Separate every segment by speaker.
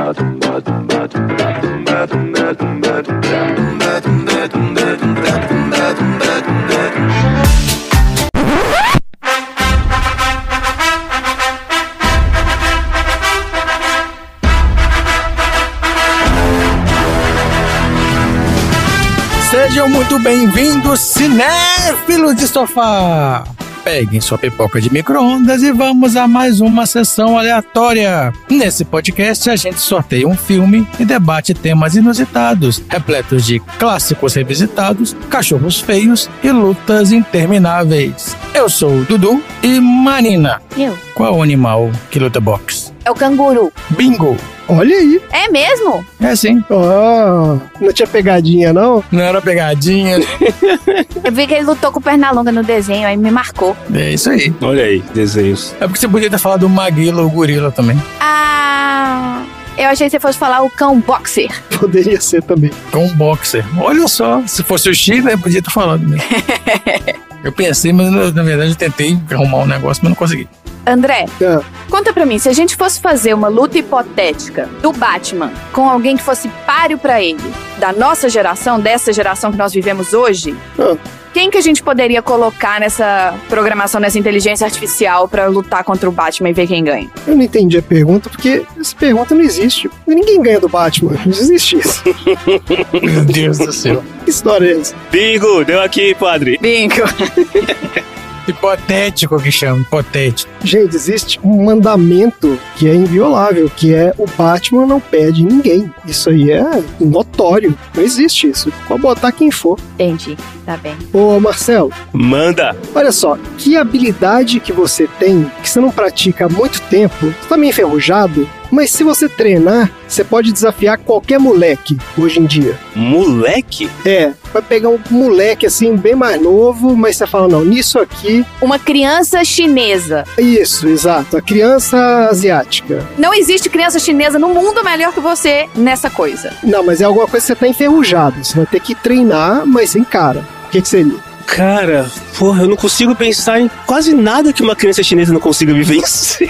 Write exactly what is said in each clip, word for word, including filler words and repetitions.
Speaker 1: Sejam muito bem-vindos, cinéfilos de sofá! Peguem sua pipoca de micro-ondas e vamos a mais uma sessão aleatória. Nesse podcast, a gente sorteia um filme e debate temas inusitados, repletos de clássicos revisitados, cachorros feios e lutas intermináveis. Eu sou o Dudu e Marina.
Speaker 2: Eu.
Speaker 1: Qual o animal que luta boxe?
Speaker 2: É o canguru.
Speaker 1: Bingo!
Speaker 3: Olha aí.
Speaker 2: É mesmo?
Speaker 1: É sim.
Speaker 3: Oh, não tinha pegadinha, não?
Speaker 1: Não era pegadinha.
Speaker 2: Eu vi que ele lutou com perna longa no desenho, aí me marcou.
Speaker 1: É isso aí.
Speaker 4: Olha aí, desenhos.
Speaker 1: É porque você podia ter falado do Maguila ou gorila também.
Speaker 2: Ah... Eu achei que você fosse falar o cão boxer.
Speaker 3: Poderia ser também.
Speaker 1: Com boxer. Olha só, se fosse o Chile, eu podia ter falado mesmo. Eu pensei, mas na verdade eu tentei arrumar um negócio, mas não consegui.
Speaker 2: André,
Speaker 3: Ah.
Speaker 2: conta pra mim, se a gente fosse fazer uma luta hipotética do Batman com alguém que fosse páreo pra ele, da nossa geração, dessa geração que nós vivemos hoje,
Speaker 3: Ah.
Speaker 2: quem que a gente poderia colocar nessa programação, nessa inteligência artificial pra lutar contra o Batman e ver quem ganha?
Speaker 3: Eu não entendi a pergunta, porque essa pergunta não existe. Ninguém ganha do Batman. Não existe isso.
Speaker 1: Meu Deus do céu.
Speaker 3: Que história é essa?
Speaker 4: Bingo, deu aqui, padre.
Speaker 2: Bingo.
Speaker 1: Hipotético que chama, hipotético.
Speaker 3: Gente, existe um mandamento que é inviolável, que é o Batman não perde ninguém. Isso aí é notório. Não existe isso. Pode botar quem for.
Speaker 2: Entendi, tá bem.
Speaker 3: Ô, Marcelo,
Speaker 4: Manda.
Speaker 3: olha só, que habilidade que você tem, que você não pratica há muito tempo, você tá meio enferrujado, mas se você treinar, você pode desafiar qualquer moleque hoje em dia.
Speaker 4: Moleque?
Speaker 3: É, vai pegar um moleque assim, bem mais novo, mas você fala, não, nisso aqui,
Speaker 2: Uma criança chinesa.
Speaker 3: isso, exato, a criança asiática.
Speaker 2: Não existe criança chinesa no mundo melhor que você nessa coisa.
Speaker 3: Não, mas é alguma coisa que você tá enferrujado, você vai ter que treinar, mas sem cara. O que que seria?
Speaker 4: Cara, porra, eu não consigo pensar em quase nada que uma criança chinesa não consiga me vencer.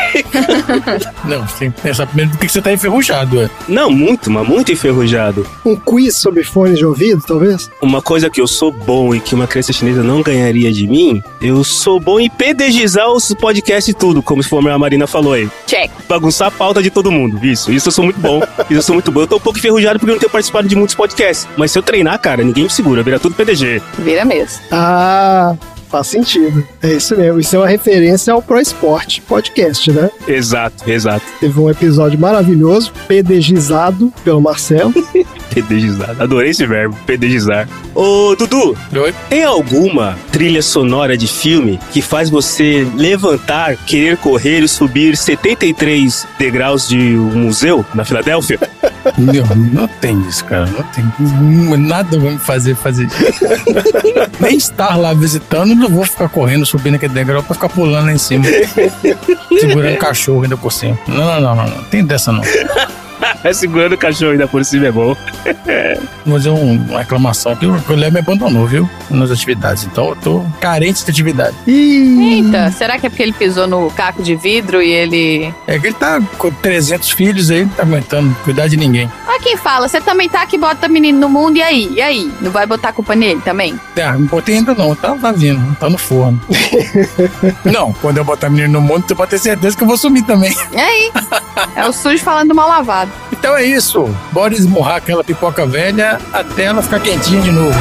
Speaker 1: Não, você tem que pensar primeiro do que você tá enferrujado, é.
Speaker 4: Não, muito, mas muito enferrujado.
Speaker 3: Um quiz sobre fones de ouvido, talvez?
Speaker 4: Uma coisa que eu sou bom e que uma criança chinesa não ganharia de mim, eu sou bom em pedagogizar os podcasts e tudo, como a Marina falou aí.
Speaker 2: Check.
Speaker 4: Bagunçar a pauta de todo mundo. Isso, isso eu sou muito bom. Isso eu sou muito bom. Eu tô um pouco enferrujado porque eu não tenho participado de muitos podcasts. Mas se eu treinar, cara, ninguém me segura. Vira tudo P D G.
Speaker 2: Vira mesmo.
Speaker 3: Ah, faz sentido. É isso mesmo. Isso é uma referência ao Pro Esporte Podcast, né?
Speaker 4: Exato, exato.
Speaker 3: Teve um episódio maravilhoso, pedagogizado pelo Marcelo.
Speaker 4: Pedagizar. Adorei esse verbo, pedagizar. Ô, Dudu,
Speaker 1: Oi?
Speaker 4: tem alguma trilha sonora de filme que faz você levantar, querer correr e subir setenta e três degraus de um museu na Filadélfia?
Speaker 1: Não, não tem isso, cara. Não tem. Nada vai me fazer fazer isso. Nem estar lá visitando, não vou ficar correndo, subindo aquele degrau pra ficar pulando lá em cima. Segurando cachorro ainda por cima. Não, não, não, não. Não tem dessa não.
Speaker 4: Segurando o cachorro ainda por cima é bom.
Speaker 1: Vou fazer um, uma reclamação que o Léo me abandonou, viu? Nas atividades. Então eu tô carente de atividade.
Speaker 3: Ih,
Speaker 2: Eita, será que é porque ele pisou no caco de vidro e ele...
Speaker 1: É que ele tá com trezentos filhos aí, não tá aguentando cuidar de ninguém.
Speaker 2: Olha quem fala, você também tá que bota menino no mundo, e aí? E aí? Não vai botar a culpa nele também?
Speaker 1: Ah, não botei ainda não, tá, tá vindo, tá no forno. Não, quando eu botar menino no mundo, você pode ter certeza que eu vou sumir também.
Speaker 2: E aí? É o sujo falando do mal lavado.
Speaker 1: Então é isso, bora esmurrar aquela pipoca velha até ela ficar quentinha de novo.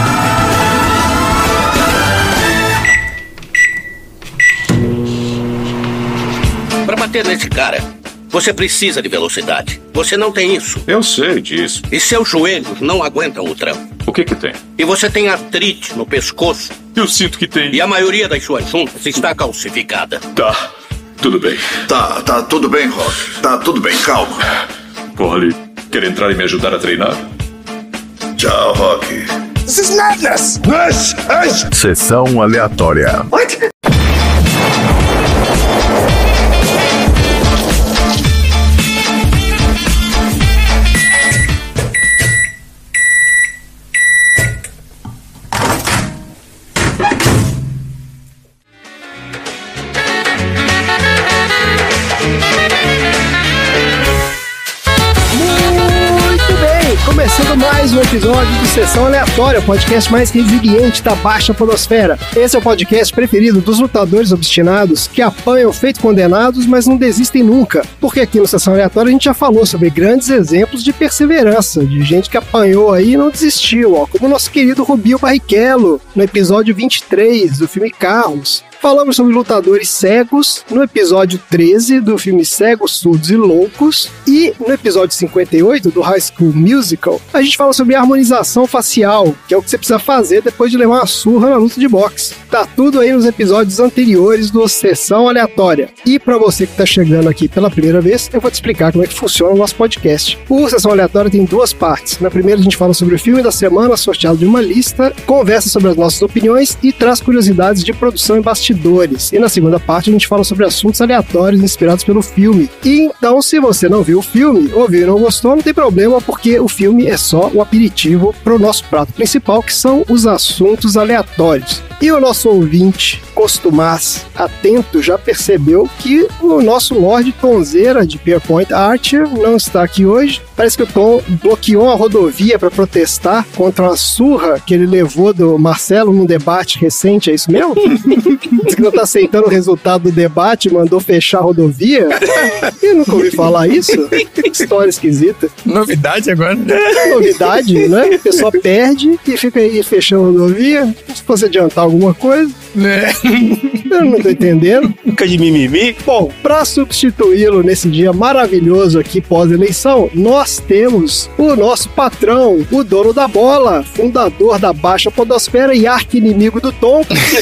Speaker 5: Para bater nesse cara, você precisa de velocidade. Você não tem isso.
Speaker 6: Eu sei disso.
Speaker 5: E seus joelhos não aguentam o tranco.
Speaker 6: O que que tem?
Speaker 5: E você tem artrite no pescoço.
Speaker 6: Eu sinto que tem.
Speaker 5: E a maioria das suas juntas está calcificada.
Speaker 6: Tá, tudo bem.
Speaker 7: Tá, tá tudo bem, Rock. Tá tudo bem, calma.
Speaker 6: Polly, quer entrar e me ajudar a treinar?
Speaker 7: Tchau, Rock.
Speaker 8: This is madness!
Speaker 9: Sessão aleatória.
Speaker 8: What?
Speaker 3: começando mais um episódio do Sessão Aleatória, o podcast mais resiliente da baixa podosfera. Esse é o podcast preferido dos lutadores obstinados que apanham feito condenados, mas não desistem nunca. Porque aqui no Sessão Aleatória a gente já falou sobre grandes exemplos de perseverança, de gente que apanhou aí e não desistiu, ó, como o nosso querido Rubinho Barrichello, no episódio vinte e três do filme Carros. Falamos sobre lutadores cegos no episódio treze do filme Cegos, Surdos e Loucos, e no episódio cinquenta e oito do High School Musical a gente fala sobre harmonização facial, que é o que você precisa fazer depois de levar uma surra na luta de boxe. Tá tudo aí nos episódios anteriores do Sessão Aleatória. E pra você que tá chegando aqui pela primeira vez, eu vou te explicar como é que funciona o nosso podcast. O Sessão Aleatória tem duas partes. Na primeira a gente fala sobre o filme da semana, sorteado de uma lista, conversa sobre as nossas opiniões e traz curiosidades de produção e bastidores. E na segunda parte a gente fala sobre assuntos aleatórios inspirados pelo filme. E então, se você não viu o filme, ou viu e não gostou, não tem problema, porque o filme é só o aperitivo para o nosso prato principal, que são os assuntos aleatórios. E o nosso ouvinte costumaz, atento, já percebeu que o nosso Lorde Tonzeira de Pierpoint Archer não está aqui hoje. Parece que o Tom bloqueou a rodovia para protestar contra uma surra que ele levou do Marcelo num debate recente, é isso mesmo? Diz que não está aceitando o resultado do debate, mandou fechar a rodovia. Eu nunca ouvi falar isso. Que história esquisita.
Speaker 1: Novidade agora, né?
Speaker 3: Novidade, né? A pessoa perde e fica aí fechando a rodovia. Se fosse adiantar alguma coisa.
Speaker 1: É.
Speaker 3: Eu não tô entendendo.
Speaker 4: Fica de mimimi.
Speaker 3: Bom, pra substituí-lo nesse dia maravilhoso aqui pós-eleição, nós temos o nosso patrão, o dono da bola, fundador da Baixa Podosfera e arqui-inimigo do Tom,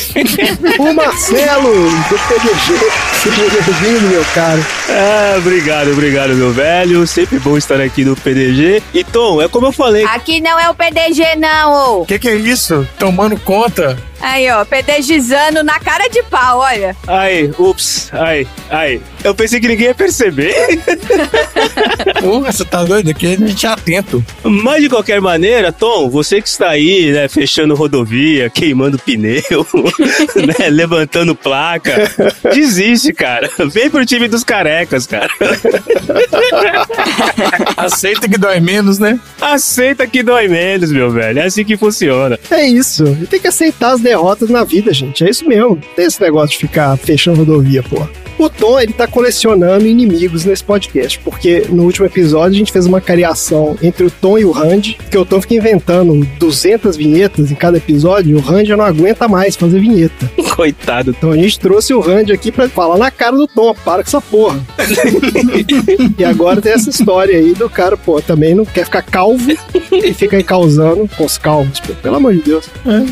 Speaker 3: o Marcelo, do P D G. Seja bem-vindo, meu caro.
Speaker 4: Ah, obrigado, obrigado, meu velho. Sempre bom estar aqui no P D G. E Tom, é como eu falei.
Speaker 2: Aqui não é o P D G, não, ô.
Speaker 1: O que, que é isso? Tomando conta?
Speaker 2: Aí, ó, PDGizando na cara de pau, olha.
Speaker 4: Ai, ups, ai, ai. Eu pensei que ninguém ia perceber.
Speaker 1: Porra, você tá doido? Aqui a gente é atento.
Speaker 4: Mas de qualquer maneira, Tom, você que está aí, né, fechando rodovia, queimando pneu, né, levantando placa, desiste, cara. Vem pro time dos carecas, cara.
Speaker 1: Aceita que dói menos, né?
Speaker 4: Aceita que dói menos, meu velho. É assim que funciona.
Speaker 3: É isso. Tem que aceitar as derrotas na vida, gente. É isso mesmo. Não tem esse negócio de ficar fechando rodovia, pô. O Tom, ele tá colecionando inimigos nesse podcast, porque no último episódio a gente fez uma cariação entre o Tom e o Randy, que o Tom fica inventando duzentas vinhetas em cada episódio, e o Randy não aguenta mais fazer vinheta.
Speaker 4: Coitado.
Speaker 3: Então a gente trouxe o Randy aqui pra falar na cara do Tom, para com essa porra. E agora tem essa história aí do cara, pô, também não quer ficar calvo e fica aí causando com os calvos, pô, pelo amor de Deus.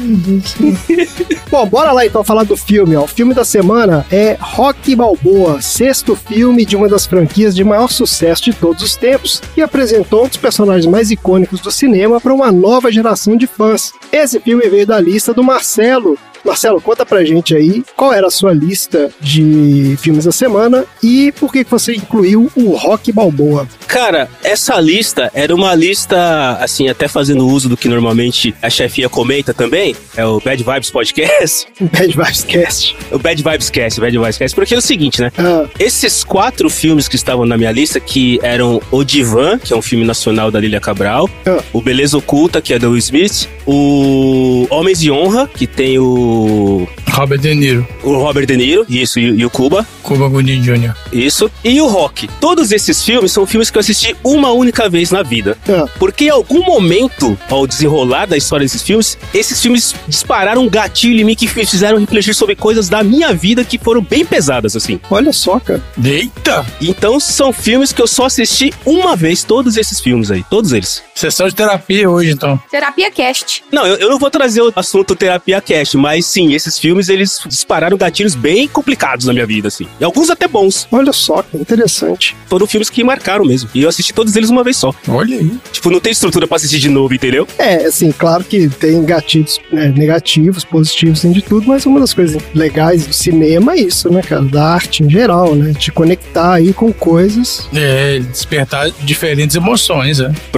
Speaker 3: Bom, bora lá então falar do filme, ó. O filme da semana é Rocky Balboa, sexto filme de uma das franquias de maior sucesso de todos os tempos, que apresentou um dos personagens mais icônicos do cinema para uma nova geração de fãs. Esse filme veio da lista do Marcelo. Marcelo, conta pra gente aí qual era a sua lista de filmes da semana e por que você incluiu o Rocky Balboa.
Speaker 4: Cara, essa lista era uma lista, assim, até fazendo uso do que normalmente a chefia comenta também, é o Bad Vibes Podcast.
Speaker 3: Bad Vibes Cast.
Speaker 4: O Bad Vibes Cast, Bad Vibes Cast, porque é o seguinte, né?
Speaker 3: Ah.
Speaker 4: Esses quatro filmes que estavam na minha lista, que eram O Divã, que é um filme nacional da Lília Cabral,
Speaker 3: ah.
Speaker 4: o Beleza Oculta, que é do Will Smith, o Homens de Honra, que tem o
Speaker 1: Robert De Niro.
Speaker 4: O Robert De Niro, isso, e, e o Cuba.
Speaker 1: Cuba Gooding Júnior
Speaker 4: Isso. E o Rock. Todos esses filmes são filmes que eu assisti uma única vez na vida.
Speaker 3: Ah.
Speaker 4: Porque em algum momento, ao desenrolar da história desses filmes, esses filmes dispararam um gatilho em mim que me fizeram refletir sobre coisas da minha vida que foram bem pesadas, assim.
Speaker 3: Olha só, cara.
Speaker 1: Eita!
Speaker 4: Então são filmes que eu só assisti uma vez, todos esses filmes aí, todos eles.
Speaker 1: Sessão de terapia hoje, então.
Speaker 2: Terapia Cast.
Speaker 4: Não, eu, eu não vou trazer o assunto Terapia Cast, mas sim, esses filmes, eles dispararam gatilhos bem complicados na minha vida, assim. E alguns até bons.
Speaker 3: Olha só, que interessante.
Speaker 4: Foram filmes que marcaram mesmo. E eu assisti todos eles uma vez só.
Speaker 1: Olha aí.
Speaker 4: Tipo, não tem estrutura pra assistir de novo, entendeu?
Speaker 3: É, assim, claro que tem gatilhos né, negativos, positivos, tem de tudo, mas uma das coisas legais do cinema é isso, né, cara? Da arte em geral, né? Te conectar aí com coisas.
Speaker 1: É, despertar diferentes emoções, né?
Speaker 4: Provocar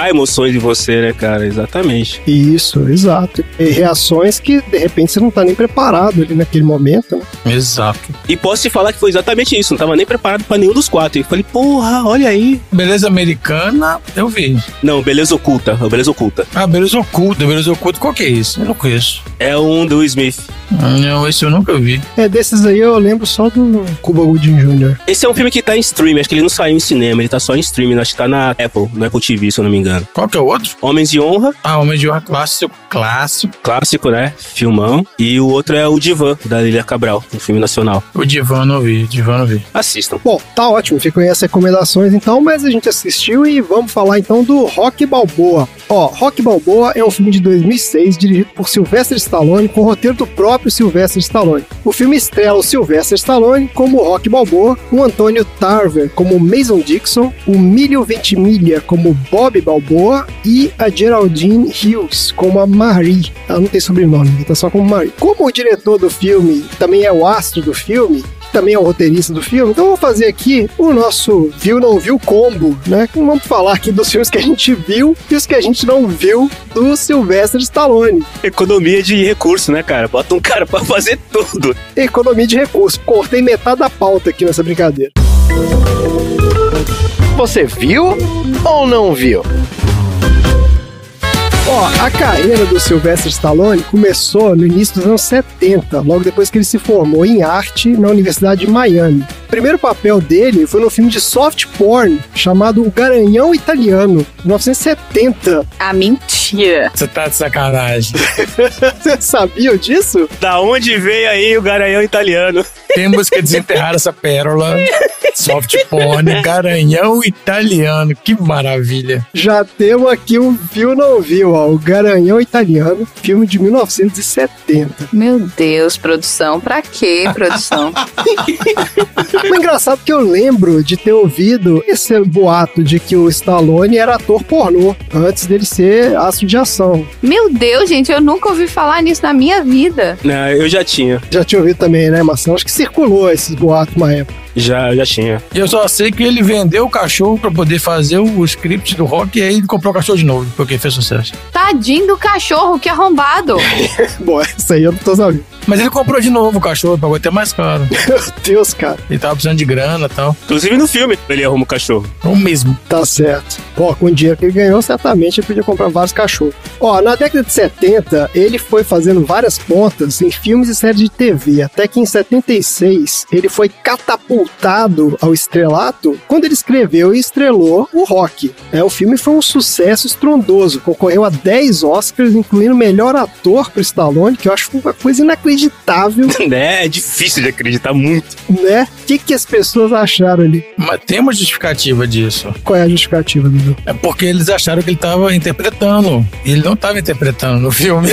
Speaker 4: despertar emoções em você, né, cara? Exatamente.
Speaker 3: Isso, exato. E reações que, de repente, você não tá nem preparado ali naquele momento, né?
Speaker 1: Exato.
Speaker 4: E posso te falar que foi exatamente isso. Não tava nem preparado pra nenhum dos quatro. E falei, porra, olha aí.
Speaker 1: Beleza Americana, eu vi.
Speaker 4: Não, Beleza Oculta. Beleza Oculta.
Speaker 1: Ah, Beleza Oculta. Beleza Oculta, qual que é isso? Eu não conheço.
Speaker 4: É um do Will Smith.
Speaker 1: Não, esse eu nunca vi.
Speaker 3: É, desses aí eu lembro só do Cuba Gooding Júnior
Speaker 4: Esse é um filme que tá em streaming. Acho que ele não saiu em cinema. Ele tá só em streaming. Acho que tá na Apple, no Apple T V, se eu não me engano.
Speaker 1: Qual que é o outro?
Speaker 4: Homens de Honra.
Speaker 1: Ah, Homens de Honra clássico. Clássico.
Speaker 4: Clássico, né? Filmão. E o outro é o Divã, da Lília Cabral, um filme nacional.
Speaker 1: O Divã não vi, o Divã não vi.
Speaker 4: Assistam.
Speaker 3: Bom, tá ótimo, ficam aí as recomendações então, mas a gente assistiu e vamos falar então do Rocky Balboa. Ó, Rocky Balboa é um filme de dois mil e seis, dirigido por Sylvester Stallone, com roteiro do próprio Sylvester Stallone. O filme estrela o Sylvester Stallone como Rocky Balboa, o Antônio Tarver como Mason Dixon, o Milho Ventimiglia como Bob Balboa e a Geraldine Hughes como a Marie. Ela não tem sobrenome, tá só como Marie. Como o diretor do filme também é o astro do filme, também é o roteirista do filme, então vou fazer aqui o nosso viu não viu combo, né? Vamos falar aqui dos filmes que a gente viu e os que a gente não viu do Sylvester Stallone.
Speaker 4: Economia de recurso, né, cara? Bota um cara pra fazer tudo.
Speaker 3: Economia de recurso. Cortei metade da pauta aqui nessa brincadeira.
Speaker 10: Você viu ou não viu?
Speaker 3: Ó, a carreira do Sylvester Stallone começou no início dos anos setenta, logo depois que ele se formou em arte na Universidade de Miami. O primeiro papel dele foi no filme de soft porn chamado O Garanhão Italiano, de mil novecentos e setenta.
Speaker 2: Ah, mentira.
Speaker 1: Você tá de sacanagem.
Speaker 3: Você sabia disso?
Speaker 4: Da onde veio aí o Garanhão Italiano?
Speaker 1: Temos que desenterrar essa pérola. Soft porn, Garanhão Italiano. Que maravilha.
Speaker 3: Já temos aqui um viu não viu, ó. O Garanhão Italiano, filme de mil novecentos e setenta.
Speaker 2: Meu Deus, produção. Pra quê, produção?
Speaker 3: O engraçado é que eu lembro de ter ouvido esse boato de que o Stallone era ator pornô, antes dele ser astro de ação.
Speaker 2: Meu Deus, gente, eu nunca ouvi falar nisso na minha vida.
Speaker 4: Não, eu já tinha.
Speaker 3: Já tinha ouvido também, né, Marcelo? Acho que circulou esses boatos uma época.
Speaker 4: Já, já tinha.
Speaker 1: E eu só sei que ele vendeu o cachorro pra poder fazer o script do Rock e aí ele comprou o cachorro de novo, porque fez sucesso.
Speaker 2: Tadinho do cachorro, que arrombado.
Speaker 3: Bom, essa aí eu não tô sabendo.
Speaker 1: Mas ele comprou de novo o cachorro, pagou até mais caro.
Speaker 3: Meu Deus, cara.
Speaker 1: Ele tava precisando de grana e tal.
Speaker 4: Inclusive no filme, ele arruma o cachorro.
Speaker 1: O mesmo.
Speaker 3: Tá certo. Pô, com o dinheiro que ele ganhou, certamente ele podia comprar vários cachorros. Ó, na década de setenta, ele foi fazendo várias pontas em filmes e séries de T V, até que em setenta e seis, ele foi catapultado ao estrelato quando ele escreveu e estrelou o Rocky. É, o filme foi um sucesso estrondoso, concorreu a dez Oscars, incluindo melhor ator pro Stallone, que eu acho uma coisa inacreditável.
Speaker 4: É, é difícil de acreditar muito.
Speaker 3: Né? O que, que as pessoas acharam ali?
Speaker 1: Mas tem uma justificativa disso.
Speaker 3: Qual é a justificativa, Dudu?
Speaker 1: É porque eles acharam que ele tava interpretando. E ele não tava interpretando no filme.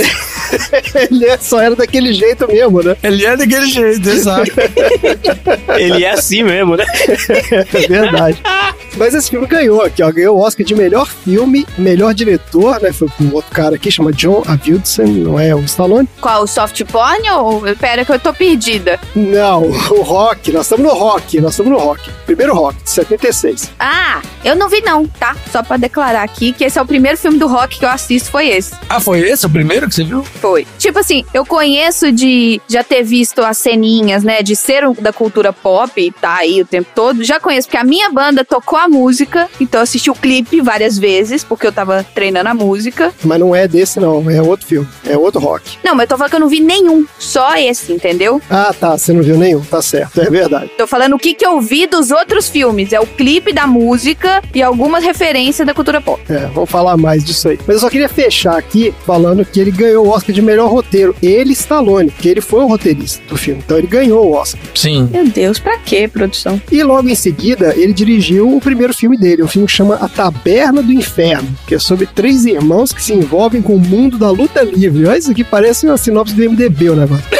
Speaker 3: Ele só era daquele jeito mesmo, né?
Speaker 1: Ele é daquele jeito, exato.
Speaker 4: Ele é assim mesmo, né?
Speaker 3: É verdade. Mas esse filme ganhou aqui, ó. Ganhou o Oscar de melhor filme, melhor diretor, né? Foi com um outro cara aqui, chama John Avildsen, não é o Stallone?
Speaker 2: Qual, o soft porn ou... Pera que eu tô perdida.
Speaker 3: Não, o Rock. Nós estamos no Rock, nós estamos no Rock. Primeiro Rock, de setenta e seis.
Speaker 2: Ah, eu não vi não, tá? Só pra declarar aqui que esse é o primeiro filme do Rock que eu assisto, foi esse.
Speaker 1: Ah, foi esse o primeiro que você viu?
Speaker 2: Foi. Tipo assim, eu conheço de já ter visto as ceninhas, né, de ser um, da cultura pop e tá aí o tempo todo. Já conheço, porque a minha banda tocou a música, então eu assisti o clipe várias vezes, porque eu tava treinando a música.
Speaker 3: Mas não é desse não, é outro filme, é outro Rock.
Speaker 2: Não, mas eu tô falando que eu não vi nenhum, só esse, entendeu?
Speaker 3: Ah, tá, você não viu nenhum, tá certo, é verdade.
Speaker 2: Tô falando o que que eu vi dos outros filmes, é o clipe da música e algumas referências da cultura pop.
Speaker 3: É, vamos falar mais disso aí. Mas eu só queria fechar aqui falando que ele ganhou o Oscar de melhor roteiro. Ele, Stallone, que ele foi o roteirista do filme, então ele ganhou o Oscar.
Speaker 1: Sim.
Speaker 2: Meu Deus, pra quê, produção?
Speaker 3: E logo em seguida, ele dirigiu o primeiro filme dele, um filme que chama A Taberna do Inferno, que é sobre três irmãos que se envolvem com o mundo da luta livre. Olha, isso aqui parece uma sinopse do M D B, o negócio.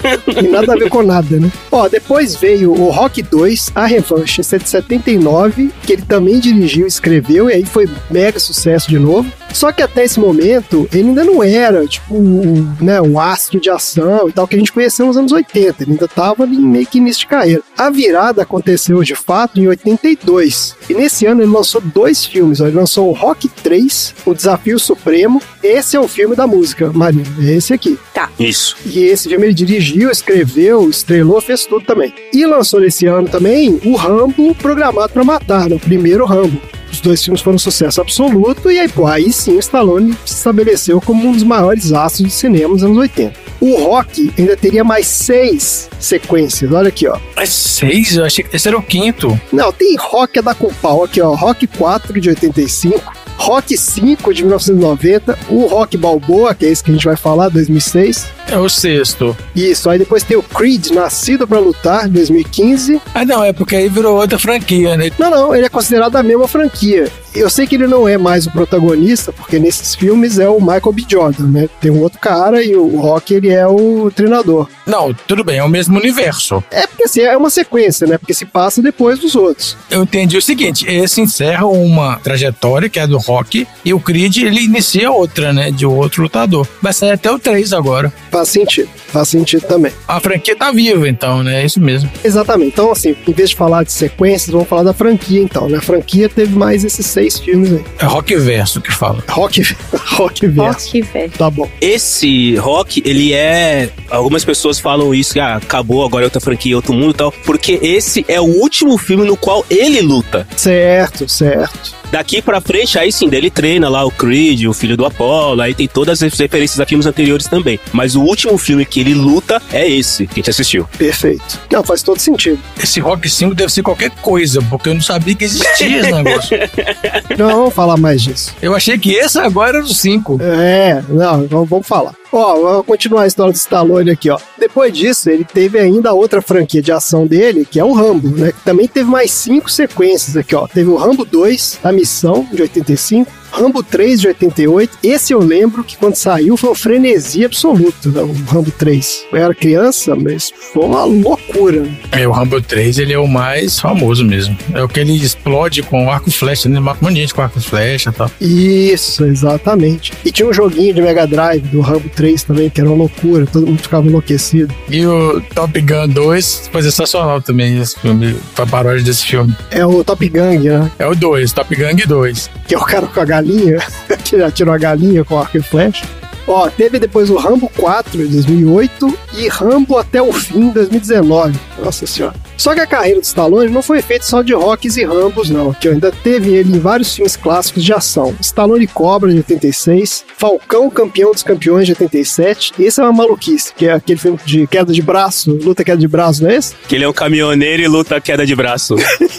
Speaker 3: E nada a ver com nada, né? Ó, depois veio o Rock dois, A Revanche, esse é de setenta e nove, que ele também dirigiu, escreveu, e aí foi mega sucesso de novo. Só que até esse momento, ele ainda não era, tipo, um, né, um astro de ação e tal, que a gente conheceu nos anos oitenta. Ele ainda tava ali meio que início de carreira. A virada aconteceu, de fato, em oitenta e dois. E nesse ano ele lançou dois filmes. Ó. Ele lançou o Rock três, O Desafio Supremo. Esse é o filme da música, Marina. Esse aqui.
Speaker 2: Tá.
Speaker 4: Isso.
Speaker 3: E esse filme ele dirigiu, escreveu, estrelou, fez tudo também. E lançou nesse ano também o Rambo Programado pra Matar, né? O primeiro Rambo. Os dois filmes foram um sucesso absoluto e aí, pô, aí sim o Stallone se estabeleceu como um dos maiores astros de cinema nos anos oitenta. O Rock ainda teria mais seis sequências, olha aqui, ó.
Speaker 1: Mais seis? Eu achei que esse era o quinto.
Speaker 3: Não, tem Rock a dar com pau aqui, ó. Rock quatro de oitenta e cinco, Rock cinco de mil novecentos e noventa, o Rock Balboa, que é esse que a gente vai falar, dois mil e seis.
Speaker 1: É o sexto.
Speaker 3: Isso, aí depois tem o Creed, Nascido pra Lutar, dois mil e quinze.
Speaker 1: Ah, não, é porque aí virou outra franquia, né?
Speaker 3: Não, não, ele é considerado a mesma franquia. Eu sei que ele não é mais o protagonista, porque nesses filmes é o Michael B. Jordan, né? Tem um outro cara e o Rock, ele é o treinador.
Speaker 1: Não, tudo bem, é o mesmo universo.
Speaker 3: É porque assim, é uma sequência, né? Porque se passa depois dos outros.
Speaker 1: Eu entendi o seguinte, esse encerra uma trajetória, que é do Rock, e o Creed, ele inicia outra, né? De outro lutador. Vai sair até o três agora.
Speaker 3: Faz sentido, faz sentido também.
Speaker 1: A franquia tá viva, então, né? É isso mesmo.
Speaker 3: Exatamente. Então, assim, em vez de falar de sequências, vamos falar da franquia, então, né? A franquia teve mais esses seis filmes aí.
Speaker 1: É Rock Verso que fala.
Speaker 3: Rock, rock Verso.
Speaker 2: Rock Verso.
Speaker 3: Tá bom.
Speaker 4: Esse Rock, ele é... Algumas pessoas falam isso, que ah, acabou, agora é outra franquia, outro mundo e tal, porque esse é o último filme no qual ele luta.
Speaker 3: Certo, certo.
Speaker 4: Daqui pra frente, aí sim, ele treina lá o Creed, o filho do Apollo, aí tem todas as referências a filmes anteriores também. Mas o último filme que ele luta é esse, que a gente assistiu.
Speaker 3: Perfeito. Não, faz todo sentido.
Speaker 1: Esse Rock cinco deve ser qualquer coisa, porque eu não sabia que existia esse negócio.
Speaker 3: Não, vamos falar mais disso.
Speaker 1: Eu achei que esse agora era o cinco.
Speaker 3: É, não, vamos falar. Ó, vamos continuar a história do Stallone aqui, ó. Depois disso, ele teve ainda a outra franquia de ação dele, que é o Rambo, né? Que também teve mais cinco sequências aqui, ó. Teve o Rambo dois, A Missão, de oitenta e cinco. Rambo três de oitenta e oito, esse eu lembro que quando saiu foi uma frenesia absoluta, né? O Rambo três. Eu era criança, mas foi uma loucura.
Speaker 1: É, o Rambo três, ele é o mais famoso mesmo. É o que ele explode com arco e flecha, né? Mata um monte de gente com arco e flecha e tal.
Speaker 3: Isso, exatamente. E tinha um joguinho de Mega Drive do Rambo três também, que era uma loucura, todo mundo ficava enlouquecido.
Speaker 1: E o Top Gun dois foi sensacional também, esse filme, a paródia desse filme.
Speaker 3: É o Top Gang, né?
Speaker 1: É o dois, Top Gun dois.
Speaker 3: Que é o cara com a galinha, que já tirou a galinha com arco e flecha. Ó, teve depois o Rambo quatro de dois mil e oito e Rambo Até o Fim de dois mil e dezenove. Nossa senhora. Só que a carreira do Stallone não foi feita só de Rocks e Rambos, não. Que ainda teve ele em vários filmes clássicos de ação. Stallone Cobra, de oitenta e seis. Falcão, Campeão dos Campeões, de oitenta e sete. Esse é uma maluquice, que é aquele filme de queda de braço, luta queda de braço, não é esse?
Speaker 4: Que ele é um caminhoneiro e luta queda de braço.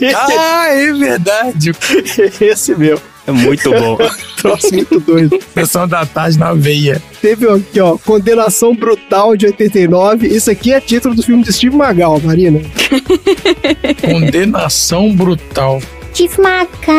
Speaker 1: Ah, é verdade.
Speaker 3: Esse meu.
Speaker 4: É muito bom.
Speaker 3: Troço muito doido.
Speaker 1: Sessão da tarde na veia.
Speaker 3: Teve aqui, ó, Condenação Brutal, de oitenta e nove. Isso aqui é título do filme de Steve Magal, Marina.
Speaker 1: Condenação Brutal.
Speaker 2: Steve Magal.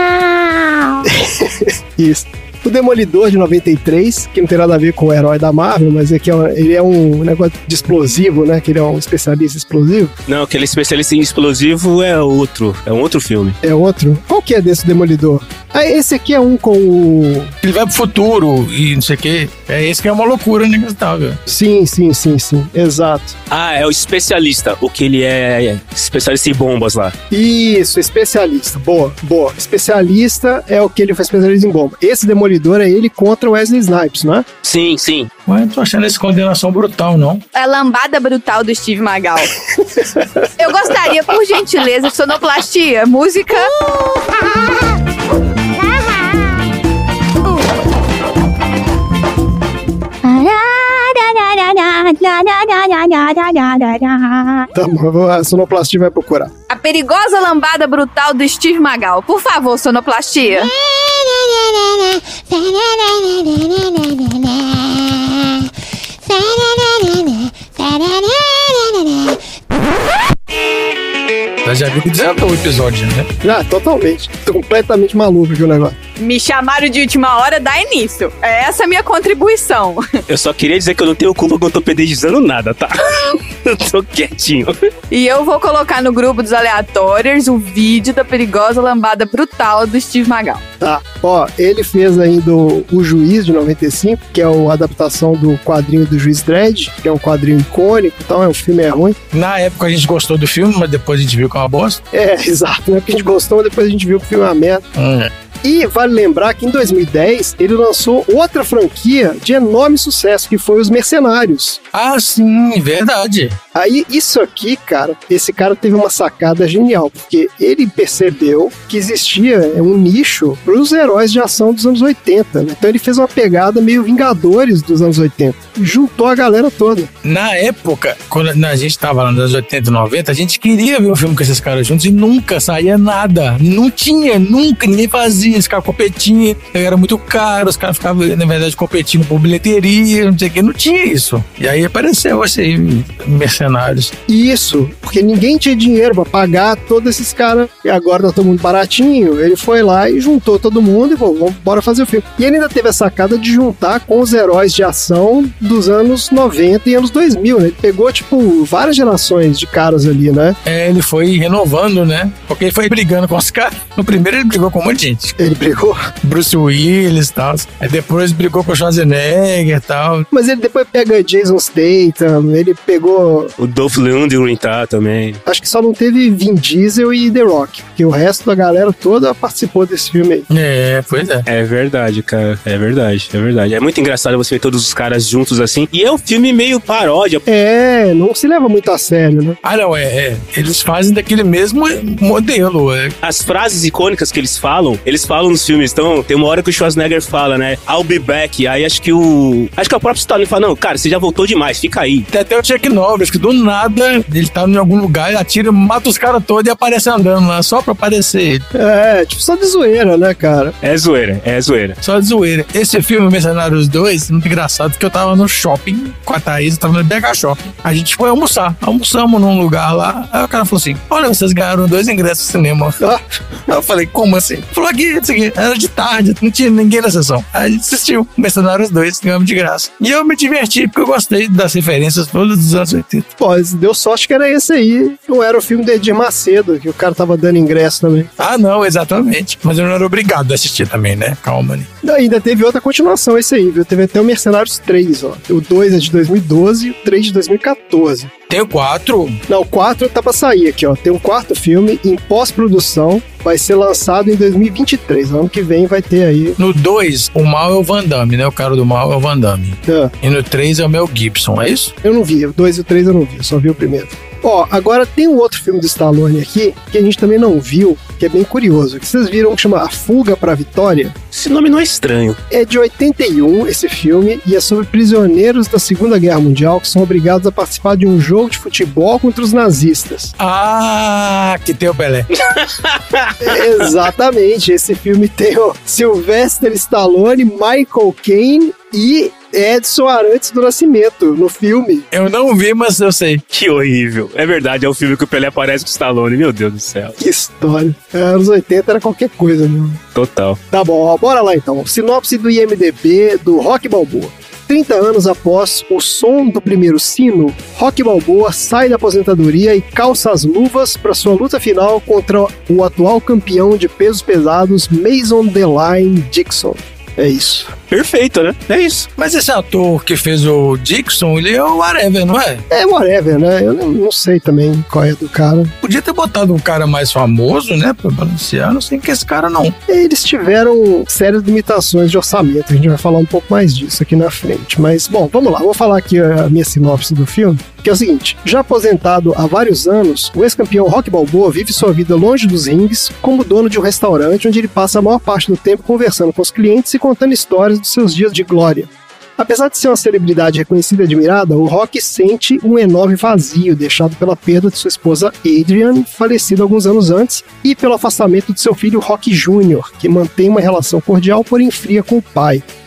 Speaker 3: Isso. O Demolidor, de noventa e três, que não tem nada a ver com o herói da Marvel, mas é que é um, ele é um negócio de explosivo, né? Que ele é um especialista explosivo.
Speaker 4: Não, aquele especialista em explosivo é outro. É um outro filme.
Speaker 3: É outro? Qual que é desse Demolidor? Ah, esse aqui é um com o...
Speaker 1: Ele vai pro futuro e não sei o quê. É esse que é uma loucura inacreditável.
Speaker 3: Sim, sim, sim, sim. Exato.
Speaker 4: Ah, é o especialista. O que ele é especialista em bombas lá.
Speaker 3: Isso, especialista. Boa, boa. Especialista é o que ele faz especialista em bomba. Esse Demolidor é ele contra o Wesley Snipes, não é?
Speaker 4: Sim, sim.
Speaker 1: Mas eu não tô achando esse Condenação Brutal, não.
Speaker 2: A lambada brutal do Steve Magal. Eu gostaria, por gentileza, de sonoplastia, música...
Speaker 3: Tá bom, a sonoplastia vai procurar.
Speaker 2: A perigosa lambada brutal do Steve Magal. Por favor, sonoplastia.
Speaker 1: Você já viu que desandou o episódio, né?
Speaker 3: Já, totalmente. Tô completamente maluco aqui o negócio.
Speaker 2: Me chamaram de última hora, dá início. Essa é a minha contribuição.
Speaker 4: Eu só queria dizer que eu não tenho culpa que eu tô pedagogizando nada, tá? Eu tô quietinho.
Speaker 2: E eu vou colocar no grupo dos aleatórios o vídeo da perigosa lambada brutal do Steve Magal.
Speaker 3: Tá, ó, ele fez ainda o, o Juiz de noventa e cinco, que é a adaptação do quadrinho do Juiz Dredd, que é um quadrinho icônico, então é um filme é ruim.
Speaker 1: Na época a gente gostou do filme, mas depois a gente viu que é uma bosta.
Speaker 3: É, exato, né? Porque a gente gostou, mas depois a gente viu que o filme é uma merda.
Speaker 1: Hum.
Speaker 3: E vale lembrar que em dois mil e dez ele lançou outra franquia de enorme sucesso, que foi Os Mercenários.
Speaker 1: Ah, sim, verdade.
Speaker 3: Aí, isso aqui, cara, esse cara teve uma sacada genial, porque ele percebeu que existia um nicho para os heróis de ação dos anos oitenta, né? Então ele fez uma pegada meio Vingadores dos anos oitenta. Juntou a galera toda.
Speaker 1: Na época, quando a gente tava lá nos anos oitenta e noventa, a gente queria ver um filme com esses caras juntos e nunca saía nada. Não tinha, nunca, ninguém fazia. Eles ficavam competindo, era muito caro, os caras ficavam, na verdade, competindo por bilheteria, não sei o que, não tinha isso. E aí apareceu assim, Mercenários.
Speaker 3: Isso, porque ninguém tinha dinheiro pra pagar todos esses caras, e agora tá todo mundo baratinho. Ele foi lá e juntou todo mundo e falou, vamos, bora fazer o filme. E ele ainda teve a sacada de juntar com os heróis de ação dos anos noventa e anos dois mil, né? Ele pegou, tipo, várias gerações de caras ali, né?
Speaker 1: É, ele foi renovando, né? Porque ele foi brigando com os caras. No primeiro ele brigou com um monte de gente.
Speaker 3: Ele brigou?
Speaker 1: Bruce Willis e tal. Aí depois brigou com o Schwarzenegger e tal.
Speaker 3: Mas ele depois pega Jason Statham, ele pegou...
Speaker 4: O Dolph Lundgren tá também.
Speaker 3: Acho que só não teve Vin Diesel e The Rock, porque o resto da galera toda participou desse filme aí.
Speaker 1: É, pois é.
Speaker 4: É verdade, cara. É verdade, é verdade. É muito engraçado você ver todos os caras juntos assim. E é um filme meio paródia.
Speaker 3: É, não se leva muito a sério, né?
Speaker 1: Ah, não, é. é. Eles fazem daquele mesmo modelo. É.
Speaker 4: As frases icônicas que eles falam, eles falam nos filmes. Então, tem uma hora que o Schwarzenegger fala, né? I'll be back. Aí acho que o... Acho que é o próprio Stallone fala, não, cara, você já voltou demais, fica aí.
Speaker 1: Tem até o Chuck Norris, que do nada ele tá em algum lugar, ele atira, mata os caras todos e aparece andando lá, só pra aparecer.
Speaker 3: É, tipo, só de zoeira, né, cara?
Speaker 4: É zoeira, é zoeira.
Speaker 1: Só de zoeira. Esse filme, Mercenários dois, muito engraçado, porque eu tava no shopping com a Thaís, eu tava no B H Shopping. A gente foi almoçar. Almoçamos num lugar lá, aí o cara falou assim, olha, vocês ganharam dois ingressos de cinema. Ah. Aí eu falei, como assim? Falou aqui, isso aqui, era de tarde, não tinha ninguém na sessão. Aí a gente assistiu Mercenários dois, ganhamos de graça. E eu me diverti, porque eu gostei das referências todas dos anos oitenta.
Speaker 3: Pô, deu sorte que era esse aí. Não era o filme do Edir Macedo, que o cara tava dando ingresso também.
Speaker 1: Ah, não, exatamente. Mas eu não era obrigado a assistir também, né? Calma, né?
Speaker 3: Ainda teve outra continuação esse aí, viu? Teve até o Mercenários três, ó. O dois é de dois mil e doze e o três de dois mil e quatorze.
Speaker 1: Tem o quatro?
Speaker 3: Não, o quatro tá pra sair aqui, ó. Tem um quarto filme em pós-produção. Vai ser lançado em dois mil e vinte e três. Ano que vem vai ter aí.
Speaker 1: No dois, o mal é o Van Damme, né? O cara do mal é o Van Damme.
Speaker 3: É.
Speaker 1: E no três é o Mel Gibson, é isso?
Speaker 3: Eu não vi. O dois e o três eu não vi. Eu só vi o primeiro. Ó, agora tem um outro filme do Stallone aqui que a gente também não viu, que é bem curioso. Que vocês viram que chama A Fuga pra Vitória?
Speaker 4: Esse nome não é estranho.
Speaker 3: É de oitenta e um esse filme e é sobre prisioneiros da Segunda Guerra Mundial que são obrigados a participar de um jogo de futebol contra os nazistas.
Speaker 1: Ah, que tem o Pelé.
Speaker 3: É, exatamente, esse filme tem o Sylvester Stallone, Michael Caine e Edson Arantes do Nascimento no filme.
Speaker 1: Eu não vi, mas eu sei.
Speaker 4: Que horrível. É verdade, é o filme que o Pelé aparece com o Stallone. Meu Deus do céu.
Speaker 3: Que história. É, anos oitenta era qualquer coisa, meu.
Speaker 4: Total.
Speaker 3: Tá bom, ó, bora lá então. Sinopse do I M D B do Rocky Balboa. trinta anos após o som do primeiro sino, Rocky Balboa sai da aposentadoria e calça as luvas para sua luta final contra o atual campeão de pesos pesados, Mason Deline Dixon. É isso.
Speaker 4: Perfeito, né? É isso.
Speaker 1: Mas esse ator que fez o Dixon, ele é o whatever, não é?
Speaker 3: É whatever, né? Eu não, não sei também qual é do cara.
Speaker 1: Podia ter botado um cara mais famoso, né? Pra balancear, não sei que esse cara não.
Speaker 3: Eles tiveram sérias limitações de orçamento. A gente vai falar um pouco mais disso aqui na frente. Mas, bom, vamos lá. Vou falar aqui a minha sinopse do filme. Que é o seguinte, já aposentado há vários anos, o ex-campeão Rocky Balboa vive sua vida longe dos rings como dono de um restaurante onde ele passa a maior parte do tempo conversando com os clientes e contando histórias dos seus dias de glória. Apesar de ser uma celebridade reconhecida e admirada, o Rocky sente um enorme vazio deixado pela perda de sua esposa Adrian, falecida alguns anos antes, e pelo afastamento de seu filho Rocky Júnior, que mantém uma relação cordial, porém fria com o pai.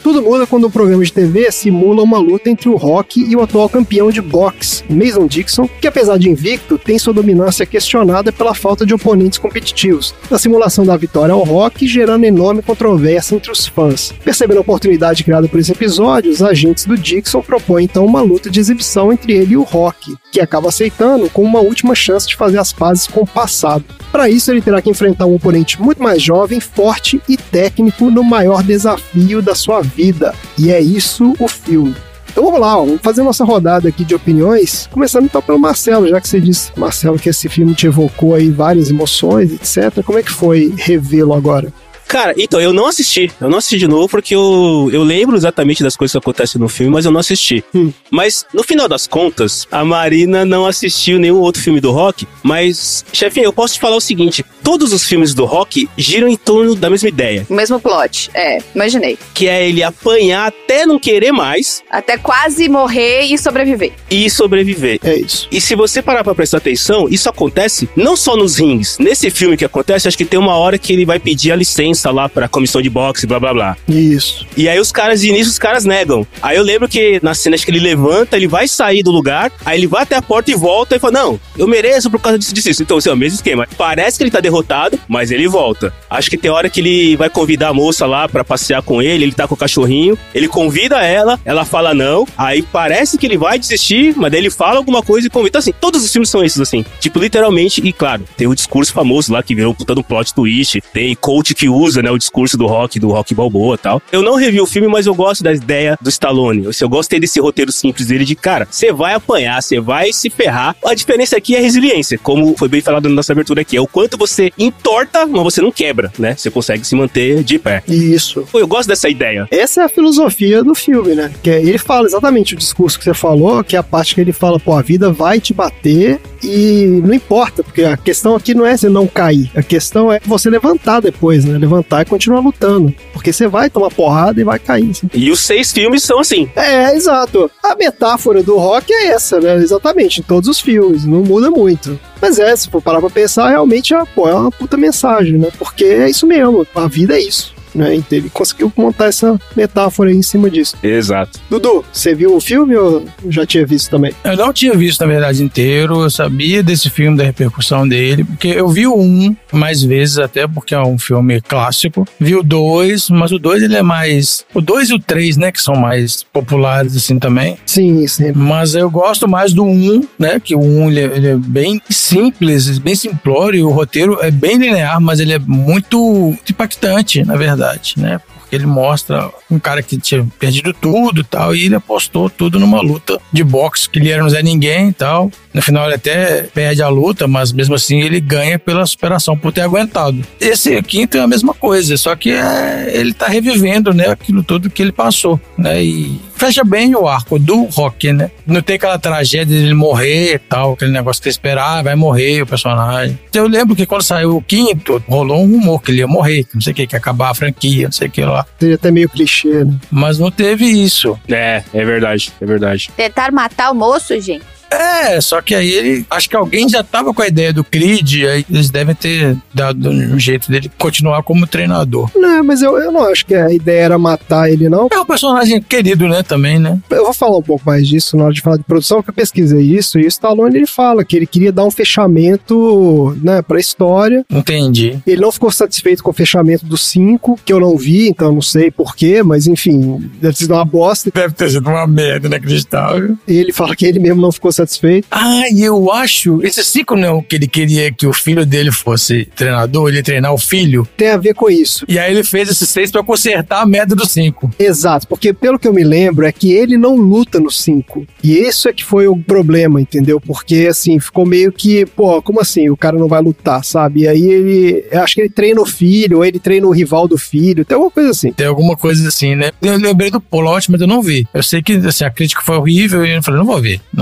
Speaker 3: Tudo muda quando um programa de T V simula uma luta entre o Rock e o atual campeão de boxe, Mason Dixon, que apesar de invicto, tem sua dominância questionada pela falta de oponentes competitivos. A simulação da vitória ao Rock gerando enorme controvérsia entre os fãs. Percebendo a oportunidade criada por esse episódio, os agentes do Dixon propõem então uma luta de exibição entre ele e o Rock, que acaba aceitando com uma última chance de fazer as pazes com o passado. Para isso, ele terá que enfrentar um oponente muito mais jovem, forte e técnico no maior desafio da sua vida. E é isso o filme. Então vamos lá, ó, vamos fazer nossa rodada aqui de opiniões, começando então pelo Marcelo, já que você disse, Marcelo, que esse filme te evocou aí várias emoções, etcétera. Como é que foi revê-lo agora?
Speaker 4: Cara, então, eu não assisti. Eu não assisti de novo porque eu, eu lembro exatamente das coisas que acontecem no filme, mas eu não assisti. Hum. Mas, no final das contas, a Marina não assistiu nenhum outro filme do Rock, mas, chefinho, eu posso te falar o seguinte, todos os filmes do Rock giram em torno da mesma ideia.
Speaker 2: O mesmo plot, é, imaginei.
Speaker 4: Que é ele apanhar até não querer mais.
Speaker 2: Até quase morrer e sobreviver.
Speaker 4: E sobreviver.
Speaker 3: É isso.
Speaker 4: E se você parar pra prestar atenção, isso acontece não só nos rings. Nesse filme que acontece, acho que tem uma hora que ele vai pedir a licença lá pra comissão de boxe, blá blá blá.
Speaker 3: Isso.
Speaker 4: E aí os caras, de início, os caras negam. Aí eu lembro que na cena acho que ele levanta, ele vai sair do lugar, aí ele vai até a porta e volta e fala, não, eu mereço por causa disso, disso. Então, assim, é o mesmo esquema. Parece que ele tá derrotado, mas ele volta. Acho que tem hora que ele vai convidar a moça lá pra passear com ele, ele tá com o cachorrinho, ele convida ela, ela fala não, aí parece que ele vai desistir, mas daí ele fala alguma coisa e convida. Então, assim, todos os filmes são esses, assim. Tipo, literalmente, e claro, tem o discurso famoso lá, que virou um puta do plot twist, tem coach que usa, né, o discurso do Rock, do Rock Balboa e tal. Eu não revi o filme, mas eu gosto da ideia do Stallone. Eu, eu gostei desse roteiro simples dele de, cara, você vai apanhar, você vai se ferrar. A diferença aqui é a resiliência, como foi bem falado na nossa abertura aqui. É o quanto você entorta, mas você não quebra, né? Você consegue se manter de pé.
Speaker 3: Isso.
Speaker 4: Eu gosto dessa ideia.
Speaker 3: Essa é a filosofia do filme, né? Que ele fala exatamente o discurso que você falou, que é a parte que ele fala, pô, a vida vai te bater e não importa, porque a questão aqui não é você não cair. A questão é você levantar depois, né? Levantar e continuar lutando. Porque você vai tomar porrada e vai cair. Assim.
Speaker 4: E os seis filmes são assim.
Speaker 3: É, exato. A metáfora do Rock é essa, né? Exatamente, em todos os filmes. Não muda muito. Mas é, se for parar pra pensar, realmente é, pô, é uma puta mensagem, né? Porque é isso mesmo. A vida é isso. Né? Então ele conseguiu montar essa metáfora aí em cima disso.
Speaker 4: Exato.
Speaker 3: Dudu, você viu o filme ou já tinha visto também?
Speaker 1: Eu não tinha visto, na verdade, inteiro. Eu sabia desse filme, da repercussão dele, porque eu vi o um mais vezes, até porque é um filme clássico. Vi o dois, mas o dois ele é mais... O dois e o três, né, que são mais populares, assim, também.
Speaker 3: Sim, sim.
Speaker 1: Mas eu gosto mais do um, né, que o um ele é, ele é bem simples, bem simplório, o roteiro é bem linear, mas ele é muito impactante, na verdade. Né? Porque ele mostra um cara que tinha perdido tudo e tal, e ele apostou tudo numa luta de boxe, que ele era um Zé Ninguém e tal. No final ele até perde a luta, mas mesmo assim ele ganha pela superação, por ter aguentado. Esse quinto é a mesma coisa, só que é, ele tá revivendo, né, aquilo tudo que ele passou, né, e fecha bem o arco do Rock, né. Não tem aquela tragédia dele morrer e tal, aquele negócio que você esperar, vai morrer o personagem. Eu lembro que quando saiu o quinto, rolou um rumor que ele ia morrer, que não sei o que, que ia acabar a franquia, não sei o que lá.
Speaker 3: Seria até meio clichê, né?
Speaker 1: Mas não teve isso.
Speaker 4: É, é verdade, é verdade.
Speaker 2: Tentaram matar o moço, gente.
Speaker 1: É, só que aí ele... Acho que alguém já tava com a ideia do Creed, aí eles devem ter dado um jeito dele continuar como treinador.
Speaker 3: Não, mas eu, eu não acho que a ideia era matar ele, não.
Speaker 1: É um personagem querido, né, também, né?
Speaker 3: Eu vou falar um pouco mais disso na hora de falar de produção, porque eu pesquisei isso, e o Stallone, ele fala que ele queria dar um fechamento, né, pra história.
Speaker 1: Entendi.
Speaker 3: Ele não ficou satisfeito com o fechamento do cinco, que eu não vi, então não sei porquê, mas enfim, deve ter sido uma bosta.
Speaker 1: Deve ter sido uma merda inacreditável.
Speaker 3: Ele fala que ele mesmo não ficou satisfeito.
Speaker 1: Ah, e eu acho, esse cinco não, que ele queria que o filho dele fosse treinador, ele ia treinar o filho.
Speaker 3: Tem a ver com isso.
Speaker 1: E aí ele fez esse seis pra consertar a merda do cinco.
Speaker 3: Exato, porque pelo que eu me lembro é que ele não luta no cinco. E isso é que foi o problema, entendeu? Porque assim, ficou meio que, pô, como assim? O cara não vai lutar, sabe? E aí ele, eu acho que ele treina o filho, ou ele treina o rival do filho, tem alguma coisa assim.
Speaker 1: Tem alguma coisa assim, né? Eu lembrei do plot, mas eu não vi. Eu sei que assim, a crítica foi horrível e eu falei, não vou ver, não vou assistir.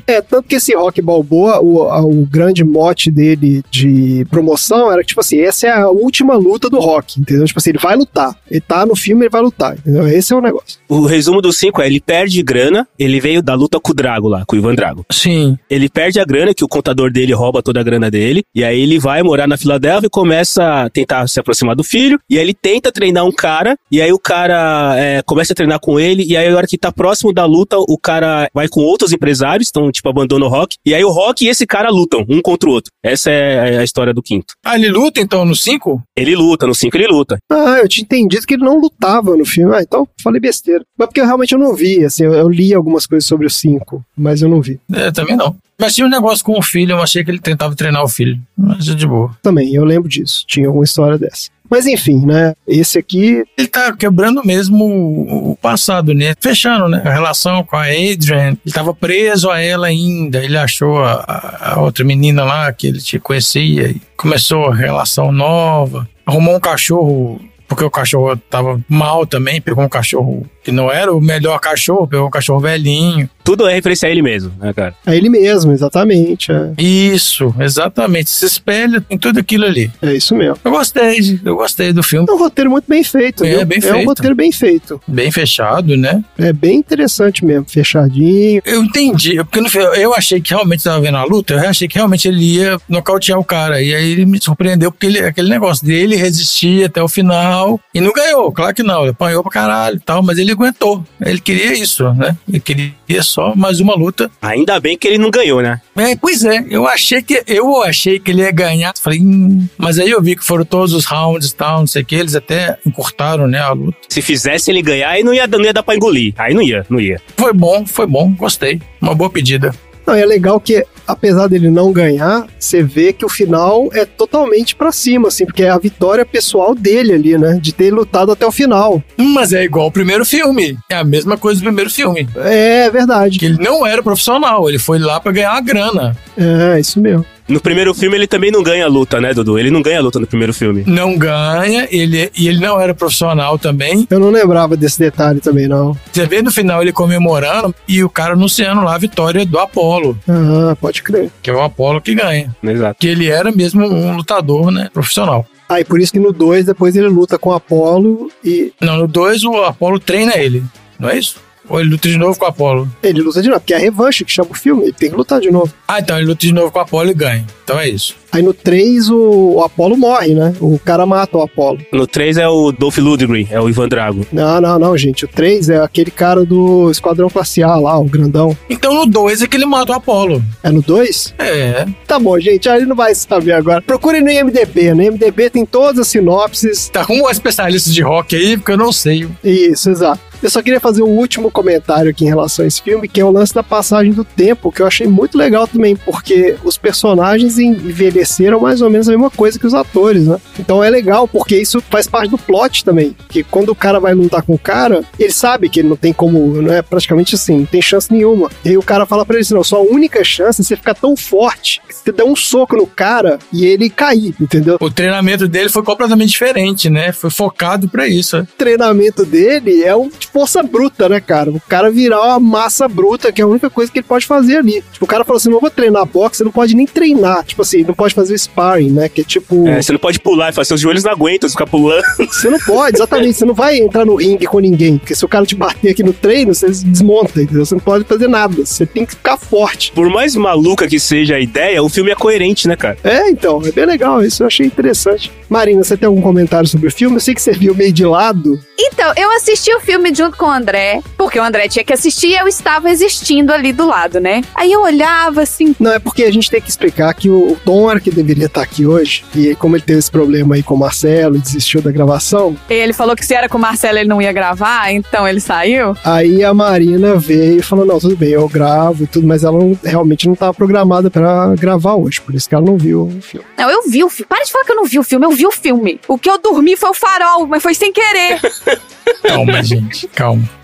Speaker 3: É, tanto que esse Rocky Balboa, o, a, o grande mote dele de promoção era que, tipo assim, essa é a última luta do Rocky, entendeu? Tipo assim, ele vai lutar. Ele tá no filme, ele vai lutar, entendeu? Esse é o negócio.
Speaker 4: O resumo do cinco é, ele perde grana, ele veio da luta com o Drago lá, com o Ivan Drago.
Speaker 1: Sim.
Speaker 4: Ele perde a grana, que o contador dele rouba toda a grana dele, e aí ele vai morar na Filadélfia e começa a tentar se aproximar do filho, e aí ele tenta treinar um cara, e aí o cara é, começa a treinar com ele, e aí na hora que tá próximo da luta, o cara vai com outros empresários, então tipo, abandona o Rocky, e aí o Rocky e esse cara lutam, um contra o outro. Essa é a história do quinto.
Speaker 1: Ah, ele luta então no cinco?
Speaker 4: Ele luta, no cinco ele luta.
Speaker 3: Ah, eu tinha entendido que ele não lutava no filme. Ah, então falei besteira. Mas porque eu realmente eu não vi, assim, eu, eu li algumas coisas sobre o cinco, mas eu não vi.
Speaker 1: É, também não. Mas tinha um negócio com o filho, eu achei que ele tentava treinar o filho. Mas é de boa.
Speaker 3: Também, eu lembro disso. Tinha alguma história dessa. Mas enfim, né? Esse aqui...
Speaker 1: Ele tá quebrando mesmo o, o passado, né? Fechando, né? A relação com a Adrian. Ele tava preso a ela ainda. Ele achou a, a outra menina lá que ele te conhecia. E começou a relação nova. Arrumou um cachorro... Porque o cachorro tava mal também, pegou um cachorro que não era o melhor cachorro, pegou um cachorro velhinho.
Speaker 4: Tudo é referência a ele mesmo, né, cara?
Speaker 3: A ele mesmo, exatamente. É.
Speaker 1: Isso, exatamente. Se espelha em tudo aquilo ali.
Speaker 3: É isso mesmo.
Speaker 1: Eu gostei, eu gostei do filme.
Speaker 3: É um roteiro muito bem feito.
Speaker 1: É,
Speaker 3: viu?
Speaker 1: bem
Speaker 3: é
Speaker 1: feito.
Speaker 3: um roteiro bem feito.
Speaker 1: Bem fechado, né?
Speaker 3: É bem interessante mesmo, fechadinho.
Speaker 1: Eu entendi, porque no final, eu achei que realmente estava vendo a luta, eu achei que realmente ele ia nocautear o cara. E aí ele me surpreendeu, porque ele, aquele negócio dele resistir até o final e não ganhou, claro que não. Ele apanhou pra caralho e tal, mas ele aguentou. Ele queria isso, né? Ele queria só mais uma luta.
Speaker 4: Ainda bem que ele não ganhou, né?
Speaker 1: É, pois é, eu achei que eu achei que ele ia ganhar. Falei, hum. Mas aí eu vi que foram todos os rounds e tal, não sei o que, eles até encurtaram, né, a luta.
Speaker 4: Se fizesse ele ganhar, aí não ia, não ia dar pra engolir. Aí não ia, não ia.
Speaker 1: Foi bom, foi bom, gostei. Uma boa pedida.
Speaker 3: Não, é legal que, apesar dele não ganhar, você vê que o final é totalmente pra cima, assim, porque é a vitória pessoal dele ali, né? De ter lutado até o final.
Speaker 1: Mas é igual o primeiro filme. É a mesma coisa do primeiro filme.
Speaker 3: É verdade.
Speaker 1: Que ele não era profissional, ele foi lá pra ganhar uma grana.
Speaker 3: É, isso mesmo.
Speaker 4: No primeiro filme ele também não ganha a luta, né, Dudu? Ele não ganha a luta no primeiro filme.
Speaker 1: Não ganha, ele, e ele não era profissional também.
Speaker 3: Eu não lembrava desse detalhe também, não.
Speaker 1: Você vê no final ele comemorando e o cara anunciando lá a vitória do Apollo.
Speaker 3: Ah, pode crer.
Speaker 1: Que é o Apollo que ganha.
Speaker 4: Exato.
Speaker 1: Que ele era mesmo um lutador, né, profissional.
Speaker 3: Ah, e por isso que no dois depois ele luta com o Apollo e...
Speaker 1: Não, no dois o Apollo treina ele, não é isso? Ou ele luta de novo com o Apollo?
Speaker 3: Ele luta de novo, porque é a revanche que chama o filme, ele tem que lutar de novo.
Speaker 1: Ah, então ele luta de novo com o Apollo e ganha. Então é isso.
Speaker 3: Aí no três o, o Apollo morre, né? O cara mata o Apollo.
Speaker 4: No três é o Dolph Lundgren, é o Ivan Drago.
Speaker 3: Não, não, não, gente. O três é aquele cara do Esquadrão Classe A lá, o grandão.
Speaker 1: Então no dois é que ele mata o Apollo.
Speaker 3: É no dois?
Speaker 1: É.
Speaker 3: Tá bom, gente. Aí não vai saber agora. Procure no I M D B. No I M D B tem todas as sinopses.
Speaker 1: Tá com um especialista de rock aí, porque eu não sei.
Speaker 3: Isso, exato. Eu só queria fazer um último comentário aqui em relação a esse filme, que é o lance da passagem do tempo, que eu achei muito legal também, porque os personagens envelheceram mais ou menos a mesma coisa que os atores, né? Então é legal, porque isso faz parte do plot também, que quando o cara vai lutar com o cara, ele sabe que ele não tem como, não é praticamente assim, não tem chance nenhuma. E aí o cara fala pra ele assim, não, sua única chance é você ficar tão forte, que você dá um soco no cara e ele cair, entendeu?
Speaker 1: O treinamento dele foi completamente diferente, né? Foi focado pra isso.
Speaker 3: O treinamento dele é um força bruta, né, cara? O cara virar uma massa bruta, que é a única coisa que ele pode fazer ali. Tipo, o cara falou assim, não vou treinar boxe, você não pode nem treinar. Tipo assim, não pode fazer sparring, né? Que é tipo...
Speaker 4: É, você não pode pular, fazer seus joelhos não aguentam, você ficar pulando.
Speaker 3: Você não pode, exatamente. Você não vai entrar no ringue com ninguém, porque se o cara te bater aqui no treino, você desmonta, entendeu? Você não pode fazer nada. Você tem que ficar forte.
Speaker 4: Por mais maluca que seja a ideia, o filme é coerente, né, cara?
Speaker 3: É, então. É bem legal. Isso eu achei interessante. Marina, você tem algum comentário sobre o filme? Eu sei que você viu meio de lado.
Speaker 2: Então, eu assisti o filme junto com o André, porque o André tinha que assistir e eu estava existindo ali do lado, né? Aí eu olhava assim...
Speaker 3: Não, é porque a gente tem que explicar que o, o Tom era que deveria estar aqui hoje, e como ele teve esse problema aí com o Marcelo e desistiu da gravação...
Speaker 2: Ele falou que se era com o Marcelo ele não ia gravar, então ele saiu?
Speaker 3: Aí a Marina veio e falou, não, tudo bem, eu gravo e tudo, mas ela não, realmente não estava programada pra gravar hoje, por isso que ela não viu o filme.
Speaker 2: Não, eu vi o filme. Para de falar que eu não vi o filme, eu vi o filme. O que eu dormi foi o Farol, mas foi sem querer.
Speaker 1: Calma, gente, calma.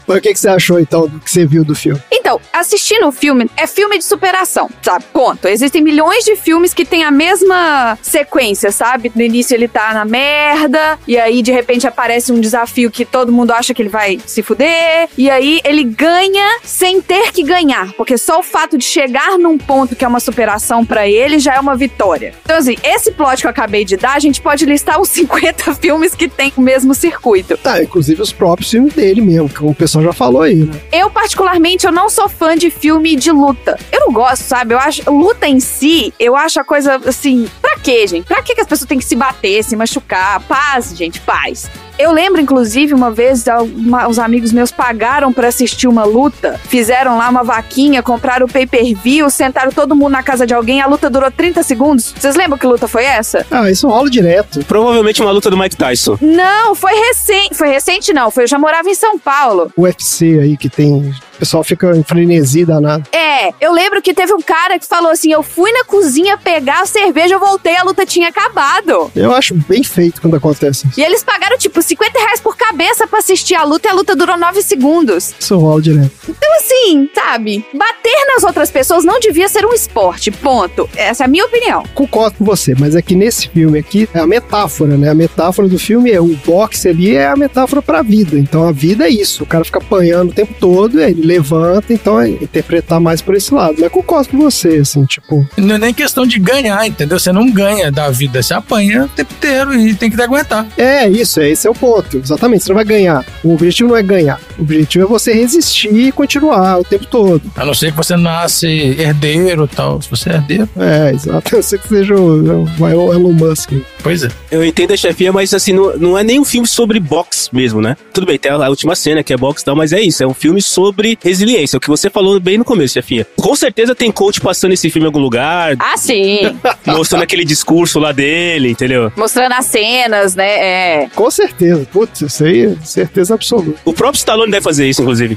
Speaker 3: Mas o que, que você achou, então, do que você viu do filme?
Speaker 2: Então, assistindo o filme, é filme de superação, sabe? Ponto. Existem milhões de filmes que têm a mesma sequência, sabe? No início ele tá na merda, e aí de repente aparece um desafio que todo mundo acha que ele vai se fuder, e aí ele ganha sem ter que ganhar, porque só o fato de chegar num ponto que é uma superação pra ele já é uma vitória. Então, assim, esse plot que eu acabei de dar, a gente pode listar uns cinquenta filmes que tem o mesmo circuito.
Speaker 3: Tá, inclusive os próprios filmes dele mesmo, como o pessoal já falou aí, né?
Speaker 2: Eu, particularmente, eu não sou fã de filme de luta. Eu não gosto, sabe? Eu acho, luta em si, eu acho a coisa, assim, pra quê, gente? Pra que que as pessoas têm que se bater, se machucar? Paz, gente, paz. Eu lembro, inclusive, uma vez, uma, os amigos meus pagaram pra assistir uma luta, fizeram lá uma vaquinha, compraram o pay-per-view, sentaram todo mundo na casa de alguém, a luta durou trinta segundos. Vocês lembram que luta foi essa?
Speaker 3: Ah, isso rola direto.
Speaker 4: Provavelmente uma luta do Mike Tyson.
Speaker 2: Não, foi recente. Foi recente, não. Foi, eu já morava em São Paulo.
Speaker 3: O U F C aí que tem... O pessoal fica em frenesi danado.
Speaker 2: É, eu lembro que teve um cara que falou assim, eu fui na cozinha pegar a cerveja, eu voltei, a luta tinha acabado.
Speaker 3: Eu acho bem feito quando acontece isso.
Speaker 2: E eles pagaram, tipo, cinquenta reais por cabeça pra assistir a luta e a luta durou nove segundos.
Speaker 3: Isso rola direto.
Speaker 2: Então, assim, sabe? Bater nas outras pessoas não devia ser um esporte, ponto. Essa é a minha opinião.
Speaker 3: Concordo com você, mas é que nesse filme aqui é a metáfora, né? A metáfora do filme é o boxe ali, é a metáfora pra vida. Então a vida é isso. O cara fica apanhando o tempo todo, e aí ele levanta, então é interpretar mais por esse lado. Mas concordo com você, assim, tipo...
Speaker 1: Não é nem questão de ganhar, entendeu? Você não ganha da vida, você apanha o tempo inteiro e tem que te aguentar.
Speaker 3: É, isso, é, esse é o ponto. Exatamente, você não vai ganhar. O objetivo não é ganhar. O objetivo é você resistir e continuar o tempo todo.
Speaker 1: A não ser que você nasce herdeiro e tal. Se você é herdeiro...
Speaker 3: É, exato. A não ser que seja o, o Elon Musk.
Speaker 1: Pois é.
Speaker 4: Eu entendo a chefia, mas assim, não, não é nem um filme sobre boxe mesmo, né? Tudo bem, tem a, a última cena que é boxe e tal, mas é isso. É um filme sobre resiliência. É o que você falou bem no começo, chefinha. Com certeza tem coach passando esse filme em algum lugar.
Speaker 2: Ah, sim.
Speaker 4: Mostrando aquele discurso lá dele, entendeu?
Speaker 2: Mostrando as cenas, né? É.
Speaker 3: Com certeza. Putz, isso aí é certeza absoluta.
Speaker 4: O próprio Stallone deve fazer isso, inclusive.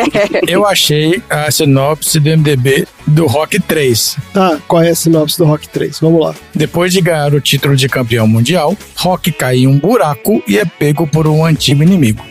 Speaker 1: Eu achei a sinopse do M D B do Rock três.
Speaker 3: Tá, qual é a sinopse do Rock três? Vamos lá.
Speaker 1: Depois de ganhar o título de campeão mundial, Rock cai em um buraco e é pego por um antigo inimigo.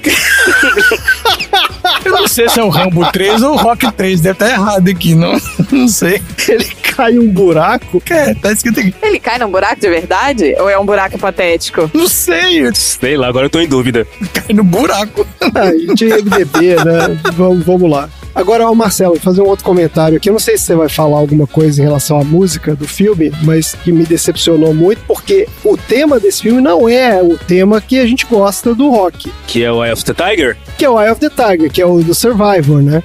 Speaker 1: Eu não sei se é o Rambo três ou o Rock três, deve estar errado aqui, não, não sei.
Speaker 3: Ele cai em um buraco?
Speaker 1: É, tá escrito aqui.
Speaker 2: Ele cai num buraco de verdade? Ou é um buraco patético?
Speaker 1: Não sei.
Speaker 4: Sei lá, agora eu tô em dúvida.
Speaker 1: Cai no buraco.
Speaker 3: Ah, de M D B, né? Vamos, vamos lá. Agora, ó, Marcelo, vou fazer um outro comentário aqui. Eu não sei se você vai falar alguma coisa em relação à música do filme, mas que me decepcionou muito, porque o tema desse filme não é o tema que a gente gosta do rock.
Speaker 4: Que é o Eye of the Tiger?
Speaker 3: Que é o Eye of the Tiger, que é o do Survivor, né?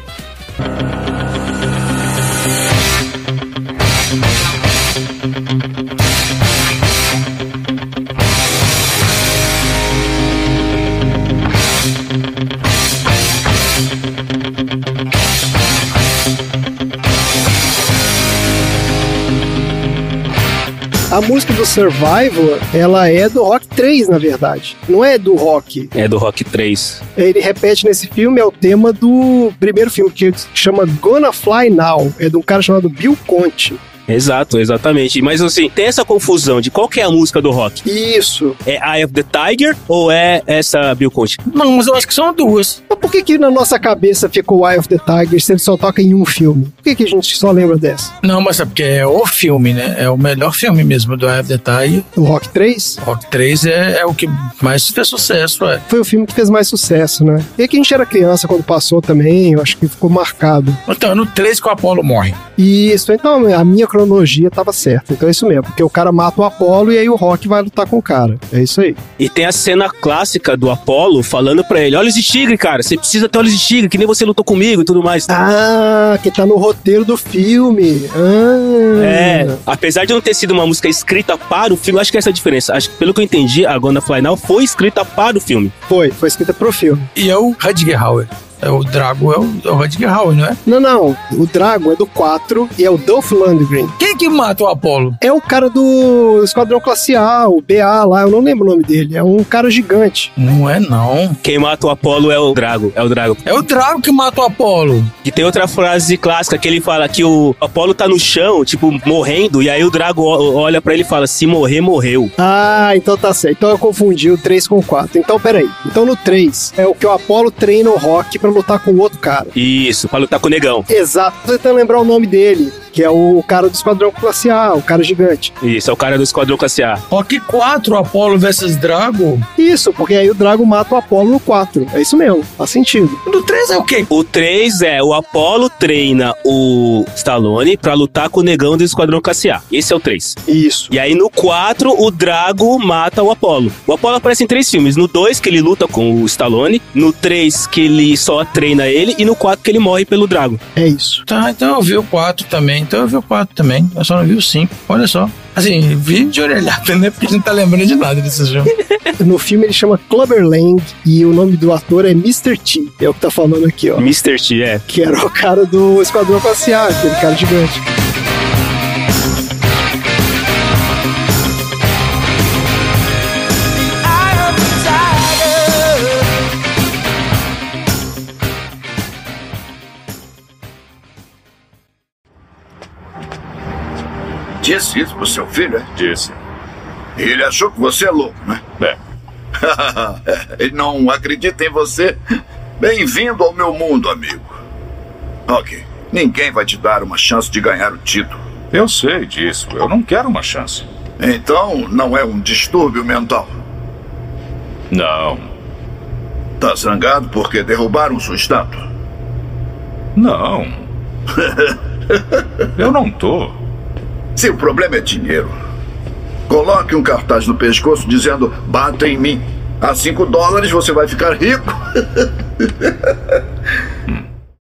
Speaker 3: A música do Survivor, ela é do Rock três, na verdade. Não é do Rock.
Speaker 4: É do Rock três.
Speaker 3: Ele repete nesse filme, é o tema do primeiro filme, que chama Gonna Fly Now. É de um cara chamado Bill Conti.
Speaker 4: Exato, exatamente. Mas assim, tem essa confusão de qual que é a música do rock.
Speaker 3: Isso.
Speaker 4: É Eye of the Tiger ou é essa Bill Conti?
Speaker 1: Não, mas eu acho que são duas.
Speaker 3: Mas por que que na nossa cabeça ficou Eye of the Tiger se ele só toca em um filme? Por que que a gente só lembra dessa?
Speaker 1: Não, mas é porque é o filme, né? É o melhor filme mesmo do Eye of the Tiger.
Speaker 3: O Rock três?
Speaker 1: O Rock três é, é o que mais fez sucesso, é.
Speaker 3: Foi o filme que fez mais sucesso, né? E que a gente era criança quando passou também, eu acho que ficou marcado.
Speaker 1: Então, é no três que o Apollo morre.
Speaker 3: Isso, então a minha cronologia tava certa. Então é isso mesmo, porque o cara mata o Apollo e aí o Rock vai lutar com o cara. É isso aí.
Speaker 4: E tem a cena clássica do Apollo falando pra ele, olhos de tigre, cara, você precisa ter olhos de tigre, que nem você lutou comigo e tudo mais.
Speaker 3: Ah, que tá no roteiro do filme. Ah.
Speaker 4: É, apesar de não ter sido uma música escrita para o filme, acho que essa é a diferença. Acho que pelo que eu entendi, a Gonna Fly Now foi escrita para o filme.
Speaker 3: Foi, foi escrita pro filme.
Speaker 1: E é o Rutger Hauer. É o Drago, é o, é o Rutger Hauer, não é?
Speaker 3: Não, não. O Drago é do quatro e é o Dolph Lundgren.
Speaker 1: Quem que mata o Apollo?
Speaker 3: É o cara do Esquadrão Classe A, o B A lá, eu não lembro o nome dele. É um cara gigante.
Speaker 1: Não é, não.
Speaker 4: Quem mata o Apollo é o Drago, é o Drago.
Speaker 1: É o Drago que mata o Apollo.
Speaker 4: E tem outra frase clássica que ele fala que o Apollo tá no chão, tipo, morrendo, e aí o Drago olha pra ele e fala, se morrer, morreu.
Speaker 3: Ah, então tá certo. Então eu confundi o três com o quatro. Então, peraí. Então no três é o que o Apollo treina o Rock pra pra lutar com o outro cara.
Speaker 4: Isso, pra lutar com o negão.
Speaker 3: Exato. Tô tentando lembrar o nome dele, que é o cara do Esquadrão Classe A, o cara gigante.
Speaker 4: Isso, é o cara do Esquadrão Classe A.
Speaker 1: Rock quatro, Apollo versus Drago?
Speaker 3: Isso, porque aí o Drago mata o Apollo no quatro. É isso mesmo, faz sentido.
Speaker 1: No três é o quê?
Speaker 4: O três é o Apollo treina o Stallone pra lutar com o negão do Esquadrão Classe A. Esse é o três.
Speaker 3: Isso.
Speaker 4: E aí no quatro, o Drago mata o Apollo. O Apollo aparece em três filmes. No dois, que ele luta com o Stallone. No três, que ele só treina ele. E no quatro, que ele morre pelo Drago.
Speaker 3: É isso.
Speaker 1: Tá, então eu vi o quatro também. Então eu vi o quatro também. Eu só não vi o cinco. Olha só. Assim, vi de orelhada, né? Porque a gente não tá lembrando de nada desse filme.
Speaker 3: No filme ele chama Clubber Lang e o nome do ator é mister T. É o que tá falando aqui, ó.
Speaker 4: mister T, é.
Speaker 3: Que era o cara do Esquadrão Classe A, aquele cara gigante.
Speaker 7: Disse isso pro seu filho, é?
Speaker 6: Disse.
Speaker 7: E ele achou que você é louco, né?
Speaker 6: É.
Speaker 7: Ele não acredita em você. Bem-vindo ao meu mundo, amigo. Ok. Ninguém vai te dar uma chance de ganhar o título.
Speaker 6: Eu sei disso. Eu não quero uma chance.
Speaker 7: Então, não é um distúrbio mental?
Speaker 6: Não.
Speaker 7: Tá zangado porque derrubaram sua estátua?
Speaker 6: Não. Eu não tô.
Speaker 7: Se o problema é dinheiro, coloque um cartaz no pescoço dizendo bata em mim. A cinco dólares você vai ficar rico.
Speaker 6: hum.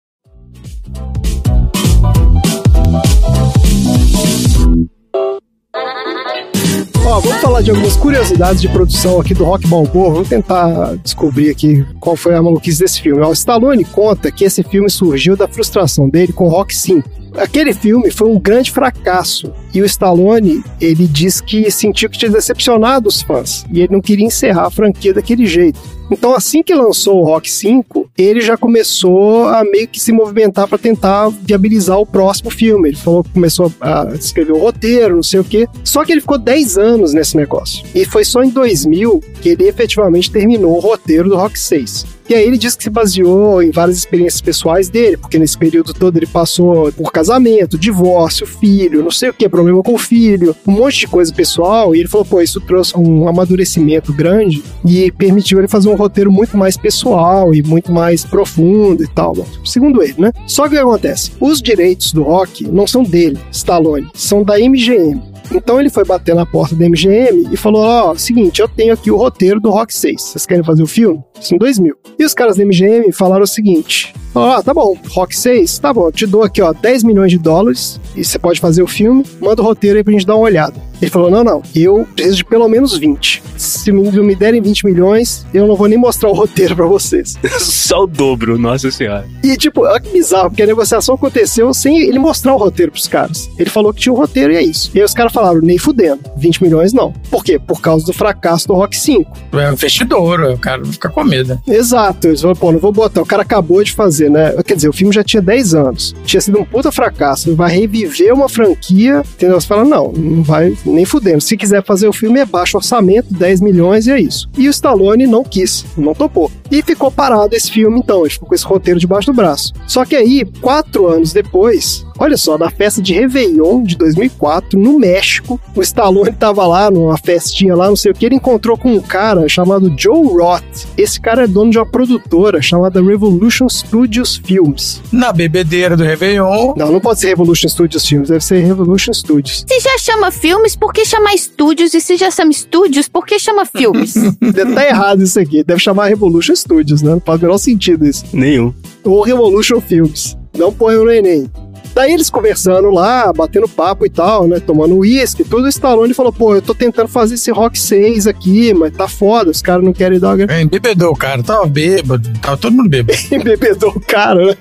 Speaker 3: Ó, vamos falar de algumas curiosidades de produção aqui do Rock Balboa. Vamos tentar descobrir aqui qual foi a maluquice desse filme. Ó, o Stallone conta que esse filme surgiu da frustração dele com Rock cinco. Aquele filme foi um grande fracasso e o Stallone, ele diz que sentiu que tinha decepcionado os fãs e ele não queria encerrar a franquia daquele jeito. Então, assim que lançou o Rock cinco, ele já começou a meio que se movimentar para tentar viabilizar o próximo filme. Ele falou que começou a escrever o roteiro, não sei o quê. Só que ele ficou dez anos nesse negócio. E foi só em dois mil que ele efetivamente terminou o roteiro do Rock seis. E aí ele diz que se baseou em várias experiências pessoais dele, porque nesse período todo ele passou por casamento, divórcio, filho, não sei o que, problema com o filho, um monte de coisa pessoal, e ele falou, pô, isso trouxe um amadurecimento grande e permitiu ele fazer um roteiro muito mais pessoal e muito mais profundo e tal, segundo ele, né? Só que o que acontece? Os direitos do Rock não são dele, Stallone, são da M G M. Então ele foi bater na porta da M G M e falou, ó, oh, seguinte, eu tenho aqui o roteiro do Rock seis, vocês querem fazer o filme? Isso em dois mil. E os caras da M G M falaram o seguinte, ó, oh, tá bom, Rock seis, tá bom, eu te dou aqui, ó, dez milhões de dólares e você pode fazer o filme, manda o roteiro aí pra gente dar uma olhada. Ele falou, não, não, eu preciso de pelo menos vinte. Se não me derem vinte milhões, eu não vou nem mostrar o roteiro pra vocês.
Speaker 4: Só o dobro, nossa senhora.
Speaker 3: E tipo, olha que bizarro, porque a negociação aconteceu sem ele mostrar o roteiro pros caras. Ele falou que tinha o roteiro e é isso. E aí os caras falaram, nem fudendo, vinte milhões não. Por quê? Por causa do fracasso do Rock cinco.
Speaker 1: É um investidor, o cara vai ficar com medo.
Speaker 3: Exato, eles falaram, pô, não vou botar, o cara acabou de fazer, né? Quer dizer, o filme já tinha dez anos, tinha sido um puta fracasso, ele vai reviver uma franquia, entendeu? Você fala, não, não vai nem fudendo. Se quiser fazer o filme é baixo orçamento, dez milhões e é isso. E o Stallone não quis, não topou. E ficou parado esse filme então, ele ficou com esse roteiro debaixo do braço. Só que aí, quatro anos depois, olha só, na festa de Réveillon de dois mil e quatro, no México, o Stallone tava lá numa festinha lá, não sei o que, ele encontrou com um cara chamado Joe Roth. Esse cara é dono de uma produtora chamada Revolution Studios Films.
Speaker 1: Na bebedeira do Réveillon.
Speaker 3: Não, não pode ser Revolution Studios Films, deve ser Revolution Studios.
Speaker 2: Se já chama filmes, por que chamar estúdios? E se já chama estúdios, por que chama filmes?
Speaker 3: Tá errado isso aqui, deve chamar Revolution Studios, né? Não faz o menor sentido isso.
Speaker 4: Nenhum.
Speaker 3: Ou Revolution Films. Não põe no Enem. Daí eles conversando lá, batendo papo e tal, né, tomando uísque, tudo, o Stallone falou, pô, eu tô tentando fazer esse Rock seis aqui, mas tá foda, os caras não querem dar...
Speaker 1: É, embebedou o cara, tava bêbado, tava todo mundo bêbado.
Speaker 3: Embebedou o cara, né?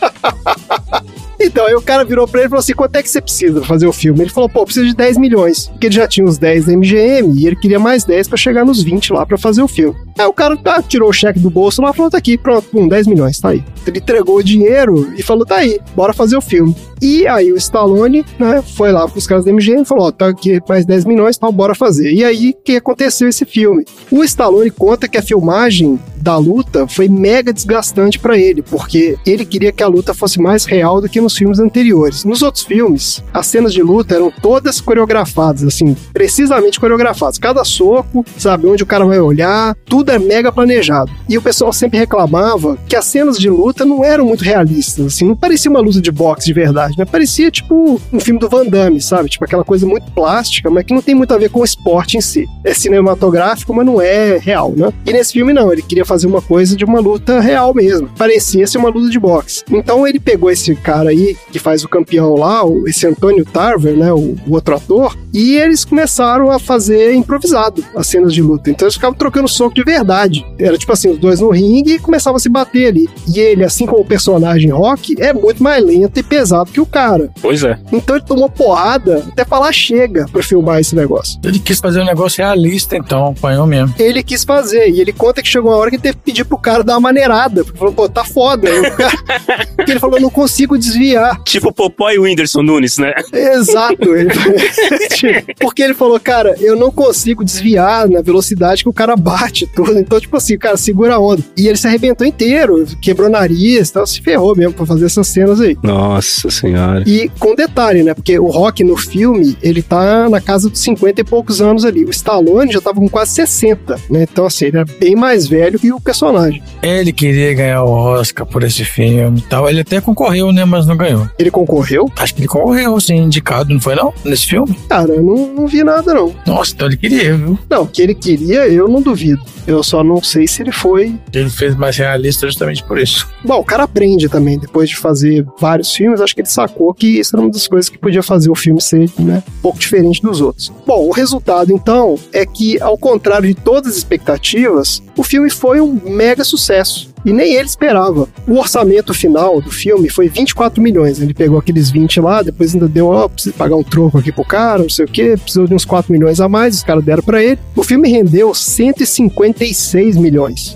Speaker 3: Então, aí o cara virou pra ele e falou assim, quanto é que você precisa pra fazer o filme? Ele falou, pô, precisa de dez milhões, porque ele já tinha os dez da M G M e ele queria mais dez pra chegar nos vinte lá pra fazer o filme. Aí o cara tá, tirou o cheque do bolso lá e falou, tá aqui, pronto, pum, dez milhões, tá aí. Ele entregou o dinheiro e falou, tá aí, bora fazer o filme. E aí o Stallone, né, foi lá pros caras da M G M e falou, ó, tá aqui mais dez milhões, tal, bora fazer. E aí, o que aconteceu esse filme? O Stallone conta que a filmagem da luta foi mega desgastante pra ele, porque ele queria que a luta fosse mais real do que nos filmes anteriores. Nos outros filmes, as cenas de luta eram todas coreografadas, assim, precisamente coreografadas. Cada soco, sabe, onde o cara vai olhar, tudo é mega planejado. E o pessoal sempre reclamava que as cenas de luta não eram muito realistas, assim, não parecia uma luta de boxe de verdade, né? Parecia, tipo, um filme do Van Damme, sabe? Tipo, aquela coisa muito plástica, mas que não tem muito a ver com o esporte em si. É cinematográfico, mas não é real, né? E nesse filme, não. Ele queria fazer uma coisa de uma luta real mesmo. Parecia ser uma luta de boxe. Então, ele pegou esse cara aí, que faz o campeão lá, esse Antônio Tarver, né? O, o outro ator, e eles começaram a fazer improvisado as cenas de luta. Então, eles ficavam trocando soco de verdade. Era tipo assim, os dois no ringue e começavam a se bater ali. E ele, assim como o personagem Rock, é muito mais lento e pesado que o cara.
Speaker 4: Pois é.
Speaker 3: Então ele tomou porrada até falar chega pra filmar esse negócio.
Speaker 1: Ele quis fazer um negócio realista, então, apanhou mesmo.
Speaker 3: Ele quis fazer, e ele conta que chegou uma hora que ele teve que pedir pro cara dar uma maneirada, porque falou, pô, tá foda. Porque ele falou, não consigo desviar.
Speaker 4: Tipo Popó e o Whindersson Nunes, né?
Speaker 3: Exato. Ele... porque ele falou, cara, eu não consigo desviar na velocidade que o cara bate tudo. Então, tipo assim, cara, segura a onda. E ele se arrebentou inteiro, quebrou nariz e tal, se ferrou mesmo pra fazer essas cenas aí.
Speaker 4: Nossa senhora.
Speaker 3: E com detalhe, né? Porque o Rock no filme, ele tá na casa dos cinquenta e poucos anos ali. O Stallone já tava com quase sessenta, né? Então, assim, ele era bem mais velho que o personagem.
Speaker 1: Ele queria ganhar o Oscar por esse filme e tal. Ele até concorreu, né? Mas não ganhou.
Speaker 3: Ele concorreu?
Speaker 1: Acho que ele concorreu, sim, indicado, não foi não? Nesse filme?
Speaker 3: Cara, eu não, não vi nada, não.
Speaker 1: Nossa, então ele queria, viu?
Speaker 3: Não, que ele queria, eu não duvido. Eu só não sei se ele foi...
Speaker 1: Ele fez mais realista justamente por isso.
Speaker 3: Bom, o cara aprende também, depois de fazer vários filmes, acho que ele sacou que isso era uma das coisas que podia fazer o filme ser, né, um pouco diferente dos outros. Bom, o resultado, então, é que, ao contrário de todas as expectativas, o filme foi um mega sucesso. E nem ele esperava. O orçamento final do filme foi vinte e quatro milhões. Ele pegou aqueles vinte lá, depois ainda deu, ó, oh, precisa pagar um troco aqui pro cara, não sei o quê, precisou de uns quatro milhões a mais, os caras deram pra ele. O filme rendeu cento e cinquenta e seis milhões.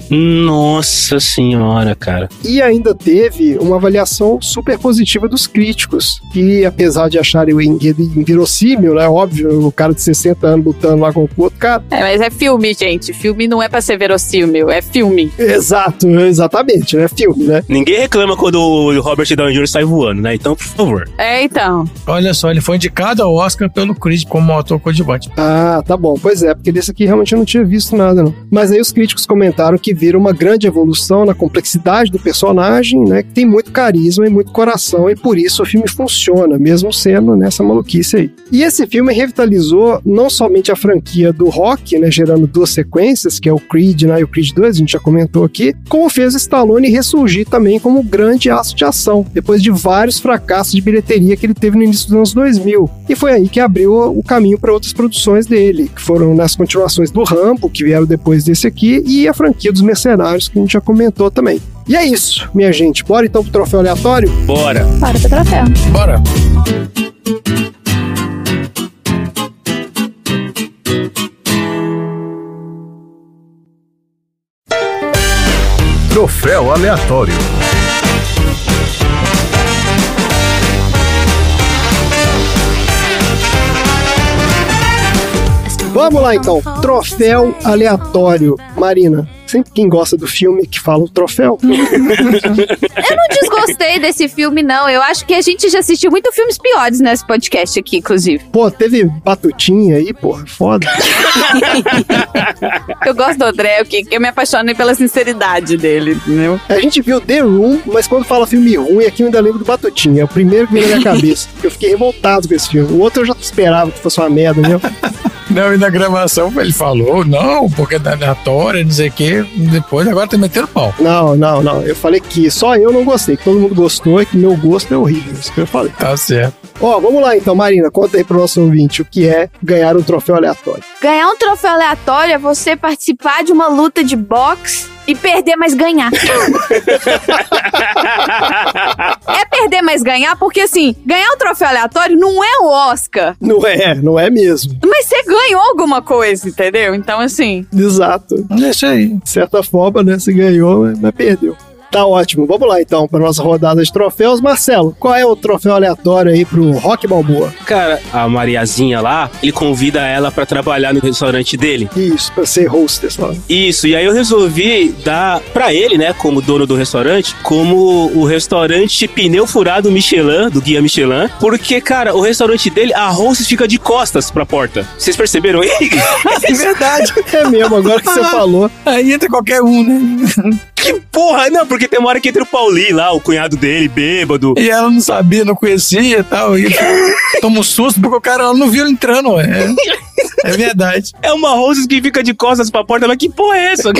Speaker 4: Nossa senhora, cara.
Speaker 3: E ainda teve uma avaliação super positiva dos críticos, que apesar de acharem o enredo inverossímil, né, óbvio, o cara de sessenta anos lutando lá com o outro cara.
Speaker 2: É, mas é filme, gente. Filme não é pra ser verossímil, é filme.
Speaker 3: Exato, exatamente, né? Filme, né?
Speaker 4: Ninguém reclama quando o Robert Downey Júnior sai voando, né? Então, por favor.
Speaker 2: É, então.
Speaker 1: Olha só, ele foi indicado ao Oscar pelo Creed como ator coadjuvante.
Speaker 3: Ah, tá bom. Pois é, porque desse aqui realmente eu não tinha visto nada, não. Mas aí os críticos comentaram que viram uma grande evolução na complexidade do personagem, né? Que tem muito carisma e muito coração, e por isso o filme funciona, mesmo sendo nessa maluquice aí. E esse filme revitalizou não somente a franquia do Rock, né? Gerando duas sequências, que é o Creed, né? E o Creed dois, a gente já comentou aqui, como fez Stallone ressurgir também como grande astro de ação, depois de vários fracassos de bilheteria que ele teve no início dos anos dois mil. E foi aí que abriu o caminho para outras produções dele, que foram nas continuações do Rambo, que vieram depois desse aqui, e a franquia dos Mercenários, que a gente já comentou também. E é isso, minha gente. Bora então pro troféu aleatório?
Speaker 4: Bora!
Speaker 2: Bora pro troféu.
Speaker 1: Bora!
Speaker 9: Troféu aleatório.
Speaker 3: Vamos lá então, troféu aleatório. Marina, sempre quem gosta do filme que fala o troféu.
Speaker 2: Eu não desgostei desse filme, não. Eu acho que a gente já assistiu muito filmes piores nesse podcast aqui, inclusive.
Speaker 3: Pô, teve Batutinha aí, porra, foda.
Speaker 2: Eu gosto do André, que eu me apaixonei pela sinceridade dele, entendeu?
Speaker 3: A gente viu The Room, mas quando fala filme ruim, aqui eu ainda lembro do Batutinha. É o primeiro que veio na minha cabeça. Eu fiquei revoltado com esse filme. O outro eu já esperava que fosse uma merda, viu?
Speaker 1: Não, e na gravação ele falou, não, porque é aleatória, não sei o quê. Depois, agora tá metendo pau.
Speaker 3: Não, não, não. Eu falei que só eu não gostei, que todo mundo gostou e que meu gosto é horrível. Isso que eu falei.
Speaker 1: Tá certo.
Speaker 3: Ó, vamos lá então, Marina. Conta aí pro nosso ouvinte o que é ganhar um troféu aleatório.
Speaker 2: Ganhar um troféu aleatório é você participar de uma luta de boxe e perder, mas ganhar. É perder, mas ganhar, porque assim, ganhar um troféu aleatório não é o Oscar.
Speaker 3: Não é, não é mesmo.
Speaker 2: Mas você ganhou alguma coisa, entendeu? Então, assim...
Speaker 3: Exato.
Speaker 1: É isso aí.
Speaker 3: De certa forma, né, você ganhou, mas perdeu. Tá ótimo. Vamos lá, então, para nossa rodada de troféus. Marcelo, qual é o troféu aleatório aí pro Rocky Balboa?
Speaker 4: Cara, a Mariazinha lá, ele convida ela pra trabalhar no restaurante dele.
Speaker 3: Isso, pra ser hostess lá.
Speaker 4: Isso, e aí eu resolvi dar pra ele, né, como dono do restaurante, como o restaurante Pneu Furado Michelin, do Guia Michelin, porque, cara, o restaurante dele, a hostess fica de costas pra porta. Vocês perceberam aí?
Speaker 3: É verdade. É mesmo, agora que você
Speaker 1: Ah,
Speaker 3: falou.
Speaker 1: Aí entra qualquer um, né?
Speaker 4: Que porra! Não, porque tem uma hora que entra o Paulinho lá, o cunhado dele, bêbado.
Speaker 1: E ela não sabia, não conhecia e tal. E toma um susto porque o cara ela não viu ele entrando, ué. É, é verdade.
Speaker 4: É uma hostess que fica de costas pra porta, mas que porra é essa?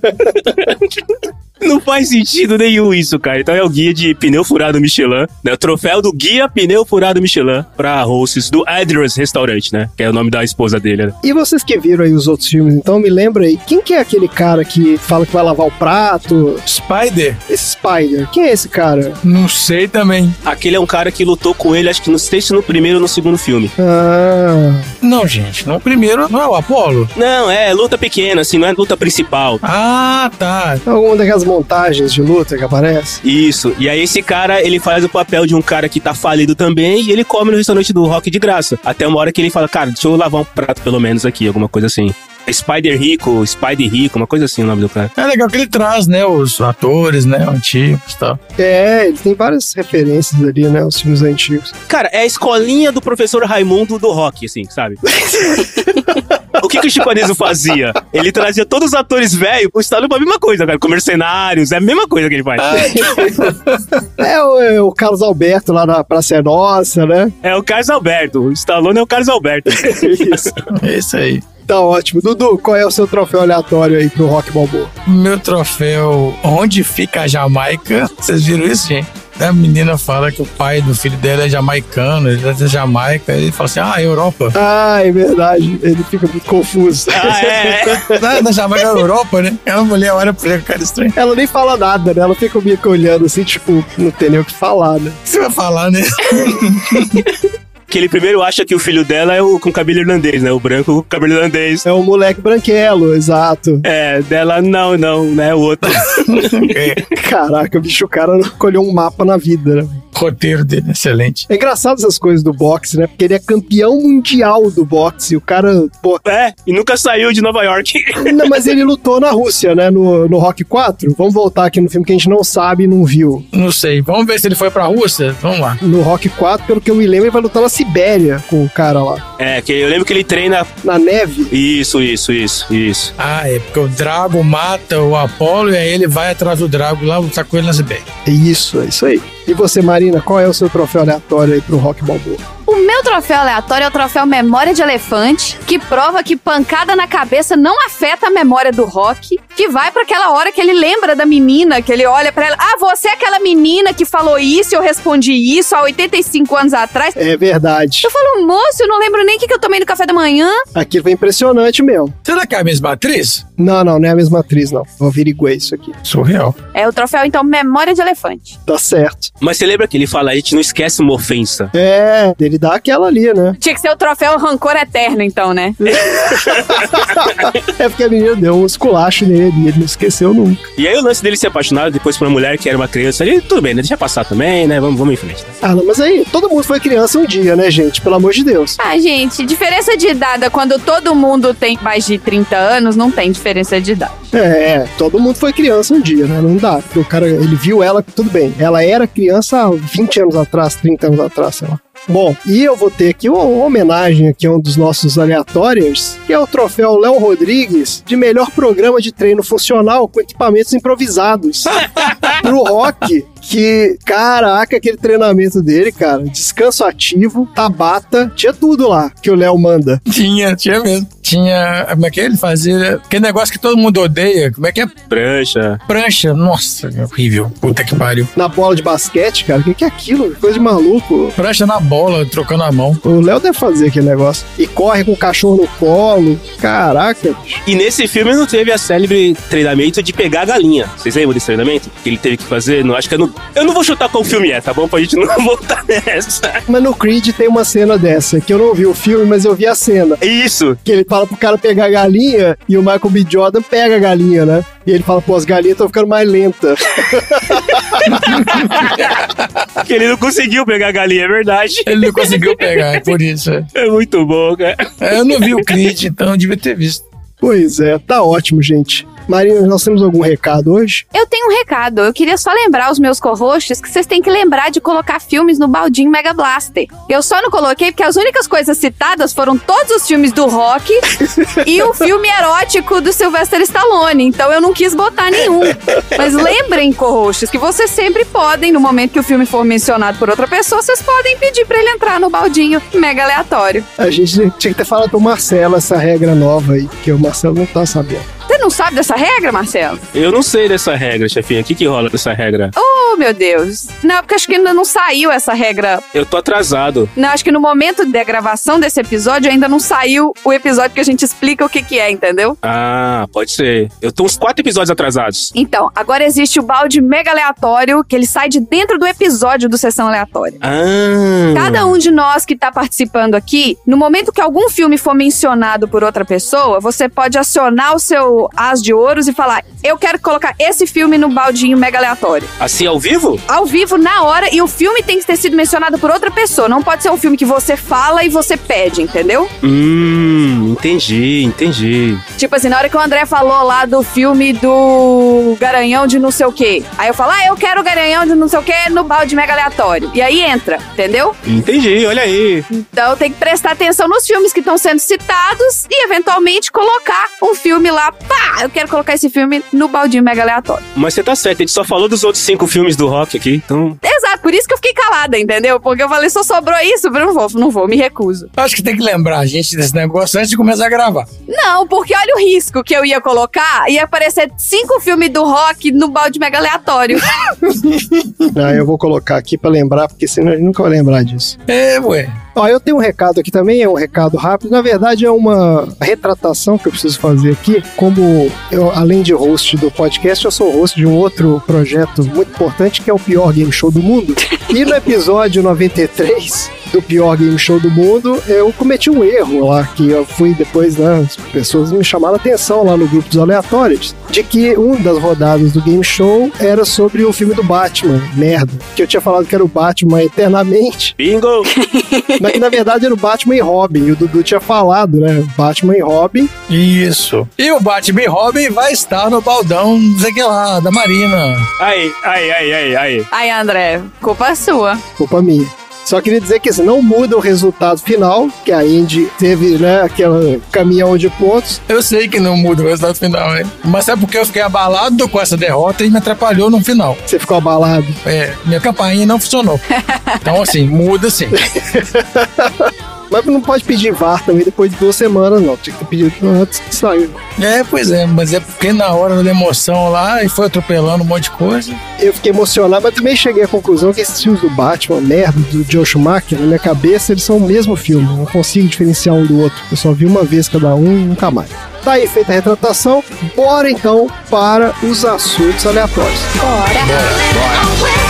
Speaker 4: Não faz sentido nenhum isso, cara. Então é o guia de pneu furado Michelin, né? O troféu do guia pneu furado Michelin pra hostess do Adler's Restaurante, né? Que é o nome da esposa dele, né?
Speaker 3: E vocês que viram aí os outros filmes, então me lembra aí, quem que é aquele cara que fala que vai lavar o prato?
Speaker 1: Spider?
Speaker 3: Esse Spider. Quem é esse cara?
Speaker 1: Não sei também.
Speaker 4: Aquele é um cara que lutou com ele, acho que não sei se no primeiro ou no segundo filme.
Speaker 3: Ah.
Speaker 1: Não, gente. No primeiro não é o Apollo?
Speaker 4: Não, é luta pequena, assim, não é luta principal.
Speaker 1: Ah, tá.
Speaker 3: Alguma daquelas montagens de luta que aparece?
Speaker 4: Isso. E aí esse cara, ele faz o papel de um cara que tá falido também e ele come no restaurante do Rock de graça. Até uma hora que ele fala, cara, deixa eu lavar um prato pelo menos aqui, alguma coisa assim. Spider Rico, Spider Rico, uma coisa assim o nome do cara.
Speaker 1: É legal que ele traz, né, os atores, né, antigos e tal.
Speaker 3: É, ele tem várias referências ali, né, os filmes antigos.
Speaker 4: Cara, é a escolinha do professor Raimundo do Rock, assim, sabe? O que, que o Chico Anísio fazia? Ele trazia todos os atores velhos pro estado pra mesma coisa, cara, com Mercenários, é a mesma coisa que ele faz.
Speaker 3: É o, é o Carlos Alberto lá na Praça é Nossa, né?
Speaker 4: É o Carlos Alberto, o Stallone é o Carlos Alberto.
Speaker 3: Isso.
Speaker 1: É isso aí.
Speaker 3: Tá ótimo. Dudu, qual é o seu troféu aleatório aí pro Rock Balboa?
Speaker 1: Meu troféu, onde fica a Jamaica? Vocês viram isso, gente? A menina fala que o pai do filho dela é jamaicano, ele é da Jamaica, ele fala assim, ah, Europa.
Speaker 3: Ah, é verdade. Ele fica muito confuso.
Speaker 4: Ah, é?
Speaker 1: Da, da Jamaica é Europa, né? A mulher olha pra ele com cara estranho.
Speaker 3: Ela nem fala nada, né? Ela fica meio que olhando assim, tipo, não tem nem o que falar, né?
Speaker 1: O que você vai falar, né?
Speaker 4: Que ele primeiro acha que o filho dela é o com cabelo irlandês, né? O branco com cabelo irlandês.
Speaker 3: É o moleque branquelo, exato.
Speaker 4: É, dela não, não, né? O outro.
Speaker 3: Caraca, bicho, o cara colheu um mapa na vida, né?
Speaker 1: O roteiro dele, excelente.
Speaker 3: É engraçado essas coisas do boxe, né? Porque ele é campeão mundial do boxe. E o cara, pô...
Speaker 4: É, e nunca saiu de Nova York.
Speaker 3: Não, mas ele lutou na Rússia, né? No, no Rock quatro. Vamos voltar aqui no filme que a gente não sabe e não viu.
Speaker 1: Não sei. Vamos ver se ele foi pra Rússia? Vamos lá.
Speaker 3: No Rock quatro, pelo que eu me lembro, ele vai lutar na Sibéria com o cara lá.
Speaker 4: É, que eu lembro que ele treina...
Speaker 3: Na neve?
Speaker 4: Isso, isso, isso, isso.
Speaker 1: Ah, é porque o Drago mata o Apollo e aí ele vai atrás do Drago lá lutar com ele na Sibéria.
Speaker 3: É isso, é isso aí. E você, Marina, qual é o seu troféu aleatório aí pro Rock Balboa?
Speaker 2: O meu troféu aleatório é o troféu Memória de Elefante, que prova que pancada na cabeça não afeta a memória do Rock, que vai pra aquela hora que ele lembra da menina, que ele olha pra ela, ah, você é aquela menina que falou isso e eu respondi isso há oitenta e cinco anos atrás.
Speaker 3: É verdade.
Speaker 2: Eu falo, moço, eu não lembro nem o que, que eu tomei no café da manhã.
Speaker 3: Aquilo foi impressionante mesmo.
Speaker 1: Será que é a mesma atriz?
Speaker 3: Não, não, não é a mesma atriz, não. Eu averiguei isso aqui.
Speaker 1: Surreal.
Speaker 2: É o troféu, então, Memória de Elefante.
Speaker 3: Tá certo.
Speaker 4: Mas você lembra que ele fala, a gente não esquece uma ofensa.
Speaker 3: É, ele dá aquela ali, né?
Speaker 2: Tinha que ser o troféu Rancor Eterno, então, né?
Speaker 3: É porque a menina deu um esculacho nele e ele não esqueceu nunca.
Speaker 4: E aí o lance dele ser apaixonado depois por uma mulher que era uma criança ali, tudo bem, né? Deixa passar também, né? Vamos, vamos em frente.
Speaker 3: Ah, não, mas aí, todo mundo foi criança um dia, né, gente? Pelo amor de Deus.
Speaker 2: Ah, gente, diferença de idade, quando todo mundo tem mais de trinta anos, não tem diferença de idade.
Speaker 3: É, todo mundo foi criança um dia, né? Não dá. Porque o cara, ele viu ela, tudo bem. Ela era criança há vinte anos atrás, trinta anos atrás, sei lá. Bom, e eu vou ter aqui uma homenagem aqui a um dos nossos aleatórios, que é o troféu Léo Rodrigues de melhor programa de treino funcional com equipamentos improvisados pro Rock. Que, caraca, aquele treinamento dele, cara, descanso ativo, Tabata, tinha tudo lá que o Léo manda.
Speaker 1: Tinha, tinha mesmo. Tinha, como é que ele fazia? Aquele negócio que todo mundo odeia, como é que é?
Speaker 4: Prancha.
Speaker 1: Prancha, nossa, é horrível, puta que pariu.
Speaker 3: Na bola de basquete, cara, o que, que é aquilo? Coisa de maluco.
Speaker 1: Prancha na bola, trocando a mão.
Speaker 3: O Léo deve fazer aquele negócio. E corre com o cachorro no colo, caraca, bicho.
Speaker 4: E nesse filme não teve a célebre treinamento de pegar a galinha. Vocês lembram desse treinamento? Que ele teve que fazer, não, acho que é no... Eu não vou chutar qual filme é, tá bom? Pra gente não voltar nessa.
Speaker 3: Mas no Creed tem uma cena dessa, que eu não vi o filme, mas eu vi a cena.
Speaker 4: Isso.
Speaker 3: Que ele tá fala pro cara pegar a galinha e o Michael B. Jordan pega a galinha, né? E ele fala, pô, as galinhas estão ficando mais lentas.
Speaker 4: Que ele não conseguiu pegar a galinha, é verdade.
Speaker 1: Ele não conseguiu pegar, é por isso. É,
Speaker 4: é muito bom, cara.
Speaker 1: É, eu não vi o Creed, então eu devia ter visto.
Speaker 3: Pois é, tá ótimo, gente. Marina, nós temos algum recado hoje?
Speaker 2: Eu tenho um recado. Eu queria só lembrar os meus co-hosts que vocês têm que lembrar de colocar filmes no baldinho Mega Blaster. Eu só não coloquei porque as únicas coisas citadas foram todos os filmes do Rock e o filme erótico do Sylvester Stallone. Então eu não quis botar nenhum. Mas lembrem, co-hosts, que vocês sempre podem, no momento que o filme for mencionado por outra pessoa, vocês podem pedir pra ele entrar no baldinho Mega Aleatório.
Speaker 3: A gente tinha que ter falado pro Marcelo essa regra nova aí, que o Marcelo não tá sabendo.
Speaker 2: Você não sabe dessa regra, Marcelo?
Speaker 4: Eu não sei dessa regra, chefinha. O que que rola dessa regra?
Speaker 2: Oh, meu Deus. Não, porque acho que ainda não saiu essa regra.
Speaker 4: Eu tô atrasado.
Speaker 2: Não, acho que no momento da gravação desse episódio ainda não saiu o episódio que a gente explica o que que é, entendeu?
Speaker 4: Ah, pode ser. Eu tô uns quatro episódios atrasados.
Speaker 2: Então, agora existe o balde mega aleatório, que ele sai de dentro do episódio do Sessão Aleatória.
Speaker 4: Ah.
Speaker 2: Cada um de nós que tá participando aqui, no momento que algum filme for mencionado por outra pessoa, você pode acionar o seu as de ouros e falar, eu quero colocar esse filme no baldinho mega aleatório.
Speaker 4: Assim, ao vivo?
Speaker 2: Ao vivo, na hora, e o filme tem que ter sido mencionado por outra pessoa. Não pode ser um filme que você fala e você pede, entendeu?
Speaker 4: Hum, entendi, entendi.
Speaker 2: Tipo assim, na hora que o André falou lá do filme do Garanhão de não sei o quê, aí eu falo, ah, eu quero o Garanhão de não sei o quê no balde mega aleatório. E aí entra, entendeu?
Speaker 4: Entendi, olha aí.
Speaker 2: Então tem que prestar atenção nos filmes que estão sendo citados e eventualmente colocar um filme lá, pá, eu quero colocar esse filme no baldinho mega aleatório.
Speaker 4: Mas você tá certo, a gente só falou dos outros cinco filmes do Rock aqui, então...
Speaker 2: Exato, por isso que eu fiquei calada, entendeu? Porque eu falei, só sobrou isso, eu não vou, não vou, me recuso.
Speaker 1: Acho que tem que lembrar a gente desse negócio antes de começar a gravar.
Speaker 2: Não, porque olha o risco que eu ia colocar, ia aparecer cinco filmes do Rock no balde mega aleatório.
Speaker 3: Ah, eu vou colocar aqui pra lembrar, porque senão a gente nunca vai lembrar disso.
Speaker 1: É, ué.
Speaker 3: Ó, eu tenho um recado aqui também, é um recado rápido. Na verdade, é uma retratação que eu preciso fazer aqui. Como eu, além de host do podcast, eu sou host de um outro projeto muito importante, que é o Pior Game Show do Mundo. E no episódio noventa e três do Pior Game Show do Mundo, eu cometi um erro lá, que eu fui depois, né, as pessoas me chamaram a atenção lá no grupo dos aleatórios, de que uma das rodadas do Game Show era sobre o filme do Batman, merda, que eu tinha falado que era o Batman Eternamente.
Speaker 4: Bingo!
Speaker 3: Mas que na verdade era o Batman e Robin, e o Dudu tinha falado, né, Batman e Robin.
Speaker 1: Isso. E o Batman e Robin vai estar no baldão, não sei o que lá, da Marina.
Speaker 4: Aí, aí, aí, aí, aí.
Speaker 2: Aí, André, culpa sua.
Speaker 3: Culpa minha. Só queria dizer que assim, não muda o resultado final, que a Indy teve, né, aquele caminhão de pontos.
Speaker 1: Eu sei que não muda o resultado final, hein? Mas é porque eu fiquei abalado com essa derrota e me atrapalhou no final.
Speaker 3: Você ficou abalado?
Speaker 1: É, minha campainha não funcionou. Então, assim, muda sim.
Speaker 3: Mas não pode pedir V A R também depois de duas semanas, não. Tinha que pedir antes que saiu.
Speaker 1: É, pois é, mas é porque na hora da emoção lá e foi atropelando um monte de coisa.
Speaker 3: Eu fiquei emocionado, mas também cheguei à conclusão que esses filmes do Batman, merda, do Joe Schumacher, na minha cabeça, eles são o mesmo filme. Eu não consigo diferenciar um do outro. Eu só vi uma vez cada um e nunca mais. Tá aí feita a retratação. Bora então para os assuntos aleatórios.
Speaker 2: Bora!
Speaker 5: Bora!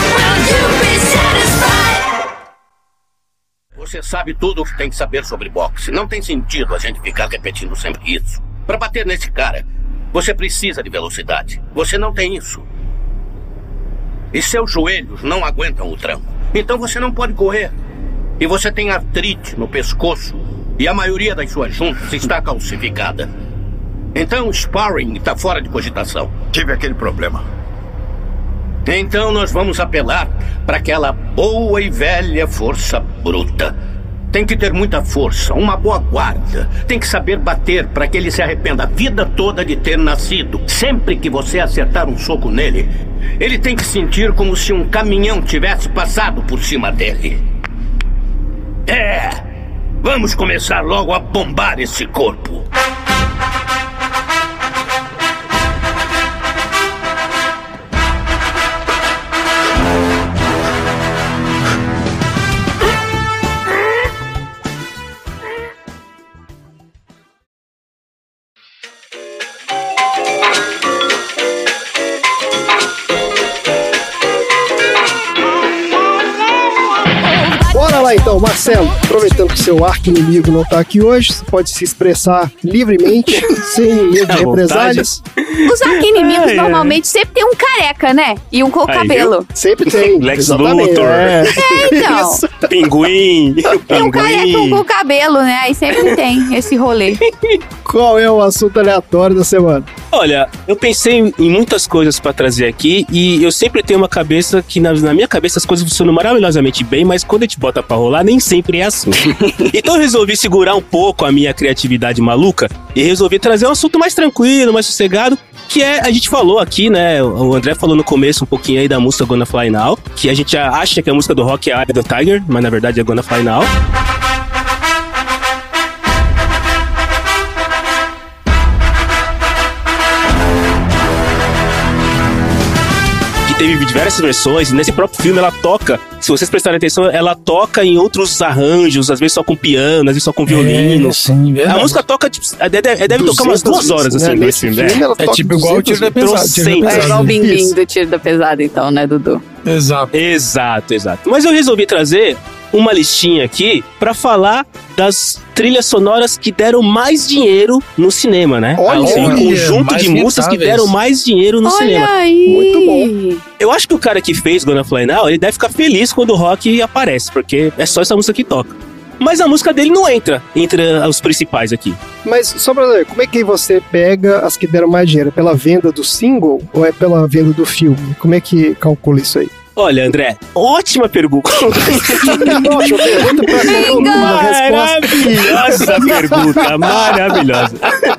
Speaker 5: Você sabe tudo o que tem que saber sobre boxe. Não tem sentido a gente ficar repetindo sempre isso. Para bater nesse cara, você precisa de velocidade. Você não tem isso. E seus joelhos não aguentam o tranco. Então você não pode correr. E você tem artrite no pescoço. E a maioria das suas juntas está calcificada. Então sparring está fora de cogitação.
Speaker 7: Tive aquele problema.
Speaker 5: Então nós vamos apelar para aquela boa e velha força bruta. Tem que ter muita força, uma boa guarda. Tem que saber bater para que ele se arrependa a vida toda de ter nascido. Sempre que você acertar um soco nele, ele tem que sentir como se um caminhão tivesse passado por cima dele. É, vamos começar logo a bombar esse corpo.
Speaker 3: lá lá então, Marcelo, aproveitando que seu arqui-inimigo não tá aqui hoje, você pode se expressar livremente, sem medo de represálias.
Speaker 2: Os arqui-inimigos normalmente sempre tem um careca, né? E um com o cabelo.
Speaker 3: Sempre tem.
Speaker 4: Lex Luthor.
Speaker 3: É,
Speaker 2: é então.
Speaker 4: Pinguim.
Speaker 2: Tem um careca e um com o cabelo, né? Aí sempre tem esse rolê.
Speaker 3: Qual é o assunto aleatório da semana?
Speaker 4: Olha, eu pensei em muitas coisas pra trazer aqui e eu sempre tenho uma cabeça que na, na minha cabeça as coisas funcionam maravilhosamente bem, mas quando a gente bota pra rolar nem sempre é assim. Então eu resolvi segurar um pouco a minha criatividade maluca e resolvi trazer um assunto mais tranquilo, mais sossegado, que é, a gente falou aqui, né, o André falou no começo um pouquinho aí da música Gonna Fly Now, que a gente acha que a música do rock é a Eye of the Tiger, mas na verdade é Gonna Fly Now. Teve diversas versões, e nesse próprio filme ela toca, se vocês prestarem atenção, ela toca em outros arranjos, às vezes só com piano, às vezes só com violino.
Speaker 1: É, sim,
Speaker 4: a música toca, tipo, deve, deve tocar umas duas horas, assim, né, nesse filme.
Speaker 1: filme é tipo igual o Tiro da Pesada.
Speaker 2: É igual o Bim-Bim do Tiro da Pesada, então, né, Dudu?
Speaker 1: Exato.
Speaker 4: Exato, exato. Mas eu resolvi trazer uma listinha aqui pra falar das trilhas sonoras que deram mais dinheiro no cinema, né?
Speaker 3: Olha,
Speaker 4: assim, um conjunto de músicas que deram mais dinheiro no
Speaker 2: Olha
Speaker 4: cinema.
Speaker 2: Aí.
Speaker 3: Muito bom.
Speaker 4: Eu acho que o cara que fez Gonna Fly Now, ele deve ficar feliz quando o rock aparece, porque é só essa música que toca. Mas a música dele não entra entre os principais aqui.
Speaker 3: Mas só pra ver, como é que você pega as que deram mais dinheiro? É pela venda do single ou é pela venda do filme? Como é que calcula isso aí?
Speaker 4: Olha, André, ótima pergunta.
Speaker 3: Nossa, pergunta pra uma
Speaker 4: maravilhosa pergunta, maravilhosa.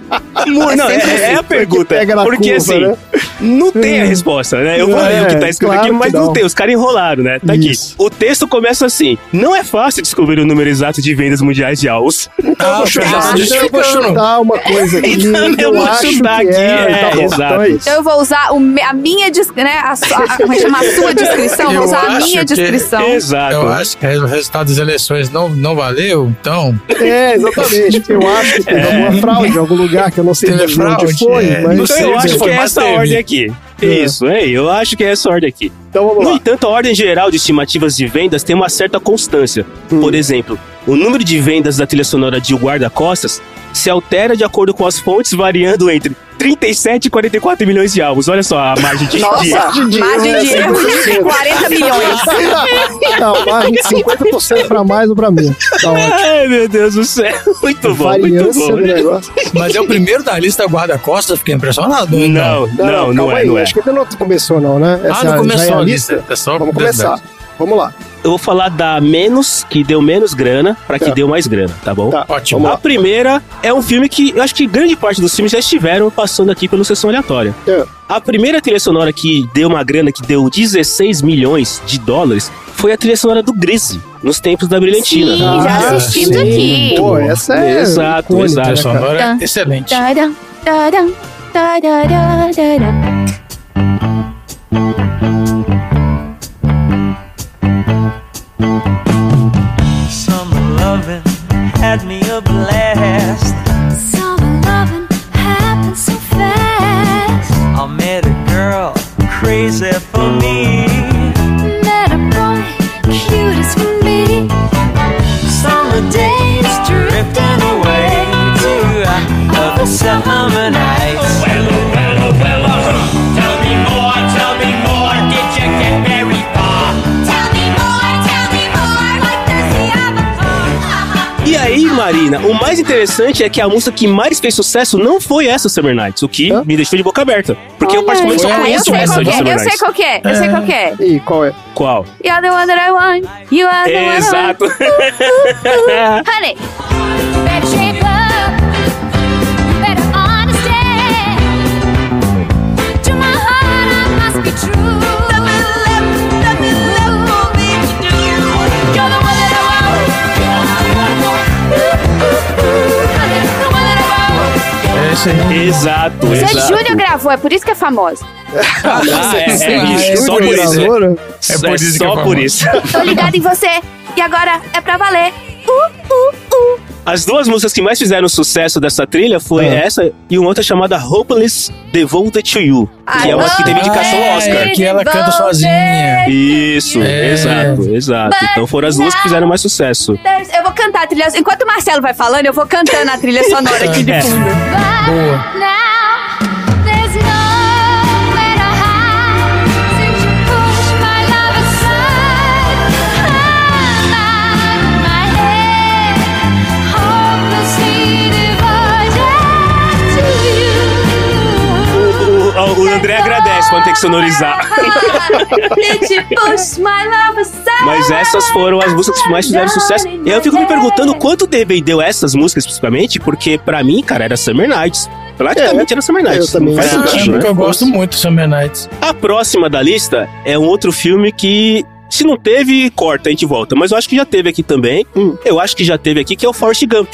Speaker 4: Não, é, é a pergunta, porque
Speaker 3: curva,
Speaker 4: assim, né? Não tem a resposta, né? Eu vou
Speaker 3: é,
Speaker 4: ler o que tá escrito
Speaker 3: claro
Speaker 4: aqui, mas não. não tem, os caras enrolaram, né? Tá
Speaker 3: Isso.
Speaker 4: aqui. O texto começa assim: não é fácil descobrir o número exato de vendas mundiais de álbuns.
Speaker 3: Ah, então eu vou chutar uma coisa aqui.
Speaker 4: Então eu, eu vou chutar aqui, é, é,
Speaker 3: tá
Speaker 4: exato.
Speaker 3: Então, é
Speaker 2: então eu vou usar o, a minha, né, a, a, como é que chama? A sua descrição, vou usar a minha
Speaker 1: que,
Speaker 2: descrição.
Speaker 4: Exato.
Speaker 1: Eu acho que o resultado das eleições não, não valeu, então...
Speaker 3: É, exatamente. Eu acho que teve é. alguma fraude em algum lugar que eu não sei de onde foi,
Speaker 1: é,
Speaker 3: mas...
Speaker 4: Então eu acho que é essa teve. ordem aqui. É. Isso, é, eu acho que é essa ordem aqui.
Speaker 3: Então vamos
Speaker 4: no
Speaker 3: lá.
Speaker 4: entanto, a ordem geral de estimativas de vendas tem uma certa constância. Hum. Por exemplo, o número de vendas da trilha sonora de O Guarda-Costas se altera de acordo com as fontes, variando entre trinta e sete e quarenta e quatro milhões de álbuns. Olha só a margem de
Speaker 2: Nossa,
Speaker 4: erro.
Speaker 2: margem de erro de quarenta milhões.
Speaker 3: Não, margem de cinquenta por cento pra mais ou pra menos. Tá ótimo.
Speaker 4: Ai, meu Deus do céu. Muito bom,
Speaker 3: Variância
Speaker 4: muito bom.
Speaker 3: Do negócio.
Speaker 1: Mas é o primeiro da lista Guarda-Costas, fiquei impressionado.
Speaker 4: Não, não, não, não é,
Speaker 3: aí,
Speaker 4: não é.
Speaker 3: Acho que ainda não começou não, né?
Speaker 1: Essa ah, não começou
Speaker 3: é a
Speaker 1: lista.
Speaker 3: lista.
Speaker 1: É só
Speaker 3: Vamos começar. Vamos lá.
Speaker 4: Eu vou falar da menos, que deu menos grana, pra que tá. deu mais grana, tá bom?
Speaker 3: Tá,
Speaker 1: ótimo.
Speaker 4: A primeira é um filme que eu acho que grande parte dos filmes já estiveram passando aqui pelo Sessão Aleatória.
Speaker 3: É.
Speaker 4: A primeira trilha sonora que deu uma grana, que deu dezesseis milhões de dólares, foi a trilha sonora do Grease, nos tempos da Brilhantina.
Speaker 2: Sim, ah, já assistimos sim. aqui.
Speaker 3: Pô, essa é
Speaker 4: exato,
Speaker 3: icônica,
Speaker 4: exato.
Speaker 1: A trilha sonora é excelente.
Speaker 2: Taram, taram, taram, taram.
Speaker 11: Had me a blast.
Speaker 12: Summer loving happened so fast.
Speaker 11: I met a girl crazy for me.
Speaker 12: Met a boy cute as can be.
Speaker 11: Summer days drifting away to other summer nights.
Speaker 13: Well, well, well, well, tell me more, tell me more. Did you get very far?
Speaker 12: Tell me more, tell me more. Like this here before.
Speaker 4: E aí, Marina, o mais interessante é que a música que mais fez sucesso não foi essa Summer Nights, o que Hã? me deixou de boca aberta. Porque
Speaker 2: Olha,
Speaker 4: eu particularmente só conheço essa de Summer
Speaker 2: Eu
Speaker 4: Nights.
Speaker 2: sei qual que é, eu sei qual que é.
Speaker 3: E qual é?
Speaker 4: Qual?
Speaker 2: You're the one that I want, you are the one I want.
Speaker 4: Exato.
Speaker 2: Uh, uh, uh. Honey.
Speaker 12: Better shape up, better understand. To my heart I must be true. Nothing left, nothing left for me to do. You're the one that I want. Ooh, ooh, ooh. Honey, the one that I want.
Speaker 1: Esse aí.
Speaker 4: Exato,
Speaker 2: Isso
Speaker 4: exato.
Speaker 2: é Júnior gravou, é por isso que é famosa.
Speaker 4: Ah, é, é, é,
Speaker 3: é,
Speaker 4: é só por isso.
Speaker 1: É por isso
Speaker 4: só
Speaker 1: que
Speaker 4: por isso.
Speaker 2: Tô ligado em você, e agora é pra valer. Uh, uh, uh.
Speaker 4: As duas músicas que mais fizeram sucesso dessa trilha foi
Speaker 3: Ah.
Speaker 4: essa e uma outra chamada Hopeless Devoted to You, que é uma que teve indicação ao Oscar.
Speaker 1: É, que ela canta sozinha.
Speaker 4: Isso,
Speaker 1: É.
Speaker 4: exato, exato. Então foram as duas que fizeram mais sucesso.
Speaker 2: Eu vou cantar a trilha. Enquanto o Marcelo vai falando, eu vou cantando a trilha sonora aqui de fundo.
Speaker 1: Boa.
Speaker 12: Now there's nowhere to hide since you pushed my love aside. I'm out of my head, hopelessly devoted to you.
Speaker 4: O, o, o André agradece quando tem que sonorizar.
Speaker 2: Did you push my love aside?
Speaker 4: Mas essas foram as músicas que mais fizeram sucesso. E eu fico me perguntando quanto D B deu essas músicas especificamente, porque pra mim, cara, era Summer Nights. Praticamente
Speaker 3: É,
Speaker 4: era Summer Nights.
Speaker 3: eu também
Speaker 4: Não faz
Speaker 3: acho.
Speaker 4: sentido,
Speaker 1: É
Speaker 4: né?
Speaker 1: porque eu gosto muito do Summer Nights.
Speaker 4: A próxima da lista é um outro filme que, se não teve, corta, a gente volta. Mas eu acho que já teve aqui também.
Speaker 3: Hum.
Speaker 4: Eu acho que já teve aqui, que é o Forrest Gump.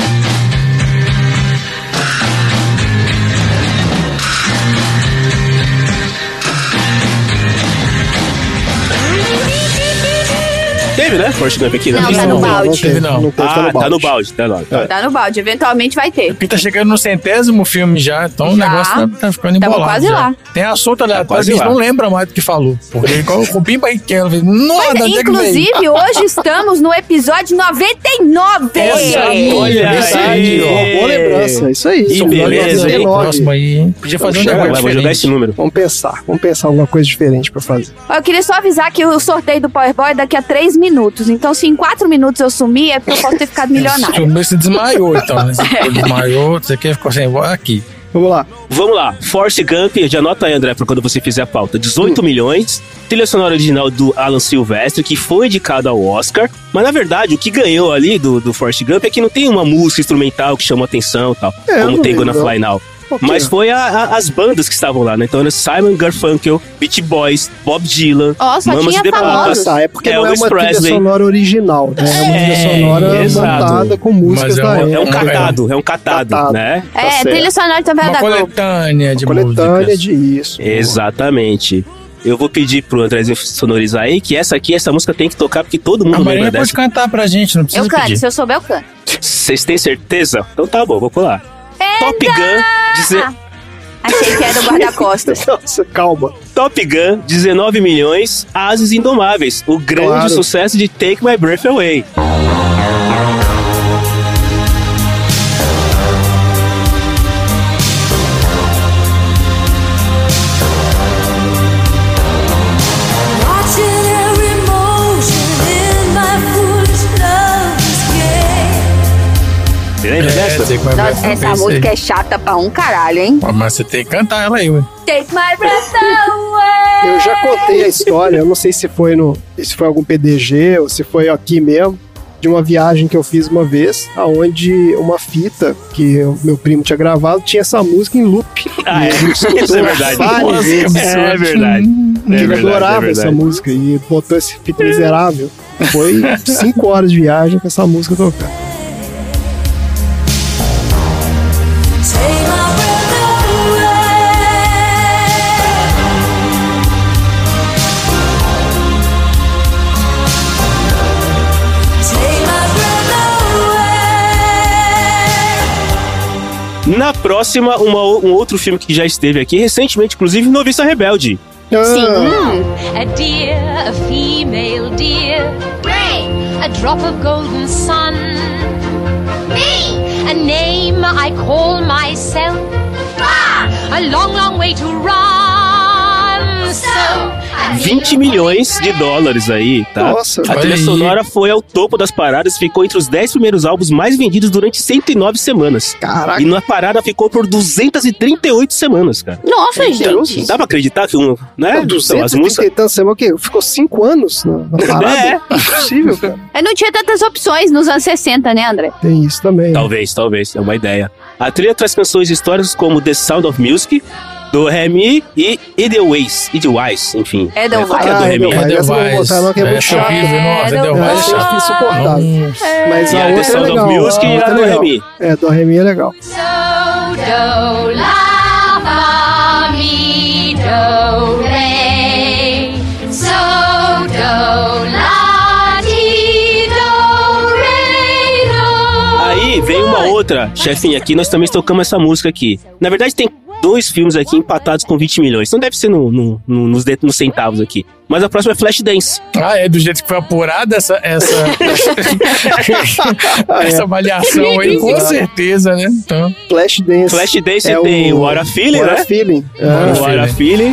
Speaker 4: Teve, né? Forrest Gump aqui, né?
Speaker 2: Não, tá no balde.
Speaker 3: Não teve,
Speaker 1: Não.
Speaker 3: não teve,
Speaker 4: Ah, tá no balde. Tá lá, tá.
Speaker 2: Tá no balde, eventualmente vai ter.
Speaker 1: Porque tá chegando no centésimo filme já, então o
Speaker 2: Já.
Speaker 1: negócio tá, tá ficando
Speaker 2: Tamo
Speaker 1: embolado.
Speaker 2: quase
Speaker 1: já.
Speaker 2: lá.
Speaker 1: Tem a solta aleatória
Speaker 4: quase
Speaker 1: que a gente
Speaker 4: lá.
Speaker 1: não lembra mais do que falou. Porque igual o Bimba aí que ela fez. Nossa,
Speaker 2: Mas,
Speaker 1: onde é que veio?
Speaker 2: inclusive, hoje estamos no episódio noventa e nove.
Speaker 1: Exato.
Speaker 4: Olha
Speaker 3: Verdade,
Speaker 4: aí.
Speaker 3: ó, boa lembrança, isso aí.
Speaker 4: Que
Speaker 3: São
Speaker 4: beleza, hein?
Speaker 1: Próximo aí, hein? Podia fazer um
Speaker 3: Chega,
Speaker 1: negócio
Speaker 4: Vai, vou jogar esse
Speaker 1: diferente.
Speaker 4: número.
Speaker 3: Vamos pensar, vamos pensar alguma coisa diferente pra fazer.
Speaker 2: Ó, Eu queria só avisar que o sorteio do Powerboy é daqui a três minutos. Então, se em quatro minutos eu sumir, é porque eu posso ter ficado milionário.
Speaker 1: Você desmaiou, então. Né? Você desmaiou, você quer ficar sem voz aqui.
Speaker 3: Vamos lá.
Speaker 4: Vamos lá, Forrest Gump, já anota aí, André, pra quando você fizer a pauta. dezoito milhões, trilha sonora original do Alan Silvestre, que foi indicado ao Oscar. Mas, na verdade, o que ganhou ali do, do Forrest Gump é que não tem uma música instrumental que chama atenção e tal,
Speaker 3: É,
Speaker 4: como
Speaker 3: não
Speaker 4: tem
Speaker 3: lembro,
Speaker 4: Gonna
Speaker 3: não.
Speaker 4: Fly Now.
Speaker 3: Ok.
Speaker 4: Mas foi a- a- as bandas que estavam lá, né? Então era Simon Garfunkel, Beach Boys, Bob Dylan,
Speaker 2: Ó, só
Speaker 4: Mamas
Speaker 2: tinha
Speaker 4: e the
Speaker 2: famosos.
Speaker 4: Papas,
Speaker 3: Tá, é porque não é
Speaker 4: Elvis
Speaker 3: uma trilha
Speaker 4: Presley.
Speaker 3: sonora original, né? É uma trilha
Speaker 4: É,
Speaker 3: sonora
Speaker 4: exato.
Speaker 3: montada com músicas
Speaker 1: Mas é
Speaker 3: da
Speaker 1: um-
Speaker 3: época.
Speaker 4: É um
Speaker 1: É um-
Speaker 4: catado, é um catado,
Speaker 3: Catado.
Speaker 4: né?
Speaker 3: Tá
Speaker 2: É,
Speaker 3: certo.
Speaker 2: trilha sonora também é
Speaker 1: Uma
Speaker 2: da Globo.
Speaker 1: coletânea de
Speaker 3: Coletânea
Speaker 1: músicas.
Speaker 3: de isso.
Speaker 4: Exatamente. Eu vou pedir pro Andrézinho sonorizar aí que essa aqui, essa música tem que tocar porque todo mundo
Speaker 1: A
Speaker 4: lembra
Speaker 1: Marina
Speaker 4: dessa.
Speaker 1: pode cantar pra gente, não precisa
Speaker 2: Eu canto,
Speaker 1: pedir.
Speaker 2: se eu souber, eu canto.
Speaker 4: Vocês têm certeza? Então tá bom, vou pular. Top Gun, deze-
Speaker 2: Achei que era do guarda-costas.
Speaker 3: Nossa, calma.
Speaker 4: Top Gun, dezenove milhões, Ases Indomáveis, o grande
Speaker 3: Claro.
Speaker 4: sucesso de Take My Breath Away.
Speaker 12: Watching every motion in my foolish love's game.
Speaker 4: Você lembra
Speaker 1: É,
Speaker 4: dessa?
Speaker 1: sei como é
Speaker 2: Nossa,
Speaker 1: que eu
Speaker 2: essa
Speaker 1: pensei.
Speaker 2: música é chata pra um caralho, hein?
Speaker 1: Ó, mas você tem que cantar ela aí, ué.
Speaker 2: Take my breath away.
Speaker 3: Eu já contei a história, eu não sei se foi no, se foi algum P D G ou se foi aqui mesmo, de uma viagem que eu fiz uma vez, aonde uma fita que o meu primo tinha gravado tinha essa música em loop.
Speaker 4: Ah,
Speaker 3: E
Speaker 4: é.
Speaker 3: a gente escutou
Speaker 4: Isso é verdade.
Speaker 3: várias vezes.
Speaker 4: É verdade.
Speaker 3: Que
Speaker 4: É
Speaker 3: ele
Speaker 4: verdade,
Speaker 3: adorava
Speaker 4: é
Speaker 3: essa
Speaker 4: verdade.
Speaker 3: música e botou esse fita miserável. Foi cinco horas de viagem com essa música tocando.
Speaker 12: Take my breath away. Take my breath away.
Speaker 4: Na próxima, uma o- um outro filme que já esteve aqui, recentemente, inclusive, Noviça Rebelde.
Speaker 2: Sim.
Speaker 14: A deer, a female deer. Rain, a drop of golden sun. Me, a name I call myself. A long, long way to run. So,
Speaker 4: vinte milhões de dólares aí, tá?
Speaker 3: Nossa,
Speaker 4: a
Speaker 1: olha
Speaker 4: trilha
Speaker 1: aí.
Speaker 4: sonora foi ao topo das paradas e ficou entre os dez primeiros álbuns mais vendidos durante cento e nove semanas.
Speaker 3: Caraca.
Speaker 4: E na parada ficou por duzentas e trinta e oito semanas, cara.
Speaker 2: Nossa,
Speaker 3: Deus.
Speaker 2: gente.
Speaker 4: Dá pra acreditar que um, né?
Speaker 3: Não,
Speaker 4: Então,
Speaker 3: duzentos
Speaker 4: as
Speaker 3: e trinta
Speaker 4: músicas...
Speaker 3: e tantos, o quê? Ficou cinco anos na, na parada?
Speaker 4: É.
Speaker 3: Não é possível, cara.
Speaker 2: Eu não tinha tantas opções nos anos sessenta, né, André?
Speaker 3: Tem isso também. né?
Speaker 4: Talvez, talvez, é uma ideia. A trilha traz canções históricas como The Sound of Music, do Remy e Edelweiss, Edelweiss, enfim.
Speaker 2: Edelweiss.
Speaker 4: Qual que é a do
Speaker 3: Ah,
Speaker 4: Remy?
Speaker 3: Edelweiss. Essa eu não vou botar, não, que é muito
Speaker 1: Essa
Speaker 3: chato.
Speaker 1: horrível, nossa,
Speaker 2: É,
Speaker 1: Edelweiss é
Speaker 3: Essa
Speaker 1: chato.
Speaker 3: é insuportável.
Speaker 1: Nossa.
Speaker 3: Mas
Speaker 4: E
Speaker 3: a
Speaker 4: a The
Speaker 3: outra é
Speaker 4: Sound of
Speaker 3: legal.
Speaker 4: Music
Speaker 3: a
Speaker 4: e a
Speaker 3: outra é
Speaker 4: do
Speaker 3: legal.
Speaker 4: Remy.
Speaker 3: É, do Remy é legal.
Speaker 14: So do la fa mi do re. So do la ti do re do.
Speaker 4: Aí outra, chefinha, aqui nós também tocamos essa música aqui. Na verdade, tem dois filmes aqui empatados com vinte milhões. Não deve ser no, no, no, nos, de, nos centavos aqui. Mas a próxima é Flashdance.
Speaker 1: Ah, é do jeito que foi apurada essa essa, essa avaliação aí, com certeza, né? Então.
Speaker 3: Flashdance.
Speaker 4: Flashdance
Speaker 3: é
Speaker 4: tem
Speaker 3: o
Speaker 4: What a Feeling,
Speaker 3: What
Speaker 4: né?
Speaker 3: a Feeling.
Speaker 4: Ah, What a Feeling.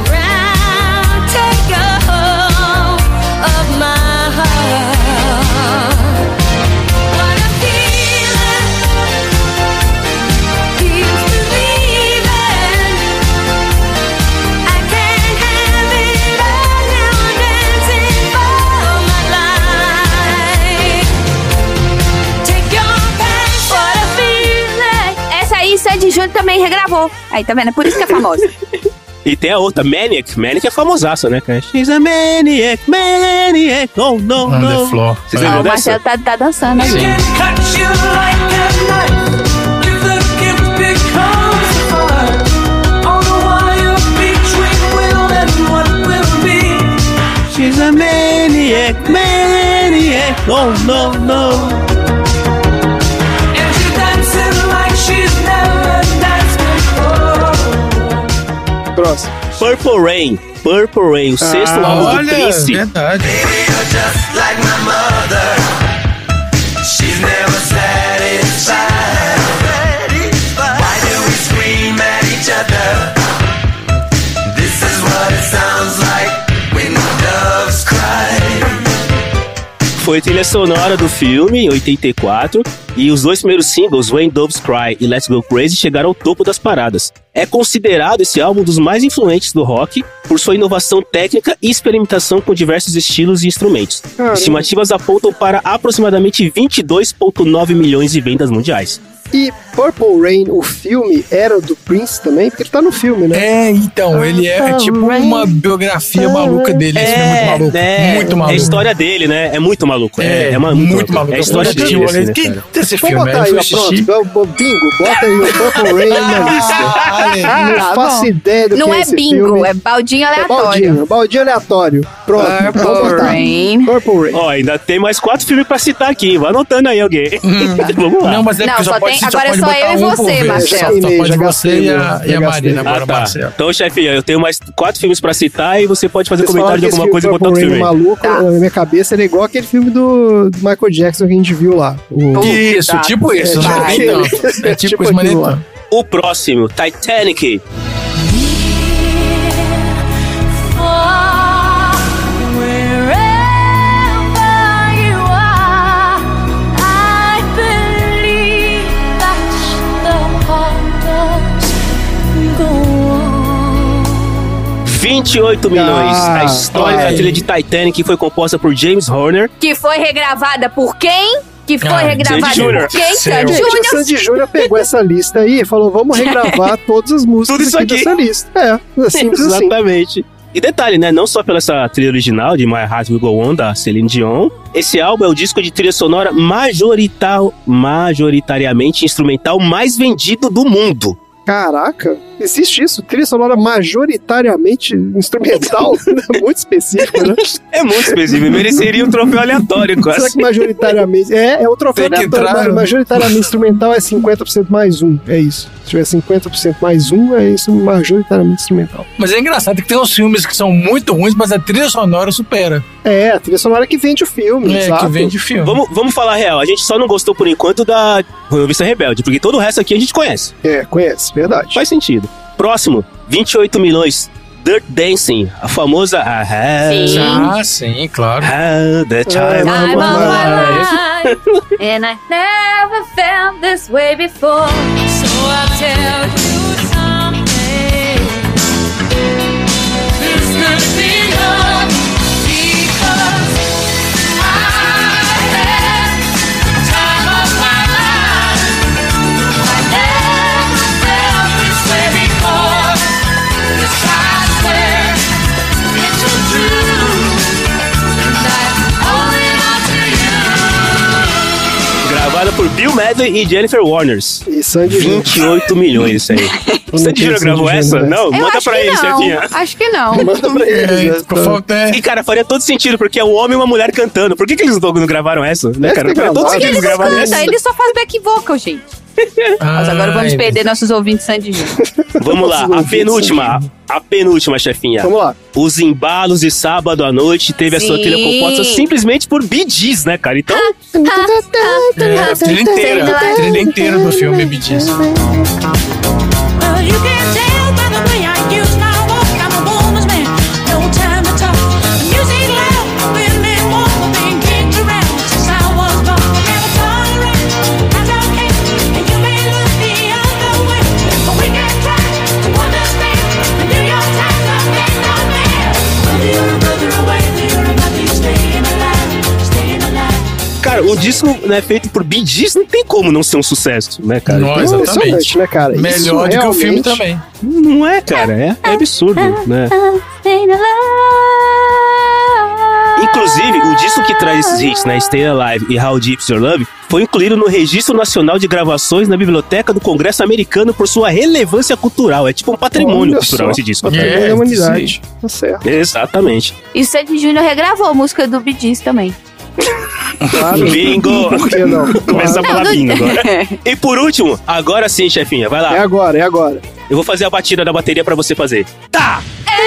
Speaker 2: Sandy Júnior também regravou. Aí, tá vendo? É por isso que é famosa.
Speaker 4: E tem a outra, Maniac. Maniac é famosaça, né, cara? She's a maniac, maniac, oh no,
Speaker 1: On
Speaker 4: no.
Speaker 1: the floor.
Speaker 4: Vocês
Speaker 2: Ah,
Speaker 4: lembram
Speaker 2: o
Speaker 4: dessa?
Speaker 2: Marcelo tá, tá dançando aí.
Speaker 4: She's a maniac, maniac, oh no, no.
Speaker 3: Próximo.
Speaker 4: Purple Rain. Purple Rain, o sexto
Speaker 1: Ah,
Speaker 4: álbum do
Speaker 1: olha,
Speaker 4: Prince.
Speaker 1: verdade.
Speaker 4: Foi a trilha sonora do filme, em oitenta e quatro, e os dois primeiros singles, When Doves Cry e Let's Go Crazy, chegaram ao topo das paradas. É considerado esse álbum um dos mais influentes do rock por sua inovação técnica e experimentação com diversos estilos e instrumentos.
Speaker 3: Caramba.
Speaker 4: Estimativas apontam para aproximadamente vinte e dois vírgula nove milhões de vendas mundiais.
Speaker 3: E Purple Rain, o filme, era do Prince também? Porque ele tá no filme, né?
Speaker 1: É, então, ele é, é tipo uma biografia maluca dele. Esse filme é muito maluco.
Speaker 4: É,
Speaker 1: muito maluco.
Speaker 4: É a história dele, né? É muito maluco. É,
Speaker 1: É,
Speaker 4: é uma,
Speaker 1: muito maluco.
Speaker 4: É a história
Speaker 1: Eu
Speaker 4: dele.
Speaker 1: assisti,
Speaker 4: Assim, né,
Speaker 1: que-
Speaker 4: cara?
Speaker 1: Esse
Speaker 3: Vamos
Speaker 1: filme,
Speaker 3: botar
Speaker 1: aí
Speaker 3: aí,
Speaker 1: eu
Speaker 3: ó,
Speaker 1: fui assistir.
Speaker 3: pronto. Bo- Bingo, bota aí o Purple Rain na lista. Não
Speaker 2: Tá
Speaker 3: faço
Speaker 2: bom.
Speaker 3: ideia do
Speaker 2: Não
Speaker 3: que é
Speaker 2: é
Speaker 3: esse
Speaker 2: bingo,
Speaker 3: filme.
Speaker 2: é baldinho
Speaker 3: É
Speaker 2: aleatório.
Speaker 3: baldinho, baldinho aleatório. Pronto, vamos
Speaker 2: Purple
Speaker 3: botar.
Speaker 2: Rain.
Speaker 3: Purple Rain.
Speaker 4: Ó, ainda tem mais quatro filmes pra citar aqui. Vai anotando aí alguém. Vamos lá.
Speaker 1: Não, mas é
Speaker 2: Não,
Speaker 1: porque
Speaker 2: só
Speaker 1: só pode,
Speaker 2: tem-
Speaker 1: só
Speaker 2: agora é
Speaker 1: pode
Speaker 2: só
Speaker 1: botar
Speaker 2: eu e
Speaker 1: um por
Speaker 2: você,
Speaker 1: vez.
Speaker 2: Marcelo.
Speaker 1: Só,
Speaker 3: Já
Speaker 1: só pode
Speaker 3: já
Speaker 1: você
Speaker 3: gastei,
Speaker 1: e a,
Speaker 3: já
Speaker 1: e a
Speaker 3: gastei.
Speaker 1: Marina agora,
Speaker 4: Ah, tá.
Speaker 1: Marcelo.
Speaker 4: Então, chefinha, eu tenho mais quatro filmes pra citar e você pode fazer
Speaker 3: Vocês
Speaker 4: comentário de
Speaker 3: falaram que
Speaker 4: alguma
Speaker 3: esse
Speaker 4: coisa e botar outro
Speaker 3: Purple
Speaker 4: filme
Speaker 3: Rain
Speaker 4: aí.
Speaker 3: maluco,
Speaker 2: Tá.
Speaker 3: na minha cabeça, ele é igual aquele filme do, do Michael Jackson que a gente viu lá. O...
Speaker 1: Isso,
Speaker 2: Tá.
Speaker 1: tipo isso.
Speaker 3: É,
Speaker 1: Não,
Speaker 3: tipo
Speaker 1: nem
Speaker 3: aquele.
Speaker 1: tanto. É tipo
Speaker 3: Tipo
Speaker 1: isso, mas nem
Speaker 3: aquilo lá.
Speaker 1: tanto.
Speaker 4: O próximo, Titanic. vinte e oito milhões.
Speaker 3: Ah,
Speaker 4: A história da
Speaker 1: ai.
Speaker 4: trilha de Titanic foi composta por James Horner.
Speaker 2: Que foi regravada por quem? Que foi
Speaker 1: Ah,
Speaker 2: regravada
Speaker 4: Sandy Júnior.
Speaker 2: por quem?
Speaker 1: Seu.
Speaker 2: Sandy
Speaker 3: Gente, o
Speaker 2: Júnior.
Speaker 3: Sandy Júnior pegou essa lista aí e falou: vamos regravar todas as músicas
Speaker 4: Tudo isso
Speaker 3: aqui
Speaker 4: aqui.
Speaker 3: dessa lista. É, simples assim.
Speaker 4: Exatamente. E detalhe, né? Não só pela essa trilha original de My Heart Will Go On, da Celine Dion. Esse álbum é o disco de trilha sonora majorital, majoritariamente instrumental mais vendido do mundo.
Speaker 3: Caraca, existe isso? Trilha sonora majoritariamente instrumental? Muito específico, né?
Speaker 4: É muito específico, mereceria um troféu aleatório
Speaker 3: Será
Speaker 4: quase.
Speaker 3: que majoritariamente... É, é o troféu
Speaker 1: Tem que
Speaker 3: aleatório,
Speaker 1: entrar-
Speaker 3: mas majoritariamente instrumental é cinquenta por cento mais um, é isso. Se tiver cinquenta por cento mais um, é isso, majoritariamente instrumental.
Speaker 1: Mas é engraçado que tem uns filmes que são muito ruins, mas a trilha sonora supera.
Speaker 3: É, a trilha sonora que vende o filme,
Speaker 1: É,
Speaker 3: exato.
Speaker 1: que vem de filme.
Speaker 4: Vamos, vamos falar a real, a gente só não gostou por enquanto da Revista Rebelde, porque todo o resto aqui a gente conhece.
Speaker 3: É, conhece, verdade.
Speaker 4: Faz sentido. Próximo, vinte e oito milhões. Dirt Dancing, a famosa I have,
Speaker 2: Sim.
Speaker 1: Ah, sim, claro.
Speaker 4: had the time
Speaker 2: Time
Speaker 4: of
Speaker 2: of
Speaker 4: my
Speaker 2: my
Speaker 4: life.
Speaker 2: life, and I never felt this way before. So I'll tell you someday. It's gonna be love because I had the time of my life. I never felt this way before. Yes, I swear it's so true, and I owe it all to you.
Speaker 4: Gravada por Bill Medley e Jennifer Warners.
Speaker 3: E Sandy Júnior.
Speaker 4: vinte e oito milhões isso aí.
Speaker 3: não
Speaker 4: Sandy
Speaker 3: tem
Speaker 4: Júnior gravou
Speaker 3: Sandy
Speaker 4: essa?
Speaker 3: Júnior, né?
Speaker 4: Não,
Speaker 2: Eu
Speaker 4: manda
Speaker 2: acho
Speaker 4: pra
Speaker 2: que
Speaker 4: ele,
Speaker 2: não.
Speaker 4: chefinha.
Speaker 2: Acho que não.
Speaker 3: Manda pra ele.
Speaker 1: É,
Speaker 3: já,
Speaker 1: ficou
Speaker 3: tá.
Speaker 1: falta- é.
Speaker 4: E, cara, faria todo sentido, porque é um homem e uma mulher cantando. Por que, que eles não gravaram essa? Né,
Speaker 3: Deve
Speaker 4: cara?
Speaker 3: ter
Speaker 4: Faria todo
Speaker 3: gravado.
Speaker 4: sentido
Speaker 2: Ele
Speaker 4: eles
Speaker 2: não
Speaker 4: gravaram
Speaker 2: canta,
Speaker 4: essa.
Speaker 2: ele só faz back vocal, gente. Mas agora vamos perder nossos ouvintes Sandy Júnior.
Speaker 4: Vamos lá, a penúltima. A penúltima, chefinha.
Speaker 3: Vamos lá.
Speaker 4: Os embalos de sábado à noite teve a sua
Speaker 2: Sim.
Speaker 4: trilha composta simplesmente por Bee Gees, né, cara? Então...
Speaker 1: É, a trilha inteira, a trilha inteira do filme Bee Gees.
Speaker 12: Well, you can tell by the way I use my walk. I'm a woman's man, no time to talk. Music loud, women walk, but they kicked around since I was born. Never tolerate, that's okay. And you may look the other way, but we can try to understand. The New York Times are big on man. Whether you're a brother or whether you're a mother, you're staying alive, staying alive.
Speaker 4: Cara, um disco, né, feito por Bee Gees não tem como não ser um sucesso, né, cara?
Speaker 1: Não,
Speaker 4: Então,
Speaker 1: exatamente.
Speaker 3: né, cara?
Speaker 1: Melhor
Speaker 3: Isso
Speaker 1: do que o
Speaker 3: realmente-
Speaker 1: filme também.
Speaker 4: não é, cara, é, é absurdo, né?
Speaker 2: Staying alive.
Speaker 4: Inclusive, o disco que traz esses hits, né, Stay Alive e How Deep Is Your Love, foi incluído no Registro Nacional de Gravações na Biblioteca do Congresso Americano por sua relevância cultural. É tipo um patrimônio
Speaker 3: Olha
Speaker 4: cultural
Speaker 3: só,
Speaker 4: esse disco.
Speaker 3: Patrimônio
Speaker 1: É,
Speaker 3: da humanidade. Tá certo.
Speaker 4: Exatamente.
Speaker 2: E o Sandy Júnior regravou a música do Bee Gees também.
Speaker 3: Claro.
Speaker 4: Bingo!
Speaker 3: Por que não?
Speaker 4: Começa a
Speaker 3: Claro.
Speaker 4: falar bingo agora. E por último, agora sim, chefinha, vai lá.
Speaker 3: É agora, é agora.
Speaker 4: Eu vou fazer a batida da bateria pra você fazer. Tá!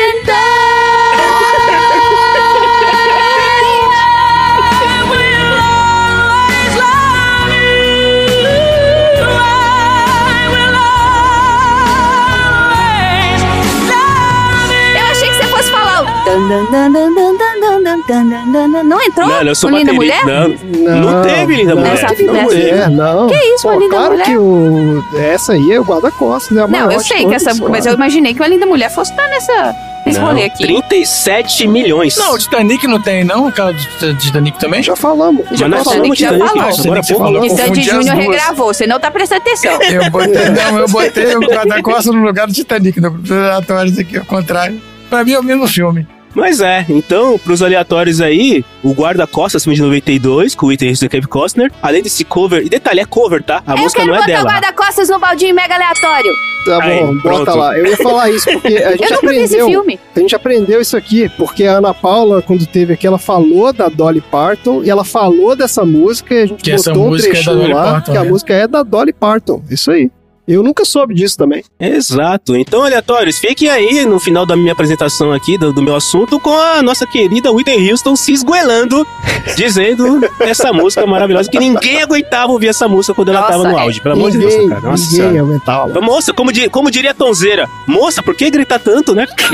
Speaker 2: Eu achei que você fosse falar o... dan, dan, dan, dan, dan, dan, dan, dan, dan, dan. Não entrou?
Speaker 4: Não, eu sou
Speaker 2: o Linda
Speaker 4: baterista.
Speaker 2: Mulher?
Speaker 4: Não, não teve Linda
Speaker 3: não,
Speaker 4: Mulher.
Speaker 2: Nessa-
Speaker 3: Linda
Speaker 2: nessa-
Speaker 3: Mulher, não.
Speaker 2: Que isso,
Speaker 3: Pô,
Speaker 2: uma Linda
Speaker 3: claro
Speaker 2: Mulher?
Speaker 3: que o... essa aí é o guarda-costas, né? A
Speaker 2: Não,
Speaker 3: maior
Speaker 2: eu
Speaker 3: de
Speaker 2: sei que
Speaker 3: todas,
Speaker 2: essa...
Speaker 3: claro.
Speaker 2: Mas eu imaginei que uma Linda Mulher fosse estar nessa... nesse
Speaker 4: Não,
Speaker 2: rolê aqui.
Speaker 4: trinta e sete milhões.
Speaker 1: Não, o Titanic não tem, não? Aquela do Titanic também?
Speaker 3: Já falamos.
Speaker 4: Mas nós falamos
Speaker 2: já
Speaker 4: Titanic,
Speaker 2: falou.
Speaker 4: agora há
Speaker 1: Você
Speaker 4: pouco.
Speaker 1: falou.
Speaker 2: E Sandy
Speaker 1: confundi as
Speaker 2: Júnior
Speaker 1: duas.
Speaker 2: regravou, você não tá prestando atenção.
Speaker 1: Eu botei, não, eu botei o guarda-costas no lugar do Titanic, no aleatório, isso aqui, ao contrário. Pra mim é o mesmo filme.
Speaker 4: Mas é, então, pros aleatórios aí, o Guarda-Costas, filme de noventa e dois, com o Whitney Houston e Kevin Costner, além desse cover, e detalhe, é cover, tá? A
Speaker 2: eu
Speaker 4: música
Speaker 2: quero
Speaker 4: não é
Speaker 2: botar o
Speaker 4: dela.
Speaker 2: guarda-costas no baldinho mega aleatório.
Speaker 3: Tá bom,
Speaker 4: Aí,
Speaker 3: bota
Speaker 4: pronto.
Speaker 3: lá. Eu ia falar isso porque a gente
Speaker 2: Eu nunca vi esse
Speaker 3: aprendeu.
Speaker 2: filme.
Speaker 3: A gente aprendeu isso aqui porque a Ana Paula, quando teve aqui, ela falou da Dolly Parton e ela falou dessa música e a gente
Speaker 1: Que essa
Speaker 3: botou um
Speaker 1: música é da
Speaker 3: trechinho
Speaker 1: Dolly
Speaker 3: lá
Speaker 1: Parton,
Speaker 3: que a
Speaker 1: né?
Speaker 3: música é da Dolly Parton. Isso aí. Eu nunca soube disso também.
Speaker 4: Exato. Então, aleatórios, fiquem aí no final da minha apresentação aqui, do, do meu assunto, com a nossa querida Whitney Houston se esgoelando, dizendo essa música maravilhosa, que ninguém aguentava ouvir essa música quando ela
Speaker 2: Nossa,
Speaker 4: tava no
Speaker 2: é.
Speaker 4: auge. Pelo amor de
Speaker 3: ninguém,
Speaker 4: Deus, cara. Nossa
Speaker 3: ninguém
Speaker 4: senhora.
Speaker 3: aguentava.
Speaker 4: Moça, como, di- como diria a Tonzeira, moça, por que gritar tanto, né?
Speaker 1: Que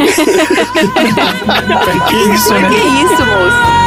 Speaker 1: isso, né?
Speaker 2: Que isso, moço?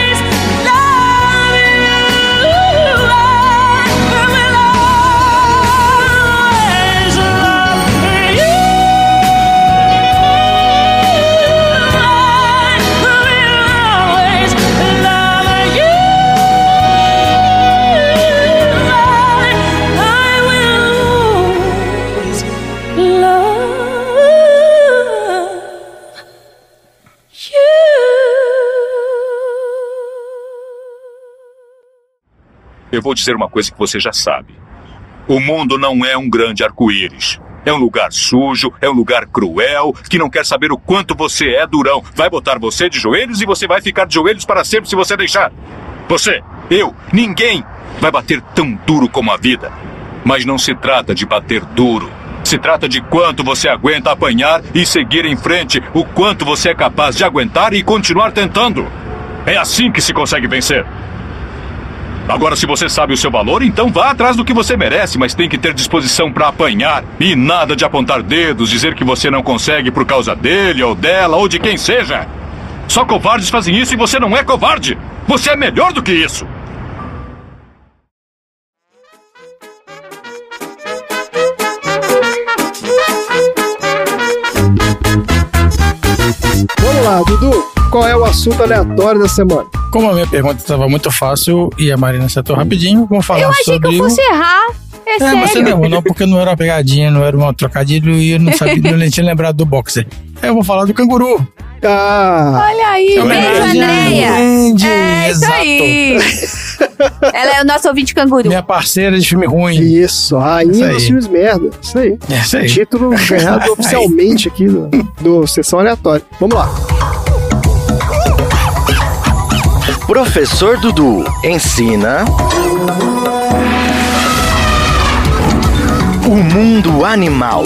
Speaker 6: Eu vou dizer uma coisa que você já sabe. O mundo não é um grande arco-íris. É um lugar sujo, é um lugar cruel, que não quer saber o quanto você é durão. Vai botar você de joelhos e você vai ficar de joelhos para sempre se você deixar. Você, eu, ninguém vai bater tão duro como a vida. Mas não se trata de bater duro. Se trata de quanto você aguenta apanhar e seguir em frente, o quanto você é capaz de aguentar e continuar tentando. É assim que se consegue vencer. Agora, se você sabe o seu valor, então vá atrás do que você merece, mas tem que ter disposição para apanhar. E nada de apontar dedos, dizer que você não consegue por causa dele ou dela ou de quem seja. Só covardes fazem isso e você não é covarde. Você é melhor do que isso.
Speaker 3: Vamos lá, Dudu. Qual é o assunto aleatório da semana?
Speaker 1: Como a minha pergunta estava muito fácil e a Marina acertou rapidinho, vamos falar
Speaker 2: Eu achei
Speaker 1: sobre
Speaker 2: que eu fosse errar. É,
Speaker 1: É,
Speaker 2: sério.
Speaker 1: mas você não errou, não, porque não era uma pegadinha, não era um trocadilho e eu não sabia, eu nem tinha lembrado do boxer. Eu vou falar do canguru.
Speaker 3: Ah,
Speaker 2: Olha aí,
Speaker 1: É
Speaker 2: beijo,
Speaker 1: homenagem a
Speaker 2: Andréia.
Speaker 1: Andy,
Speaker 2: É isso
Speaker 1: exato.
Speaker 2: aí. Ela é o nosso ouvinte canguru.
Speaker 1: Minha parceira de filme ruim.
Speaker 3: isso, rainha
Speaker 1: Isso aí.
Speaker 3: dos filmes merda. Isso aí.
Speaker 1: É isso aí.
Speaker 3: Título ganhado oficialmente aqui do, do Sessão Aleatória. Vamos lá.
Speaker 10: Professor Dudu ensina. O mundo animal.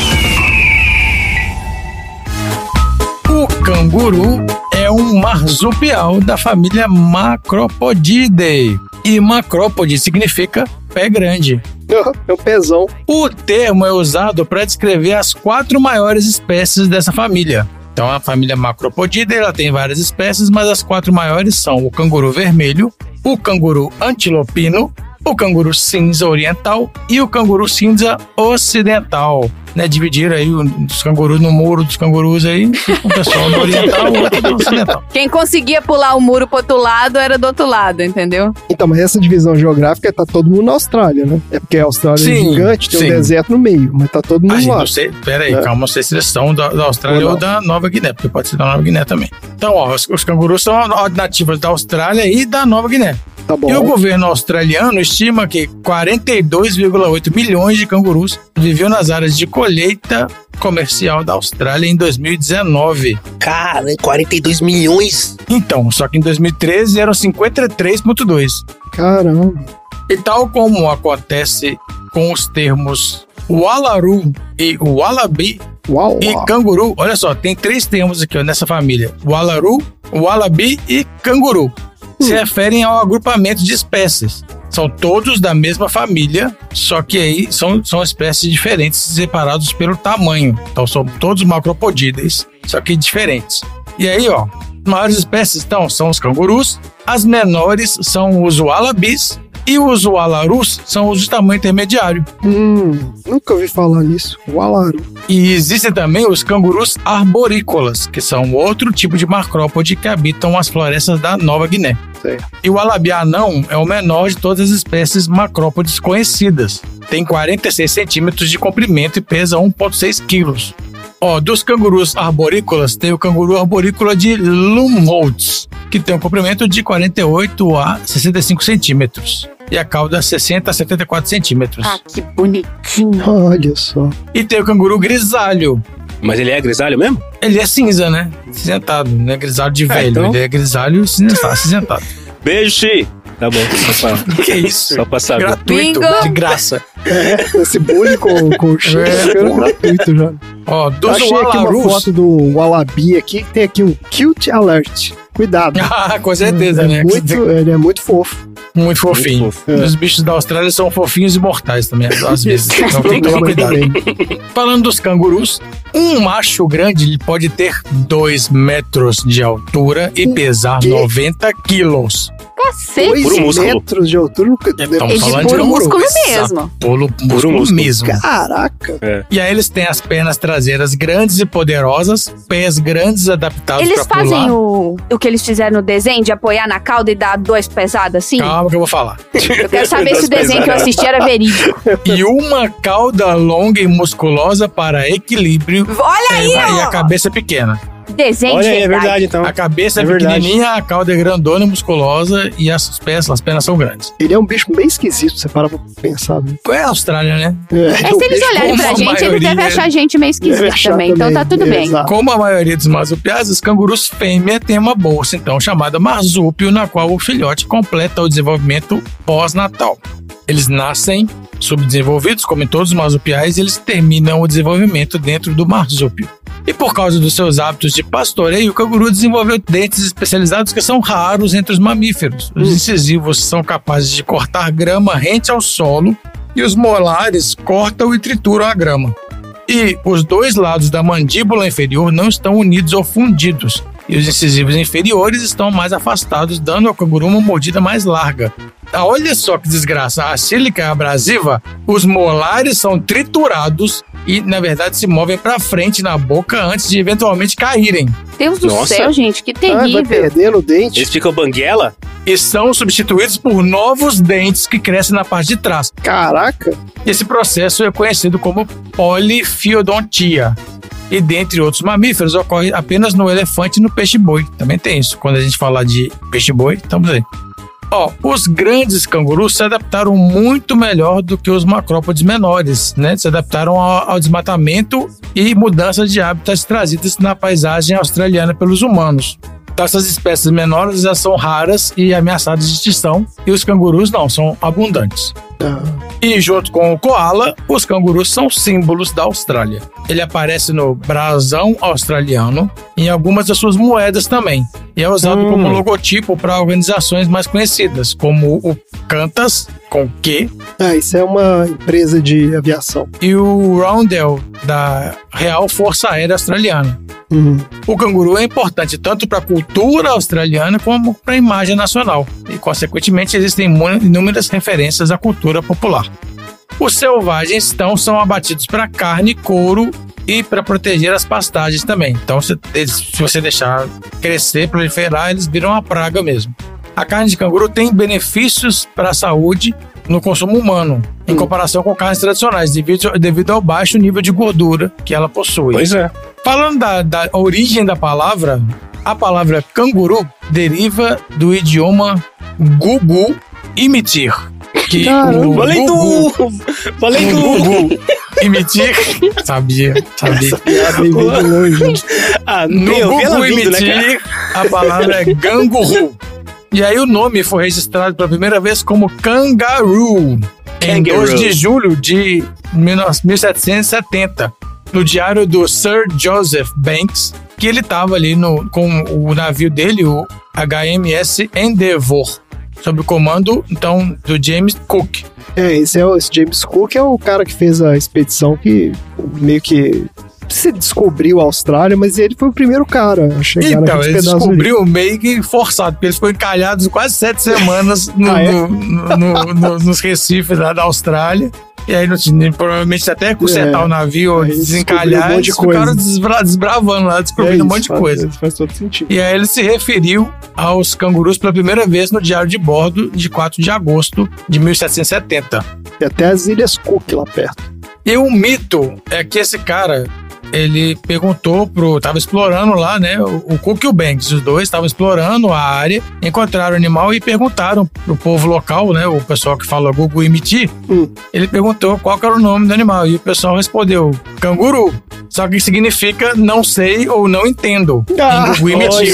Speaker 1: O canguru é um marsupial da família Macropodidae. E macrópode significa pé grande.
Speaker 3: É um pezão.
Speaker 1: O termo é usado para descrever as quatro maiores espécies dessa família. Então, a família Macropodidae ela tem várias espécies, mas as quatro maiores são o canguru vermelho, o canguru antilopino, o canguru cinza oriental e o canguru cinza ocidental. Né, dividiram aí os cangurus no muro dos cangurus aí, o pessoal do oriental e o outro do ocidental.
Speaker 2: Quem conseguia pular o muro pro outro lado era do outro lado, entendeu?
Speaker 3: Então, mas essa divisão geográfica tá todo mundo na Austrália, né? É porque a Austrália
Speaker 1: Sim,
Speaker 3: é gigante, tem
Speaker 1: sim.
Speaker 3: um deserto no meio, mas tá todo mundo
Speaker 1: Ah,
Speaker 3: lá.
Speaker 1: não sei, pera aí,
Speaker 3: É.
Speaker 1: calma, não sei se eles são da, da Austrália
Speaker 3: Ou
Speaker 1: ou,
Speaker 3: não.
Speaker 1: da Nova Guiné, porque pode ser da Nova Guiné também. Então, ó, os, os cangurus são nativos da Austrália e da Nova Guiné.
Speaker 3: Tá bom.
Speaker 1: E o governo australiano estima que quarenta e dois vírgula oito milhões de cangurus viviam nas áreas de colheita comercial da Austrália em dois mil e dezenove.
Speaker 4: Cara, quarenta e dois milhões.
Speaker 1: Então, só que em dois mil e treze eram cinquenta e três vírgula dois.
Speaker 3: Caramba.
Speaker 1: E tal como acontece com os termos Wallaroo e Wallaby
Speaker 3: Uau,
Speaker 1: e
Speaker 3: uau.
Speaker 1: canguru, olha só, tem três termos aqui ó, nessa família: Wallaroo, Wallaby e canguru. Se referem ao agrupamento de espécies. São todos da mesma família, só que aí são, são espécies diferentes, separados pelo tamanho. Então são todos macropodídeis, só que diferentes. E aí, ó, as maiores espécies então, são os cangurus, as menores são os wallabis e os wallarus são os de tamanho intermediário.
Speaker 3: Hum, nunca ouvi falar nisso. Wallaroo.
Speaker 1: E existem também os cangurus arborícolas, que são outro tipo de macrópode que habitam as florestas da Nova Guiné.
Speaker 3: Sei.
Speaker 1: E o wallaby anão é o menor de todas as espécies macrópodes conhecidas. Tem quarenta e seis centímetros de comprimento e pesa um vírgula seis quilos. Ó, dos cangurus arborícolas, tem o canguru arborícola de Lumholtz, que tem um comprimento de quarenta e oito a sessenta e cinco centímetros. E a cauda sessenta a setenta e quatro centímetros.
Speaker 2: Ah, que bonitinho.
Speaker 3: Olha só.
Speaker 1: E tem o canguru grisalho.
Speaker 4: Mas ele é grisalho mesmo?
Speaker 1: Ele é cinza, né? Cinzentado, não é grisalho de velho.
Speaker 4: então.
Speaker 1: Ele é grisalho cinzentado. cinzentado.
Speaker 4: Beijo, Xi. Tá bom, só pra,
Speaker 1: Que isso?
Speaker 4: só pra saber.
Speaker 1: Gratuito,
Speaker 2: Bingo.
Speaker 1: de graça.
Speaker 3: É, esse bullying com, com o Chico
Speaker 1: É,
Speaker 3: era
Speaker 1: pô.
Speaker 3: gratuito já.
Speaker 1: Ó, dos
Speaker 3: Achei aqui uma
Speaker 1: wallarus...
Speaker 3: foto do Wallaby aqui, que tem aqui um cute alert. Cuidado.
Speaker 1: Ah, com certeza,
Speaker 3: é
Speaker 1: né?
Speaker 3: Muito, ele é muito fofo.
Speaker 1: Muito fofinho.
Speaker 4: Muito fofo.
Speaker 3: É.
Speaker 1: Os bichos da Austrália são fofinhos e mortais também, às vezes. Então tem que tomar cuidado. Falando dos cangurus, um macho grande ele pode ter dois metros de altura e pesar
Speaker 3: quê?
Speaker 1: noventa quilos.
Speaker 2: Cacete.
Speaker 3: Dois
Speaker 4: Puro músculo.
Speaker 3: metros de altura. nunca-
Speaker 1: Estamos
Speaker 2: É de
Speaker 1: falando
Speaker 2: puro
Speaker 1: canguru.
Speaker 2: músculo
Speaker 1: Exato.
Speaker 2: mesmo.
Speaker 1: Puro músculo,
Speaker 4: músculo.
Speaker 1: mesmo.
Speaker 3: Caraca.
Speaker 1: E aí eles têm as pernas traseiras grandes e poderosas, pés grandes adaptados
Speaker 2: Eles
Speaker 1: para pular.
Speaker 2: fazem o, o que eles fizeram no desenho, de apoiar na cauda e dar dois pesados assim?
Speaker 1: Calma que eu vou falar.
Speaker 2: Eu quero saber se o
Speaker 4: Dois
Speaker 2: desenho que eu
Speaker 4: pesados.
Speaker 2: assisti era verídico.
Speaker 1: E uma cauda longa e musculosa para equilíbrio.
Speaker 2: Olha aí,
Speaker 1: e a
Speaker 2: ó!
Speaker 1: cabeça pequena.
Speaker 2: Desenho
Speaker 4: Olha
Speaker 2: de
Speaker 4: aí, é
Speaker 2: verdade.
Speaker 4: verdade então.
Speaker 1: A cabeça é,
Speaker 4: É verdade.
Speaker 1: pequenininha, a cauda é grandona e musculosa e as pés, as pernas são grandes.
Speaker 3: Ele é um bicho bem esquisito, você para pra pensar. Né?
Speaker 1: É a Austrália, né?
Speaker 2: É, se eles olharem pra
Speaker 1: como a
Speaker 2: gente, eles
Speaker 1: maioria-
Speaker 2: devem achar a gente meio
Speaker 3: Deve
Speaker 2: esquisito
Speaker 3: achar
Speaker 2: também. Então tá
Speaker 3: também,
Speaker 2: tudo bem.
Speaker 3: exato.
Speaker 1: Como a maioria dos marsupiais, os cangurus fêmea têm uma bolsa, então, chamada marsúpio, na qual o filhote completa o desenvolvimento pós-natal. Eles nascem subdesenvolvidos, como em todos os marsupiais, e eles terminam o desenvolvimento dentro do marsúpio. E por causa dos seus hábitos de pastoreio, o canguru desenvolveu dentes especializados que são raros entre os mamíferos. Os incisivos são capazes de cortar grama rente ao solo e os molares cortam e trituram a grama. E os dois lados da mandíbula inferior não estão unidos ou fundidos, e os incisivos inferiores estão mais afastados, dando ao canguru uma mordida mais larga. Ah, olha só que desgraça, a sílica abrasiva, os molares são triturados e, na verdade, se movem para frente na boca antes de eventualmente caírem.
Speaker 2: Deus do
Speaker 4: Nossa.
Speaker 2: céu, gente, que
Speaker 3: Ah, vai
Speaker 2: terrível.
Speaker 3: perdendo o dente.
Speaker 4: Eles ficam banguela?
Speaker 1: E são substituídos por novos dentes que crescem na parte de trás.
Speaker 3: Caraca.
Speaker 1: Esse processo é conhecido como polifiodontia. E dentre outros mamíferos, ocorre apenas no elefante e no peixe-boi. Também tem isso. Quando a gente falar de peixe-boi, estamos aí. Ó, os grandes cangurus se adaptaram muito melhor do que os macrópodes menores, né? Se adaptaram ao, ao desmatamento e mudanças de hábitats trazidas na paisagem australiana pelos humanos. Então essas espécies menores já são raras e ameaçadas de extinção, e os cangurus não, são abundantes.
Speaker 3: Ah.
Speaker 1: E junto com o koala, os cangurus são símbolos da Austrália. Ele aparece no brasão australiano e em algumas das suas moedas também. E é usado hum. como logotipo para organizações mais conhecidas, como o Qantas, com Q.
Speaker 3: Ah, isso é uma empresa de aviação.
Speaker 1: E o Roundel, da Real Força Aérea Australiana.
Speaker 3: Uhum.
Speaker 1: O canguru é importante tanto para a cultura australiana como para a imagem nacional. E, consequentemente, existem inúmeras referências à cultura popular. Os selvagens, então, são abatidos para carne, couro e para proteger as pastagens também. Então, se, se você deixar crescer, proliferar, eles viram uma praga mesmo. A carne de canguru tem benefícios para a saúde no consumo humano, em comparação com carnes tradicionais, devido, devido ao baixo nível de gordura que ela possui.
Speaker 4: Pois é.
Speaker 1: Falando da, da origem da palavra, a palavra canguru deriva do idioma gugu imitir. Que
Speaker 4: Caramba, falei do... Falei do...
Speaker 1: Gugu imitir... Sabia, sabia.
Speaker 4: Ah,
Speaker 1: no
Speaker 4: meu,
Speaker 1: Gugu
Speaker 4: vindo,
Speaker 1: imitir,
Speaker 4: né,
Speaker 1: a palavra é ganguru. E aí o nome foi registrado pela primeira vez como kangaroo, em dois de julho de mil setecentos e setenta, no diário do Sir Joseph Banks, que ele estava ali no, com o navio dele, o H M S Endeavour, sob o comando, então, do James Cook.
Speaker 3: É, esse, é o, esse James Cook é o cara que fez a expedição que meio que se descobriu a Austrália, mas ele foi o primeiro cara a chegar
Speaker 1: então,
Speaker 3: naqueles
Speaker 1: ele
Speaker 3: pedaços
Speaker 1: descobriu
Speaker 3: ali.
Speaker 1: meio que forçado, porque eles foram encalhados quase sete semanas no,
Speaker 3: ah, é?
Speaker 1: no, no, no, no, nos recifes lá da Austrália. E aí, no, provavelmente, até consertar
Speaker 3: é,
Speaker 1: o navio, desencalhar,
Speaker 3: um monte de
Speaker 1: eles ficaram
Speaker 3: coisa.
Speaker 1: desbra desbravando lá, descobrindo
Speaker 3: é
Speaker 1: um monte de
Speaker 3: faz,
Speaker 1: coisa.
Speaker 3: Faz todo sentido.
Speaker 1: E aí ele se referiu aos cangurus pela primeira vez no diário de bordo de quatro de agosto de mil setecentos e setenta.
Speaker 3: E até as Ilhas Cook lá perto.
Speaker 1: E o mito é que esse cara, ele perguntou pro... Tava explorando lá, né? O, o Cook e o Banks, os dois estavam explorando a área, encontraram o animal e perguntaram pro povo local, né? O pessoal que fala Gugu Imiti.
Speaker 3: Hum.
Speaker 1: Ele perguntou qual que era o nome do animal e o pessoal respondeu canguru. Só que significa não sei ou não entendo.
Speaker 3: Ah,
Speaker 1: em Gugu Imiti.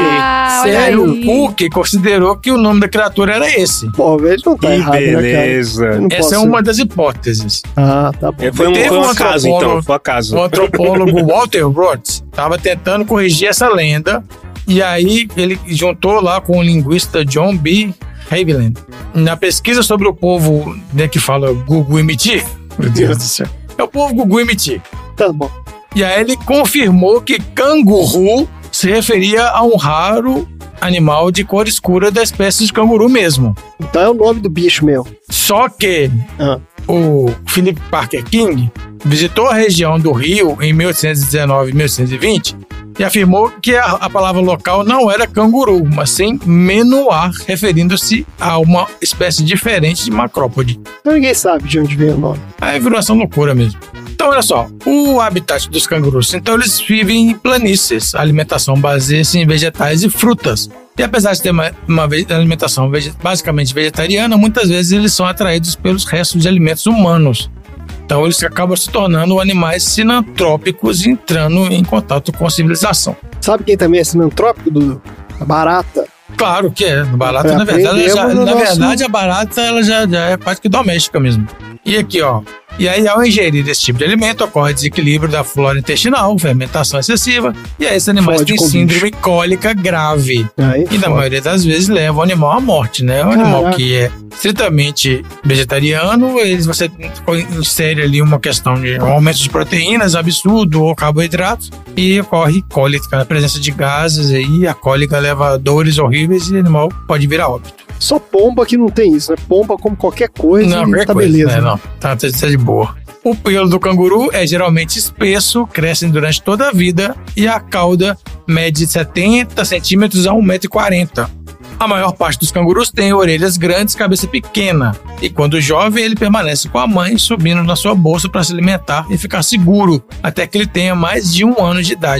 Speaker 2: Ah,
Speaker 1: E aí o Cook considerou que o nome da criatura era esse.
Speaker 3: Pô, velho, não tá
Speaker 4: Que
Speaker 3: errado,
Speaker 4: beleza.
Speaker 3: né, cara? Não
Speaker 1: Essa
Speaker 3: posso-
Speaker 1: é uma das hipóteses.
Speaker 3: Ah, tá bom.
Speaker 4: Foi um,
Speaker 1: Teve
Speaker 4: foi um
Speaker 1: um
Speaker 4: acaso,
Speaker 1: antropólogo-
Speaker 4: então. Foi um acaso.
Speaker 1: O antropólogo Walter Rhodes estava tentando corrigir essa lenda, e aí ele juntou lá com o linguista John B. Haviland. Na pesquisa sobre o povo, né, que fala Gugu Imiti, meu Deus do céu, é o povo Gugu Imiti.
Speaker 3: Tá bom.
Speaker 1: E aí ele confirmou que canguru se referia a um raro animal de cor escura da espécie de canguru mesmo.
Speaker 3: Então é o nome do bicho mesmo.
Speaker 1: Só que
Speaker 3: Ah.
Speaker 1: o Philip Parker King visitou a região do Rio em mil oitocentos e dezenove e mil oitocentos e vinte e afirmou que a, a palavra local não era canguru, mas sim menuar, referindo-se a uma espécie diferente de macrópode.
Speaker 3: Então ninguém sabe de onde veio o nome.
Speaker 1: Aí virou essa loucura mesmo. Então, olha só, o habitat dos cangurus, então eles vivem em planícies, a alimentação baseia-se em vegetais e frutas. E apesar de ter uma, uma ve- alimentação vege- basicamente vegetariana, muitas vezes eles são atraídos pelos restos de alimentos humanos. Então eles acabam se tornando animais sinantrópicos e entrando em contato com a civilização.
Speaker 3: Sabe quem também é sinantrópico, Dudu? A barata.
Speaker 1: Claro que é. Barata,
Speaker 3: É,
Speaker 1: na verdade, ela já,
Speaker 3: aprendemos no
Speaker 1: na
Speaker 3: nosso-
Speaker 1: verdade a barata ela já, já é quase que doméstica mesmo. E aqui, ó. E aí, ao ingerir esse tipo de alimento, ocorre desequilíbrio da flora intestinal, fermentação excessiva, e aí esses animais
Speaker 3: Fode
Speaker 1: têm
Speaker 3: com o
Speaker 1: síndrome cólica grave.
Speaker 3: Aí,
Speaker 1: E na
Speaker 3: foda.
Speaker 1: maioria das vezes leva o animal à morte, né? Um animal que é estritamente vegetariano, eles, você insere ali uma questão de um aumento de proteínas absurdo ou carboidratos e ocorre cólica, a presença de gases aí, a cólica leva a dores horríveis e o animal pode vir a óbito.
Speaker 3: Só pomba que não tem isso, né? Pomba como qualquer coisa
Speaker 1: Não,
Speaker 3: e
Speaker 1: qualquer
Speaker 3: tá
Speaker 1: coisa,
Speaker 3: beleza.
Speaker 1: né? Não, tá, tá, tá de boa. O pelo do canguru é geralmente espesso, cresce durante toda a vida e a cauda mede setenta centímetros a um metro e quarenta. A maior parte dos cangurus tem orelhas grandes, cabeça pequena. E quando jovem, ele permanece com a mãe, subindo na sua bolsa para se alimentar e ficar seguro, até que ele tenha mais de um ano de idade.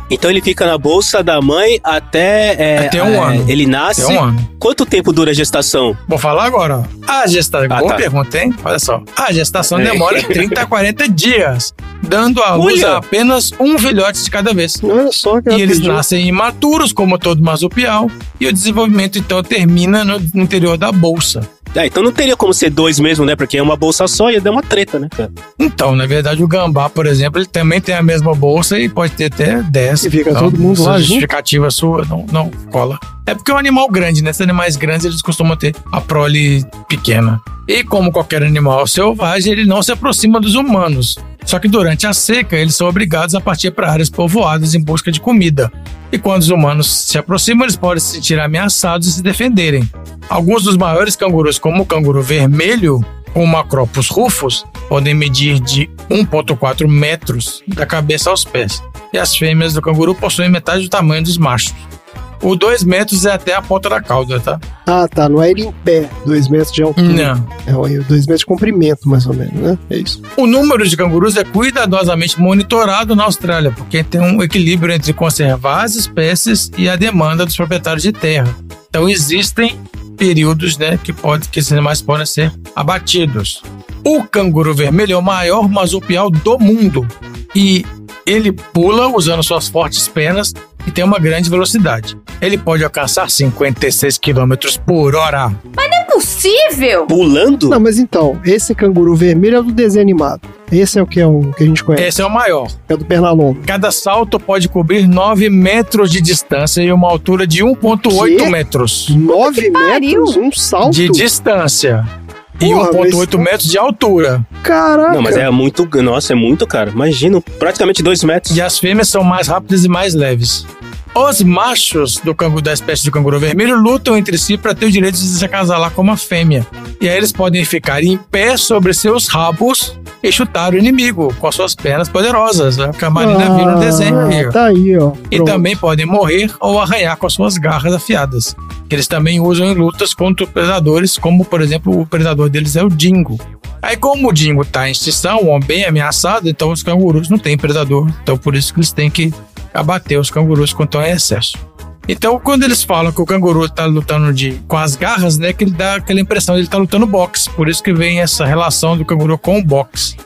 Speaker 4: Então ele fica na bolsa da mãe até... É,
Speaker 1: Até um
Speaker 4: é,
Speaker 1: ano.
Speaker 4: Ele nasce...
Speaker 1: Até um ano.
Speaker 4: Quanto tempo dura a gestação?
Speaker 1: Vou falar agora, ó. A gestação...
Speaker 4: Ah,
Speaker 1: Boa
Speaker 4: tá.
Speaker 1: pergunta, hein? Olha só. A gestação
Speaker 4: É.
Speaker 1: demora trinta a quarenta dias, dando à luz
Speaker 4: Olha.
Speaker 1: a apenas um filhote de cada vez.
Speaker 3: Olha só que
Speaker 1: E eles
Speaker 3: rapidinho.
Speaker 1: nascem imaturos, como todo marsupial, e o desenvolvimento, então, termina no, no interior da bolsa.
Speaker 4: Ah, então não teria como ser dois mesmo, né? Porque é uma bolsa só, ia dar uma treta, né, cara?
Speaker 1: Então, na verdade, o gambá, por exemplo, ele também tem a mesma bolsa e pode ter até dez.
Speaker 3: E fica
Speaker 1: Então,
Speaker 3: todo mundo
Speaker 1: essa
Speaker 3: lá junto?
Speaker 1: justificativa sua não, não cola. É porque é um animal grande, né? Esses animais grandes, eles costumam ter a prole pequena. E como qualquer animal selvagem, ele não se aproxima dos humanos. Só que durante a seca, eles são obrigados a partir para áreas povoadas em busca de comida. E quando os humanos se aproximam, eles podem se sentir ameaçados e se defenderem. Alguns dos maiores cangurus, como o canguru vermelho, o Macropus rufus, podem medir de um vírgula quatro metros da cabeça aos pés. E as fêmeas do canguru possuem metade do tamanho dos machos. O dois metros é até a ponta da cauda, tá?
Speaker 3: Ah, tá. Não é ele em pé, dois metros de altura.
Speaker 1: Não.
Speaker 3: É o- dois metros de comprimento, mais ou menos, né? É isso.
Speaker 1: O número de cangurus é cuidadosamente monitorado na Austrália, porque tem um equilíbrio entre conservar as espécies e a demanda dos proprietários de terra. Então existem períodos, né, que, pode, que esses animais podem ser abatidos. O canguru vermelho é o maior marsupial do mundo e ele pula usando suas fortes pernas e tem uma grande velocidade. Ele pode alcançar cinquenta e seis quilômetros por hora.
Speaker 2: Mas não é possível!
Speaker 4: Pulando?
Speaker 3: Não, mas então, esse canguru vermelho é do desenho animado. Esse é o que, é o que a gente conhece.
Speaker 1: Esse é o maior.
Speaker 3: É do Pernalonga.
Speaker 1: Cada salto pode cobrir nove metros de distância e uma altura de um vírgula oito
Speaker 3: Quê?
Speaker 1: metros
Speaker 3: nove metros? Um salto?
Speaker 1: de distância. E
Speaker 3: Porra,
Speaker 1: um vírgula oito
Speaker 3: mas-
Speaker 1: metros de altura.
Speaker 3: Caraca!
Speaker 4: Não, mas é muito... Nossa, é muito, cara. Imagina, praticamente dois metros.
Speaker 1: E as fêmeas são mais rápidas e mais leves. Os machos do canguru, da espécie de canguru vermelho lutam entre si para ter o direito de se acasalar com uma fêmea. E aí eles podem ficar em pé sobre seus rabos e chutar o inimigo com as suas pernas poderosas. né? Que a Marina viu no desenho aí. ó.
Speaker 3: Tá aí, ó.
Speaker 1: E
Speaker 3: Pronto.
Speaker 1: também podem morrer ou arranhar com as suas garras afiadas, que eles também usam em lutas contra predadores, como, por exemplo, o predador deles é o dingo. Aí, como o dingo está em extinção, ou bem ameaçado, então os cangurus não têm predador. Então, por isso que eles têm que abater os cangurus quando estão em excesso. Então, quando eles falam que o canguru está lutando de, com as garras, né, que ele dá aquela impressão de ele estar lutando boxe. Por isso que vem essa relação do canguru com o boxe.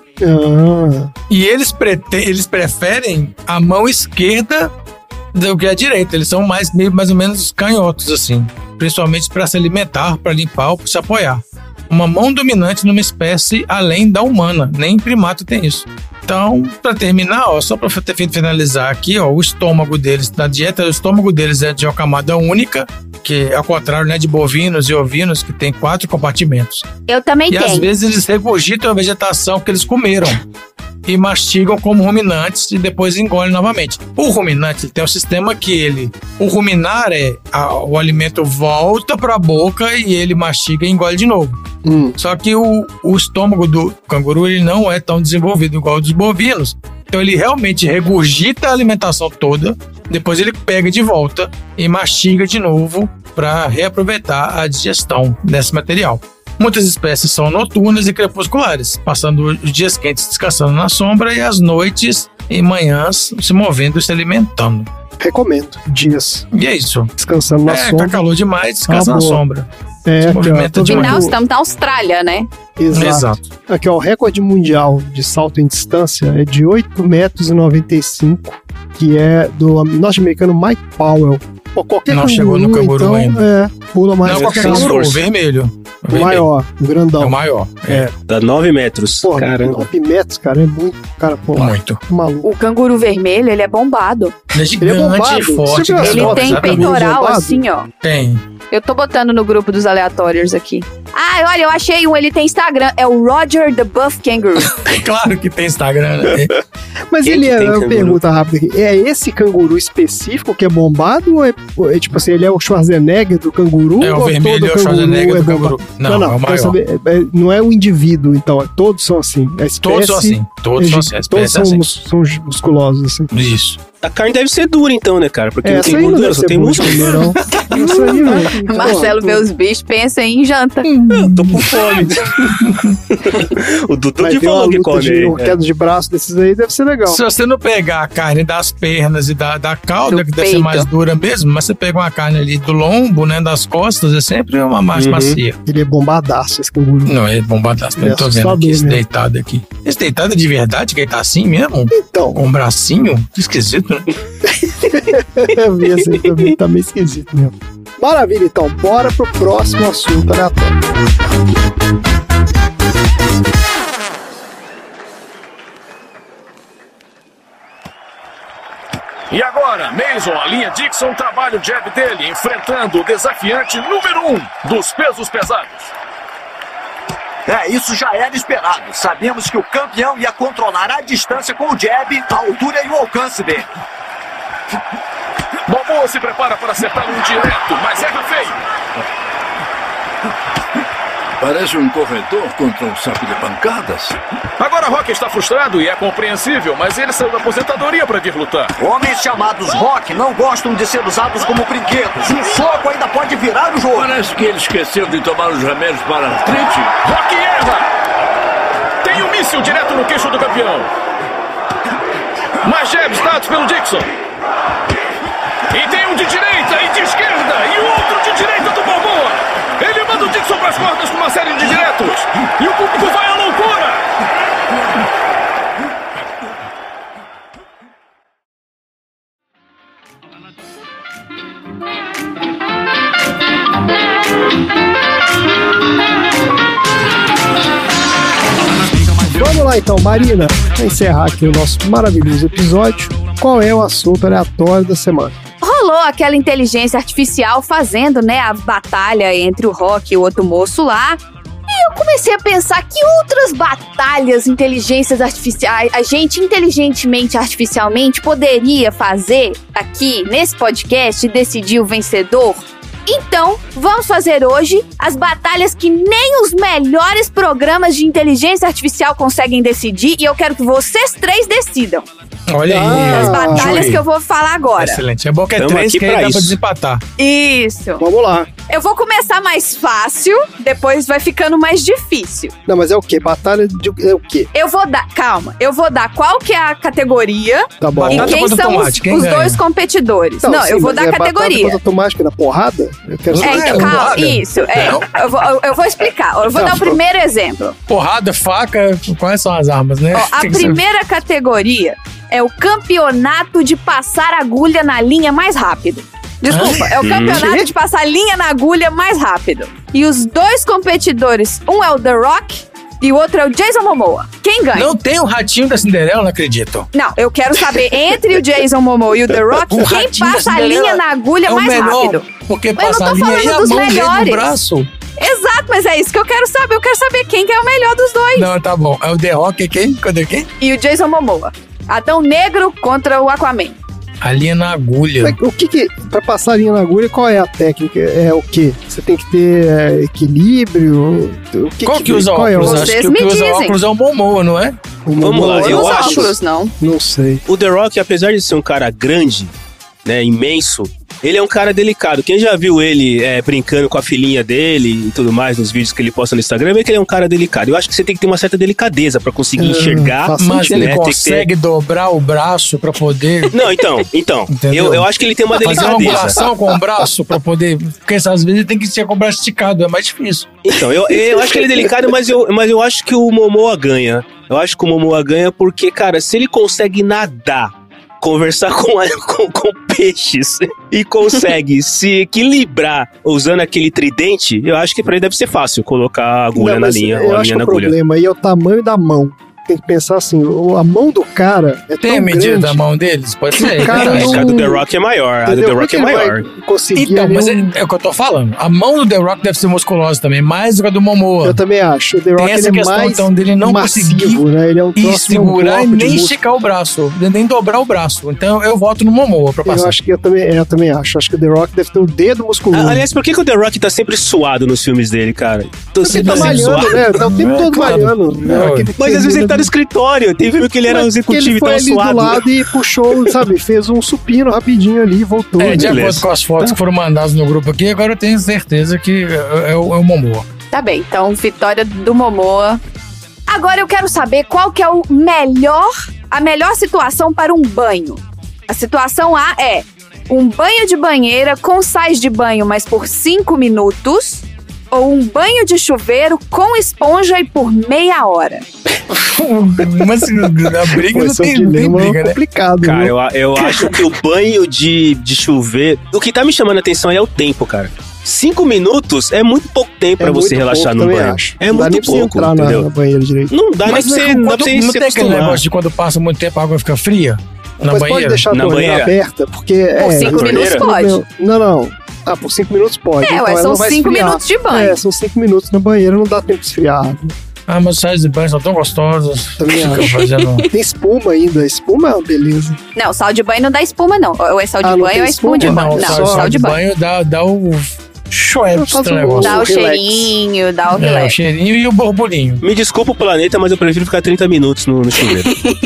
Speaker 3: Ah,
Speaker 1: E eles, prete- eles preferem a mão esquerda do que a direita. Eles são mais, meio, mais ou menos canhotos, assim. Principalmente para se alimentar, para limpar ou para se apoiar. Uma mão dominante numa espécie além da humana. Nem primato tem isso. Então, para terminar, ó, só para finalizar aqui, ó, o estômago deles, na dieta, o estômago deles é de uma camada única, que ao contrário, né, de bovinos e ovinos, que tem quatro compartimentos.
Speaker 2: Eu também
Speaker 1: E às
Speaker 2: tenho.
Speaker 1: vezes eles regurgitam a vegetação que eles comeram e mastigam como ruminantes e depois engolem novamente. O ruminante ele tem um sistema que ele... O ruminar é... a- o alimento volta para a boca e ele mastiga e engole de novo.
Speaker 3: hum.
Speaker 1: Só que o, o estômago do canguru ele não é tão desenvolvido igual o dos bovinos. Então ele realmente regurgita a alimentação toda, depois ele pega de volta e mastiga de novo para reaproveitar a digestão desse material. Muitas espécies são noturnas e crepusculares, passando os dias quentes descansando na sombra e as noites e manhãs se movendo e se alimentando.
Speaker 3: Recomendo. Dias.
Speaker 1: E é isso.
Speaker 3: Descansando na
Speaker 1: É,
Speaker 3: sombra.
Speaker 1: tá calor demais, descansa
Speaker 3: Ah,
Speaker 1: na
Speaker 3: boa.
Speaker 1: sombra.
Speaker 3: É,
Speaker 1: Se
Speaker 3: aqui, ó,
Speaker 1: movimenta
Speaker 3: tô
Speaker 1: demais.
Speaker 3: vendo-
Speaker 2: Afinal, estamos na Austrália, né?
Speaker 3: Exato.
Speaker 1: Exato.
Speaker 3: Aqui, ó, o recorde mundial de salto em distância é de oito metros e noventa e cinco, que é do norte-americano Mike Powell. Pô, qualquer
Speaker 1: Não
Speaker 3: canguru,
Speaker 1: chegou no canguru
Speaker 3: então,
Speaker 1: ainda.
Speaker 3: É, pula mais.
Speaker 1: Não, qualquer
Speaker 4: sem
Speaker 1: canguru, o
Speaker 4: esforço.
Speaker 1: vermelho. O
Speaker 3: O
Speaker 1: vermelho.
Speaker 3: maior, o grandão.
Speaker 1: É o maior. É,
Speaker 4: Dá nove metros.
Speaker 3: Porra,
Speaker 4: Caramba.
Speaker 3: nove metros, cara, é muito. Cara, pô,
Speaker 1: muito.
Speaker 3: maluco.
Speaker 2: O canguru vermelho, ele é bombado.
Speaker 1: Ele é gigante,
Speaker 3: bombado.
Speaker 1: forte.
Speaker 3: Você viu as
Speaker 2: Ele
Speaker 3: fotos,
Speaker 2: tem
Speaker 3: sabe?
Speaker 2: peitoral
Speaker 3: Bombado?
Speaker 2: assim, ó.
Speaker 1: Tem.
Speaker 2: Eu tô botando no grupo dos aleatórios aqui. Ah, olha, eu achei um, ele tem Instagram. É o Roger the Buff Kangaroo.
Speaker 1: Claro que tem Instagram, né?
Speaker 3: Mas
Speaker 4: Quem
Speaker 3: ele
Speaker 4: que
Speaker 3: é,
Speaker 4: tem
Speaker 3: uma
Speaker 4: canguru?
Speaker 3: pergunta rápida aqui, é esse canguru específico que é bombado ou é, ou é tipo assim, ele é o Schwarzenegger do canguru?
Speaker 1: É, o
Speaker 3: ou
Speaker 1: vermelho
Speaker 3: todo
Speaker 1: é o Schwarzenegger do
Speaker 3: bombado?
Speaker 1: canguru. Não,
Speaker 3: não,
Speaker 1: é o
Speaker 3: quero
Speaker 1: maior.
Speaker 3: saber, é, é, não é o indivíduo, então, é, todos são assim. A espécie,
Speaker 1: Todos são assim. Todos
Speaker 3: é,
Speaker 1: são assim. A
Speaker 3: todos
Speaker 1: espécie
Speaker 3: são,
Speaker 1: é assim.
Speaker 3: mus- são musculosos, assim.
Speaker 1: Isso.
Speaker 4: A carne deve ser dura então, né, cara? Porque
Speaker 3: É,
Speaker 4: não
Speaker 3: essa
Speaker 4: tem
Speaker 3: aí não
Speaker 4: gordura,
Speaker 3: deve
Speaker 4: só
Speaker 3: ser
Speaker 4: tem
Speaker 3: boa de
Speaker 4: músculo.
Speaker 3: comer, não. isso aí, velho.
Speaker 2: Marcelo vê os bichos, pensa em janta.
Speaker 4: Eu tô com fome. O Dudu
Speaker 3: Vai
Speaker 4: que
Speaker 3: ter uma
Speaker 4: falou que
Speaker 3: luta
Speaker 4: come.
Speaker 3: de
Speaker 4: aí,
Speaker 3: um
Speaker 4: é.
Speaker 3: queda de braço desses aí, deve ser legal.
Speaker 1: Se você não pegar a carne das pernas e da, da cauda,
Speaker 2: Do
Speaker 1: que deve ser
Speaker 2: peito.
Speaker 1: mais dura mesmo, mas você pega uma carne ali do lombo, né, das costas, é sempre uma mais
Speaker 4: Uhum.
Speaker 1: macia.
Speaker 3: Ele é bombadaço, esse canguru.
Speaker 1: Não, é bombadaço.
Speaker 3: Ele é
Speaker 1: Eu tô vendo
Speaker 3: assustador
Speaker 1: aqui, esse
Speaker 3: mesmo.
Speaker 1: deitado aqui. Esse deitado é de verdade, que ele tá assim mesmo?
Speaker 3: Então,
Speaker 1: Com um bracinho? Que esquisito, né?
Speaker 3: eu vi assim também, tá meio esquisito mesmo. Maravilha, então, bora pro próximo assunto aleatório.
Speaker 15: E agora, Mason, a linha Dixon, trabalha o jab dele, enfrentando o desafiante número um dos pesos pesados.
Speaker 16: É, isso já era esperado. Sabíamos que o campeão ia controlar a distância com o jab, a altura e o alcance dele.
Speaker 15: Momoa se prepara para acertar um direto, mas erra feio.
Speaker 7: Parece um corredor contra um saco de pancadas.
Speaker 15: Agora Rock está frustrado e é compreensível, mas ele saiu da aposentadoria para vir lutar.
Speaker 16: Homens chamados Rock não gostam de ser usados como brinquedos. Um soco ainda pode virar o jogo.
Speaker 7: Parece que ele esqueceu de tomar os remédios para a artrite.
Speaker 15: Rock erra! Tem um míssil direto no queixo do campeão. Mais jabs dados pelo Dixon. E tem um de direita e de esquerda. E outro de direita do Balboa. Ele manda o Dixon para as cordas com uma série de diretos. E o público vai à loucura.
Speaker 3: Vamos lá então, Marina, para encerrar aqui o nosso maravilhoso episódio, qual é o assunto aleatório da semana?
Speaker 2: Rolou aquela inteligência artificial fazendo, né, a batalha entre o Rock e o outro moço lá. E eu comecei a pensar que outras batalhas, inteligências artificiais, a gente inteligentemente, artificialmente, poderia fazer aqui nesse podcast e decidir o vencedor. Então, vamos fazer hoje as batalhas que nem os melhores programas de inteligência artificial conseguem decidir, e eu quero que vocês três decidam.
Speaker 1: Olha aí.
Speaker 2: As batalhas
Speaker 1: Júri.
Speaker 2: que eu vou falar agora.
Speaker 1: Excelente. É bom que é
Speaker 4: Tamo
Speaker 1: três,
Speaker 4: aqui
Speaker 1: que aí
Speaker 4: pra
Speaker 1: dá pra
Speaker 4: isso.
Speaker 1: desempatar.
Speaker 2: Isso.
Speaker 3: Vamos lá.
Speaker 2: Eu vou começar mais fácil, depois vai ficando mais difícil.
Speaker 3: Não, mas é o quê? Batalha de é o quê?
Speaker 2: Eu vou dar, calma, eu vou dar qual que é a categoria
Speaker 3: Tá bom.
Speaker 2: e
Speaker 1: Batata
Speaker 2: quem
Speaker 1: contra
Speaker 2: são
Speaker 1: tomate,
Speaker 2: os,
Speaker 1: quem
Speaker 2: os
Speaker 1: ganha?
Speaker 2: dois competidores. Não,
Speaker 3: sim,
Speaker 2: eu vou
Speaker 3: mas
Speaker 2: dar
Speaker 3: é
Speaker 2: a categoria.
Speaker 3: Batata contra tomate na porrada? Eu quero
Speaker 2: É,
Speaker 3: saber.
Speaker 2: então,
Speaker 1: É,
Speaker 2: calma,
Speaker 1: porrada.
Speaker 2: isso, é.
Speaker 1: Não.
Speaker 2: Eu vou, eu, eu vou explicar. Eu vou
Speaker 3: Tá
Speaker 2: dar o
Speaker 3: bom.
Speaker 2: primeiro exemplo.
Speaker 1: Porrada, faca, quais são as armas, né?
Speaker 2: Ó, a
Speaker 1: Tem que ser-
Speaker 2: primeira categoria é o campeonato de passar agulha na linha mais rápido. Desculpa, é o campeonato de passar linha na agulha mais rápido. E os dois competidores, um é o The Rock e o outro é o Jason Momoa. Quem ganha?
Speaker 1: Não tem o ratinho da Cinderela, não acredito.
Speaker 2: Não, eu quero saber entre o Jason Momoa e o The Rock,
Speaker 1: O
Speaker 2: quem
Speaker 1: ratinho da
Speaker 2: passa a
Speaker 1: Cinderela
Speaker 2: linha na agulha
Speaker 1: é o
Speaker 2: mais
Speaker 1: melhor,
Speaker 2: rápido.
Speaker 1: porque
Speaker 2: Mas eu
Speaker 1: passa
Speaker 2: não
Speaker 1: a
Speaker 2: tô
Speaker 1: linha
Speaker 2: falando
Speaker 1: e a
Speaker 2: dos
Speaker 1: mão dele
Speaker 2: melhores.
Speaker 1: no braço.
Speaker 2: Exato, mas é isso que eu quero saber. Eu quero saber quem que é o melhor dos dois.
Speaker 1: Não, tá bom. É o The Rock, quem? Cadê quem?
Speaker 2: E o Jason Momoa. Adão Negro contra o Aquaman.
Speaker 1: A linha na agulha.
Speaker 3: Mas O que que, pra passar a linha na agulha, qual é a técnica? É o quê? Você tem que ter é, equilíbrio? O que
Speaker 1: Qual que usa
Speaker 3: qual é o-
Speaker 1: óculos? Acho
Speaker 2: Vocês
Speaker 1: que o que
Speaker 2: me
Speaker 1: usa
Speaker 2: dizem.
Speaker 1: óculos é o Momoa, não é?
Speaker 3: o
Speaker 4: Vamos lá,
Speaker 3: Momoa?
Speaker 4: eu
Speaker 2: Não usa
Speaker 4: acho-
Speaker 2: óculos, não.
Speaker 3: Não sei.
Speaker 4: O The Rock, apesar de ser um cara grande, né, imenso, ele é um cara delicado. Quem já viu ele é, brincando com a filhinha dele e tudo mais nos vídeos que ele posta no Instagram, vê que ele é um cara delicado. Eu acho que você tem que ter uma certa delicadeza pra conseguir
Speaker 3: É,
Speaker 4: enxergar.
Speaker 3: faz
Speaker 1: Mas
Speaker 3: sentido,
Speaker 1: ele
Speaker 4: né, tem que ter-
Speaker 1: consegue dobrar o braço pra poder
Speaker 4: Não, então, então.
Speaker 1: Entendeu?
Speaker 4: eu, eu acho que ele tem uma
Speaker 1: fazer uma
Speaker 4: delicadeza.
Speaker 1: angulação com o braço pra poder... Porque às vezes ele tem que ser com o braço esticado, é mais difícil.
Speaker 4: Então, eu, eu acho que ele é delicado, mas eu, mas eu acho que o Momoa ganha. Eu acho que o Momoa ganha porque, cara, se ele consegue nadar, conversar com, a- com, com peixes e consegue se equilibrar usando aquele tridente, eu acho que pra ele deve ser fácil colocar a agulha
Speaker 3: Não,
Speaker 4: na
Speaker 3: mas
Speaker 4: linha,
Speaker 3: eu
Speaker 4: ou a
Speaker 3: acho
Speaker 4: linha
Speaker 3: que
Speaker 4: na
Speaker 3: o
Speaker 4: agulha.
Speaker 3: problema aí é o tamanho da mão. Tem que pensar assim, o- a mão do cara é
Speaker 1: Tem
Speaker 3: tão
Speaker 1: a medida
Speaker 3: grande,
Speaker 1: da mão deles? Pode ser.
Speaker 3: Cara,
Speaker 1: né?
Speaker 4: Acho que a do The Rock é maior, a do
Speaker 3: entendeu?
Speaker 4: The
Speaker 3: Como
Speaker 4: Rock é
Speaker 3: que ele vai
Speaker 4: maior.
Speaker 3: conseguir
Speaker 1: Então,
Speaker 3: ali
Speaker 1: mas é,
Speaker 3: um-
Speaker 1: é o que eu tô falando. A mão do The Rock deve ser musculosa também, mais do que a do Momoa.
Speaker 3: Eu também acho. O The Rock
Speaker 1: Tem essa
Speaker 3: ele é
Speaker 1: questão,
Speaker 3: mais
Speaker 1: então, dele não
Speaker 3: massivo,
Speaker 1: conseguir
Speaker 3: né? Ele é um
Speaker 1: E
Speaker 3: troço, é um
Speaker 1: segurar e
Speaker 3: bloco de
Speaker 1: nem
Speaker 3: músculo.
Speaker 1: esticar o braço, nem dobrar o braço. Então eu voto no Momoa pra
Speaker 3: Eu
Speaker 1: passar.
Speaker 3: acho que eu também, é, eu também acho. Acho que o The Rock deve ter um dedo musculoso.
Speaker 4: Ah, aliás, por que, que o The Rock tá sempre suado nos filmes dele, cara? Tô
Speaker 3: Porque
Speaker 4: sempre
Speaker 3: tá
Speaker 4: assim,
Speaker 3: malhando,
Speaker 4: suado.
Speaker 3: né? Tá o tempo
Speaker 1: É,
Speaker 3: todo
Speaker 1: claro.
Speaker 3: malhando. né?
Speaker 1: Não,
Speaker 3: Aquele
Speaker 4: Mas às vezes ele tá
Speaker 3: bichinho
Speaker 4: do escritório. Tem filme que ele era um executivo e
Speaker 3: tava
Speaker 4: tava suado.
Speaker 3: Ele foi ali do lado e puxou, sabe, fez um supino rapidinho ali e voltou.
Speaker 1: É, de
Speaker 3: Beleza.
Speaker 1: acordo com as fotos que foram mandadas no grupo aqui, agora eu tenho certeza que é, é o, é o Momoa.
Speaker 2: Tá bem, então vitória do Momoa. Agora eu quero saber qual que é o melhor, a melhor situação para um banho. A situação A é um banho de banheira com sais de banho, mas por cinco minutos, ou um banho de chuveiro com esponja e por meia hora.
Speaker 1: Mas a briga
Speaker 3: Pô,
Speaker 1: não
Speaker 3: esse é um
Speaker 1: tem, não tem
Speaker 3: dilema
Speaker 1: briga, né?
Speaker 3: complicado,
Speaker 4: Cara,
Speaker 3: viu?
Speaker 4: eu, eu acho que o banho de, de chuveiro... O que tá me chamando a atenção é o tempo, cara. Cinco minutos é muito pouco tempo pra
Speaker 3: É
Speaker 4: você
Speaker 3: muito
Speaker 4: relaxar
Speaker 3: pouco,
Speaker 4: no
Speaker 3: também
Speaker 4: banho.
Speaker 3: acho.
Speaker 4: É
Speaker 3: Não dá
Speaker 4: muito
Speaker 3: nem pra você
Speaker 4: pouco,
Speaker 3: entrar na,
Speaker 4: entendeu?
Speaker 3: na banheira direito.
Speaker 4: Não dá nem
Speaker 1: Mas
Speaker 4: pra você,
Speaker 1: quando-
Speaker 4: não dá pra você
Speaker 1: não
Speaker 4: se
Speaker 1: tem aquele
Speaker 4: acostumar.
Speaker 1: negócio de quando passa muito tempo a água fica fria na
Speaker 3: Mas
Speaker 1: banheira?
Speaker 3: pode deixar a
Speaker 4: Na
Speaker 3: torneira
Speaker 4: banheira?
Speaker 3: aberta, porque...
Speaker 2: Por
Speaker 3: é,
Speaker 2: cinco
Speaker 3: na
Speaker 2: minutos
Speaker 3: torneira?
Speaker 2: pode.
Speaker 3: Não, não. Ah, por cinco minutos pode.
Speaker 2: É,
Speaker 3: Então
Speaker 2: ué,
Speaker 3: ela
Speaker 2: são
Speaker 3: não vai
Speaker 2: cinco
Speaker 3: esfriar.
Speaker 2: minutos de banho.
Speaker 3: É, são cinco minutos na banheira, não dá tempo de esfriar.
Speaker 1: Ah, mas os sais de banho são tão gostosos.
Speaker 3: Também
Speaker 1: Fica
Speaker 3: acho.
Speaker 1: fazendo...
Speaker 3: Tem espuma ainda. Espuma é uma beleza.
Speaker 2: Não, sal de banho não dá espuma, não. Ou é sal de
Speaker 3: Ah, não
Speaker 2: banho
Speaker 3: tem
Speaker 2: ou é espuma de
Speaker 3: espuma?
Speaker 2: banho.
Speaker 1: Não,
Speaker 2: Não,
Speaker 1: sal,
Speaker 2: sal de banho.
Speaker 1: dá, dá o Schweppes
Speaker 3: Faz
Speaker 1: do
Speaker 3: um-
Speaker 1: negócio.
Speaker 2: Dá o
Speaker 3: relax.
Speaker 2: cheirinho, dá o
Speaker 1: É, o
Speaker 2: relax.
Speaker 1: cheirinho e o borbolinho.
Speaker 4: Me desculpa o planeta, mas eu prefiro ficar trinta minutos no, no chuveiro.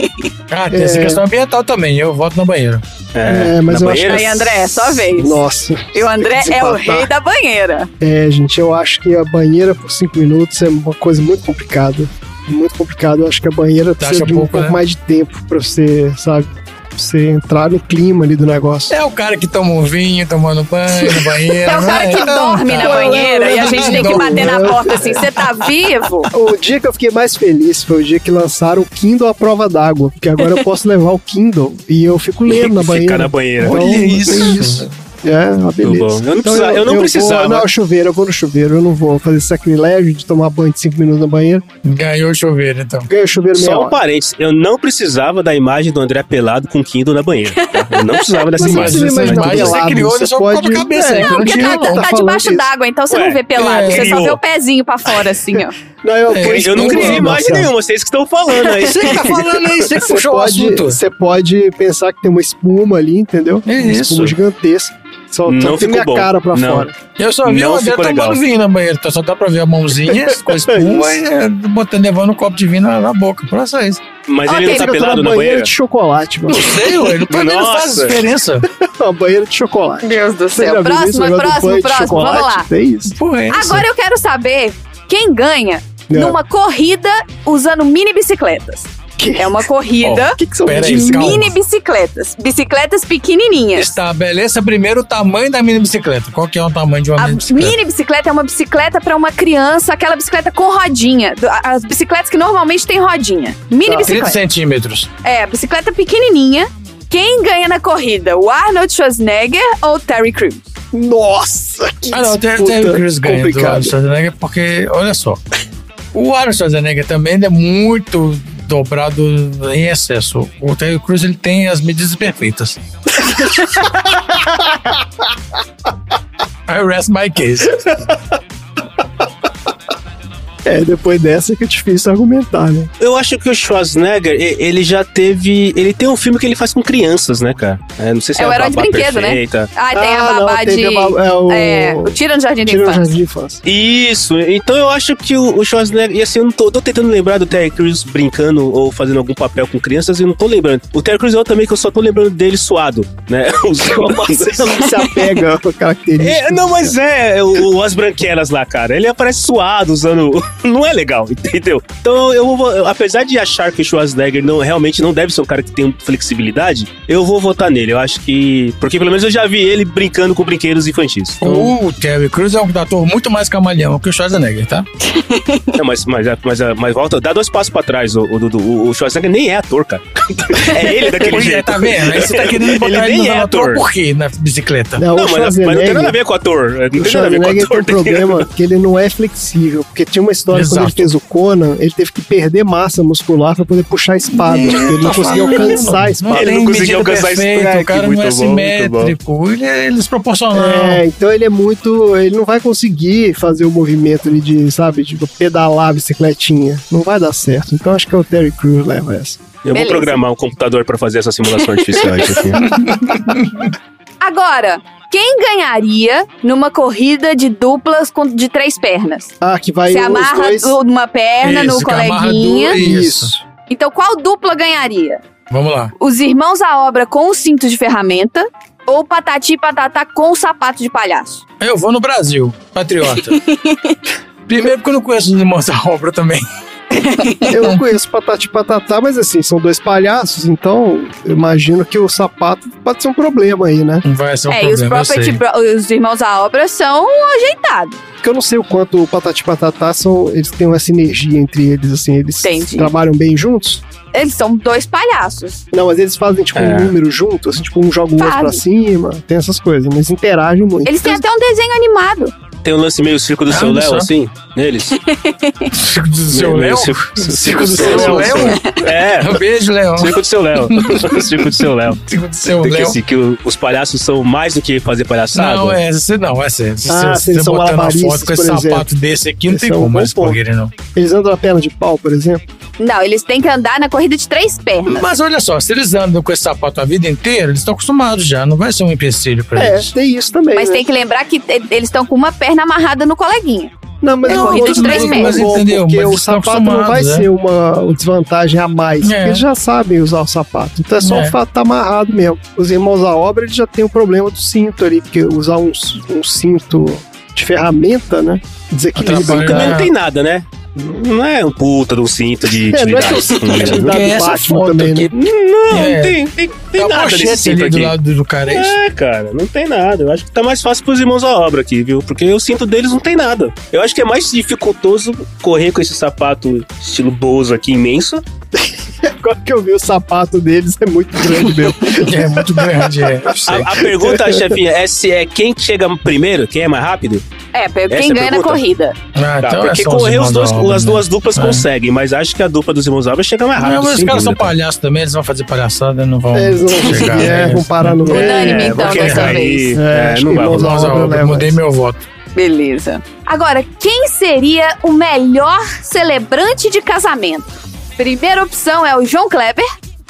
Speaker 1: Ah, tem essa
Speaker 3: É.
Speaker 1: questão ambiental também. Eu volto na banheira.
Speaker 3: É, mas
Speaker 4: na
Speaker 3: eu acho
Speaker 4: banheira?
Speaker 2: Aí, André, é sua vez.
Speaker 3: Nossa.
Speaker 2: E o André é o
Speaker 3: Desempatar.
Speaker 2: rei da banheira.
Speaker 3: É, gente, eu acho que a banheira por cinco minutos é uma coisa muito complicada. Muito complicado. Eu acho que a banheira precisa
Speaker 1: acha
Speaker 3: de um
Speaker 1: pouco,
Speaker 3: pouco
Speaker 1: né?
Speaker 3: mais de tempo pra você, sabe? Pra você entrar no clima ali do negócio.
Speaker 1: É o cara que toma um vinho, tomando banho na banheira.
Speaker 2: É o cara
Speaker 1: né?
Speaker 2: que
Speaker 1: Então,
Speaker 2: dorme
Speaker 1: tá.
Speaker 2: na banheira e a gente tem que bater na porta assim, você tá vivo?
Speaker 3: O dia que eu fiquei mais feliz foi o dia que lançaram o Kindle à prova d'água, porque agora eu posso levar o Kindle e eu fico lendo na
Speaker 4: Ficar
Speaker 3: banheira.
Speaker 4: na banheira.
Speaker 3: Então,
Speaker 1: Olha
Speaker 3: tem
Speaker 1: isso.
Speaker 3: É, uma beleza.
Speaker 4: bom. Eu não precisa- eu não precisava.
Speaker 3: Vou, não, chuveiro, eu vou no chuveiro. Eu não vou fazer sacrilégio de tomar banho de cinco minutos na banheira.
Speaker 1: Ganhou o chuveiro, então.
Speaker 3: Ganhei o chuveiro meia
Speaker 4: Só um
Speaker 3: hora.
Speaker 4: parênteses, eu não precisava da imagem do André pelado com Kindle na banheira. Tá? Eu não precisava dessa
Speaker 3: Mas
Speaker 4: imagem.
Speaker 3: você
Speaker 1: Essa
Speaker 3: imagina
Speaker 1: imagem você
Speaker 3: pelado,
Speaker 1: criou,
Speaker 3: você
Speaker 1: você só
Speaker 3: pode-
Speaker 1: coloca a cabeça
Speaker 3: É,
Speaker 1: aí.
Speaker 3: não
Speaker 1: Não
Speaker 2: Porque
Speaker 1: tinha
Speaker 2: tá,
Speaker 1: como.
Speaker 2: tá
Speaker 3: falando
Speaker 2: debaixo
Speaker 3: isso.
Speaker 2: d'água, então você
Speaker 4: Ué,
Speaker 2: não vê pelado.
Speaker 1: é,
Speaker 2: Você só
Speaker 4: criou.
Speaker 2: vê o pezinho pra fora, assim, ó.
Speaker 3: Não, eu,
Speaker 1: É,
Speaker 3: pois
Speaker 4: Eu não
Speaker 3: não,
Speaker 4: criei imagem
Speaker 3: Marcelo.
Speaker 4: nenhuma, vocês que estão falando aí.
Speaker 1: Você que tá falando aí, você que
Speaker 3: Você
Speaker 1: puxou o
Speaker 3: pode,
Speaker 1: assunto.
Speaker 3: você pode pensar que tem uma espuma ali, entendeu?
Speaker 1: É
Speaker 3: Uma
Speaker 1: isso.
Speaker 3: espuma gigantesca. Só,
Speaker 4: Não
Speaker 3: só tem
Speaker 4: ficou
Speaker 3: minha
Speaker 4: bom.
Speaker 3: cara pra
Speaker 4: Não.
Speaker 3: fora.
Speaker 1: Eu só vi
Speaker 4: Não
Speaker 1: o André
Speaker 4: ficou
Speaker 1: tomando
Speaker 4: legal.
Speaker 1: vinho na banheira, então só dá pra ver a mãozinha com a espuma e é, botando, levando um copo de vinho na, na boca. Pra só isso.
Speaker 4: Mas
Speaker 2: Ok,
Speaker 4: ele não tá
Speaker 3: Eu tô
Speaker 4: pelado na
Speaker 3: banheira
Speaker 4: banheira?
Speaker 3: de chocolate, mano.
Speaker 1: Não sei, ué. Pra mim não faz
Speaker 4: Nossa.
Speaker 1: diferença.
Speaker 3: Uma banheira de chocolate.
Speaker 2: Deus do
Speaker 3: Você já
Speaker 2: céu.
Speaker 3: viu isso,
Speaker 2: Próximo,
Speaker 3: o negócio do
Speaker 2: próximo,
Speaker 3: banho de
Speaker 2: próximo. Vamos
Speaker 3: chocolate?
Speaker 2: lá.
Speaker 3: Tem isso.
Speaker 1: Porra, é isso.
Speaker 2: Agora eu quero saber quem ganha
Speaker 3: É.
Speaker 2: numa corrida usando mini bicicletas. É uma corrida
Speaker 3: O que, que são
Speaker 1: Pera aí,
Speaker 2: de
Speaker 1: calma.
Speaker 2: mini bicicletas. Bicicletas pequenininhas.
Speaker 1: Estabeleça primeiro o tamanho da mini bicicleta. Qual que é o tamanho de uma
Speaker 2: A
Speaker 1: mini bicicleta?
Speaker 2: mini bicicleta é uma bicicleta pra uma criança, aquela bicicleta com rodinha. Do- As bicicletas que normalmente tem rodinha. Mini
Speaker 1: trinta
Speaker 2: bicicleta.
Speaker 1: centímetros.
Speaker 2: É, bicicleta pequenininha. Quem ganha na corrida? O Arnold Schwarzenegger ou o Terry Crews?
Speaker 3: Nossa, que
Speaker 1: Ah, não, tem,
Speaker 3: disputa
Speaker 1: tem o Chris ganha do
Speaker 3: complicado.
Speaker 1: Arnold Schwarzenegger, porque, olha só, o Arnold Schwarzenegger também ele é muito dobrado em excesso. O Terry Crews ele tem as medidas perfeitas. I rest my case.
Speaker 3: É, depois dessa que é difícil argumentar, né?
Speaker 4: Eu acho que o Schwarzenegger, e- ele já teve... Ele tem um filme que ele faz com crianças, né, cara? É, não sei se
Speaker 2: É
Speaker 4: é,
Speaker 2: o
Speaker 4: a
Speaker 2: Herói de
Speaker 4: Babá
Speaker 2: Brinquedo, né?
Speaker 4: Perfeita.
Speaker 2: Ah, tem a
Speaker 3: Ah, não,
Speaker 2: babá
Speaker 3: teve
Speaker 2: de...
Speaker 3: a babá- é o-
Speaker 2: É, o Tira no Jardim da
Speaker 3: Tira no
Speaker 2: Infância.
Speaker 3: jardim de infância.
Speaker 4: Isso, então eu acho que o, o Schwarzenegger... E assim, eu não tô, tô tentando lembrar do Terry Crews brincando ou fazendo algum papel com crianças e não tô lembrando. O Terry Crews é outro também que eu só tô lembrando dele suado, né? Os-
Speaker 3: Você não se apega a característica.
Speaker 4: É, não, mas é, o, o As Branquelas lá, cara. Ele aparece suado, usando. Não é legal, entendeu? Então, eu vou. eu- apesar de achar que o Schwarzenegger não, realmente não deve ser um cara que tem flexibilidade, eu vou votar nele. Eu acho que. Porque pelo menos eu já vi ele brincando com brinquedos infantis. Então,
Speaker 1: O Terry Crews é um ator muito mais camaleão que o Schwarzenegger, tá?
Speaker 4: não, mas, mas, mas, mas volta, dá dois passos pra trás, o, o, Dudu. o, o Schwarzenegger nem é ator, cara. É ele daquele
Speaker 1: Pois é,
Speaker 4: jeito.
Speaker 1: tá vendo? Aí você tá querendo botar
Speaker 4: Ele
Speaker 1: ele,
Speaker 4: nem
Speaker 1: no
Speaker 4: é
Speaker 1: ator
Speaker 4: ator.
Speaker 1: por quê na bicicleta?
Speaker 3: Não,
Speaker 4: Não,
Speaker 3: o
Speaker 4: mas, mas não tem
Speaker 3: Schwarzenegger-
Speaker 4: nada a ver com o ator. Não
Speaker 3: O
Speaker 4: tem nada a ver com o
Speaker 3: Schwarzenegger tem um
Speaker 4: ator.
Speaker 3: problema que ele não é flexível, porque tinha uma história quando
Speaker 1: Exato.
Speaker 3: ele fez o Conan, ele teve que perder massa muscular pra poder puxar a espada, porque ele não
Speaker 1: Tá
Speaker 3: conseguia
Speaker 1: falando,
Speaker 3: alcançar a espada.
Speaker 4: Ele não
Speaker 1: tem
Speaker 4: conseguia
Speaker 1: medida
Speaker 4: alcançar esse
Speaker 1: perfeita,
Speaker 4: track,
Speaker 1: o cara não
Speaker 4: muito
Speaker 1: é
Speaker 4: bom, muito bom.
Speaker 1: simétrico, ele é, ele é desproporcional.
Speaker 3: É, então ele é muito. Ele não vai conseguir fazer o movimento ali de, sabe, de pedalar a bicicletinha. Não vai dar certo. Então acho que é o Terry Crews leva essa.
Speaker 4: Eu
Speaker 2: Beleza.
Speaker 4: vou programar um computador pra fazer essa simulação artificial aqui.
Speaker 2: Agora, quem ganharia numa corrida de duplas com, de três pernas?
Speaker 3: Ah, que vai
Speaker 2: Você
Speaker 3: os
Speaker 2: amarra
Speaker 3: dois.
Speaker 2: uma perna
Speaker 1: Isso,
Speaker 2: no
Speaker 1: que amarra
Speaker 2: coleguinha.
Speaker 1: duas-
Speaker 3: Isso.
Speaker 2: Então, qual dupla ganharia?
Speaker 1: Vamos lá.
Speaker 2: Os irmãos à obra com o cinto de ferramenta ou Patati e Patatá com o sapato de palhaço?
Speaker 1: Eu vou no Brasil, patriota. Primeiro porque eu não conheço os irmãos à obra também.
Speaker 3: Eu não conheço Patati e Patatá, mas assim, são dois palhaços, então eu imagino que o sapato pode ser um problema aí, né?
Speaker 1: Vai ser um
Speaker 2: é,
Speaker 1: problema,
Speaker 2: e os, property bro- os irmãos à obra são ajeitados.
Speaker 3: Porque eu não sei o quanto o Patati e Patatá são, eles têm uma sinergia entre eles, assim, eles
Speaker 2: Entendi.
Speaker 3: trabalham bem juntos.
Speaker 2: Eles são dois palhaços.
Speaker 3: Não, mas eles fazem tipo
Speaker 4: É.
Speaker 3: um número junto, assim, tipo um joga o outro pra cima, tem essas coisas, mas interagem muito.
Speaker 2: Eles têm até um desenho animado.
Speaker 4: Tem um lance meio Circo do
Speaker 1: Ah,
Speaker 4: Seu
Speaker 1: olha
Speaker 4: Léo,
Speaker 1: só.
Speaker 4: assim, neles.
Speaker 1: Circo do seu
Speaker 4: Meio
Speaker 1: Léo?
Speaker 4: Circo,
Speaker 1: Circo do seu Léo?
Speaker 4: É.
Speaker 1: Um beijo, Léo.
Speaker 4: Circo do Seu Léo. Circo do Seu Léo.
Speaker 1: Circo do seu
Speaker 4: Tem que,
Speaker 1: Léo.
Speaker 4: assim, que o- os palhaços são mais do que fazer palhaçada.
Speaker 1: Não, é, você não, é sério. Se
Speaker 3: Ah,
Speaker 1: você
Speaker 3: se eles são
Speaker 1: botar na
Speaker 3: malabaristas,
Speaker 1: foto com esse
Speaker 3: por
Speaker 1: sapato
Speaker 3: exemplo.
Speaker 1: desse aqui, não
Speaker 3: Esse
Speaker 1: tem
Speaker 3: é um
Speaker 1: como
Speaker 3: bom
Speaker 1: eles
Speaker 3: ponto.
Speaker 1: correrem, não.
Speaker 3: Eles andam na perna de pau, por exemplo.
Speaker 2: Não, eles têm que andar na corrida de três pernas.
Speaker 1: Mas olha só, se eles andam com esse sapato a vida inteira, eles estão acostumados já, não vai ser um empecilho pra
Speaker 3: É,
Speaker 1: eles.
Speaker 3: tem isso também,
Speaker 2: Mas
Speaker 3: né?
Speaker 2: tem que lembrar que te- eles estão com uma perna amarrada no coleguinha.
Speaker 3: Não, mas
Speaker 2: É
Speaker 3: não,
Speaker 2: corrida de
Speaker 3: mas
Speaker 2: três
Speaker 3: não é
Speaker 2: pernas.
Speaker 3: bom,
Speaker 1: Entendeu?
Speaker 3: porque
Speaker 1: Mas
Speaker 3: o
Speaker 1: eles estão
Speaker 3: sapato não vai
Speaker 1: acostumados,
Speaker 3: ser uma desvantagem a mais.
Speaker 1: É.
Speaker 3: Eles já sabem usar o sapato. Então é só
Speaker 1: É.
Speaker 3: o fato de estar amarrado mesmo. Os irmãos à obra, eles já têm o problema do cinto ali, porque usar um, um cinto de ferramenta, né? Desequilibra.
Speaker 1: Atrapalha,
Speaker 3: o
Speaker 4: Também
Speaker 3: cara.
Speaker 4: não tem nada, né? Não é um puta de um cinto de
Speaker 3: É, não é que
Speaker 4: utilidade.
Speaker 3: eu sinto
Speaker 4: Não,
Speaker 3: utilidade
Speaker 1: Porque
Speaker 3: do
Speaker 1: essa
Speaker 3: Batman
Speaker 1: foto
Speaker 3: também,
Speaker 1: aqui-
Speaker 3: né?
Speaker 4: não
Speaker 1: É.
Speaker 4: tem, tem, tem
Speaker 1: Tá a
Speaker 4: nada
Speaker 1: pochete
Speaker 4: nesse cinto
Speaker 1: ali do
Speaker 4: aqui.
Speaker 1: lado do cara, é isso?
Speaker 4: É, cara, não tem nada. Eu acho que tá mais fácil pros irmãos à obra aqui, viu? Porque o cinto deles não tem nada. Eu acho que é mais dificultoso correr com esse sapato estilo Bozo aqui imenso.
Speaker 3: Agora que eu vi o sapato deles, é muito grande mesmo.
Speaker 1: É muito grande, é. eu sei.
Speaker 4: A, a pergunta, chefinha, é se é quem chega primeiro, quem é mais rápido?
Speaker 2: É, quem
Speaker 4: Essa é a
Speaker 2: ganha na
Speaker 4: pergunta?
Speaker 2: corrida.
Speaker 1: Ah,
Speaker 4: Tá,
Speaker 1: então é
Speaker 4: porque
Speaker 1: só os
Speaker 4: correr os
Speaker 1: irmãos
Speaker 4: dois,
Speaker 1: da obra,
Speaker 4: as
Speaker 1: né?
Speaker 4: duas duplas
Speaker 1: É.
Speaker 4: conseguem, mas acho que a dupla dos irmãos à obra chega mais rápido.
Speaker 1: Não, mas os
Speaker 4: sem
Speaker 1: caras são
Speaker 4: dúvida, cara.
Speaker 1: palhaços também, eles vão fazer palhaçada, não vão
Speaker 3: Eles não vão
Speaker 1: chegar.
Speaker 3: conseguir, é,
Speaker 1: né?
Speaker 3: vão parar no meio.
Speaker 2: Unânime,
Speaker 4: É,
Speaker 2: então,
Speaker 4: porque
Speaker 2: dessa
Speaker 4: aí,
Speaker 2: vez.
Speaker 4: é,
Speaker 3: acho
Speaker 4: não
Speaker 3: que
Speaker 4: vai
Speaker 3: irmãos à
Speaker 1: Irmãos à
Speaker 3: obra
Speaker 1: obra,
Speaker 3: leva
Speaker 1: mudei
Speaker 3: essa.
Speaker 1: meu voto.
Speaker 2: Beleza. Agora, quem seria o melhor celebrante de casamento? Primeira opção é o João Kleber.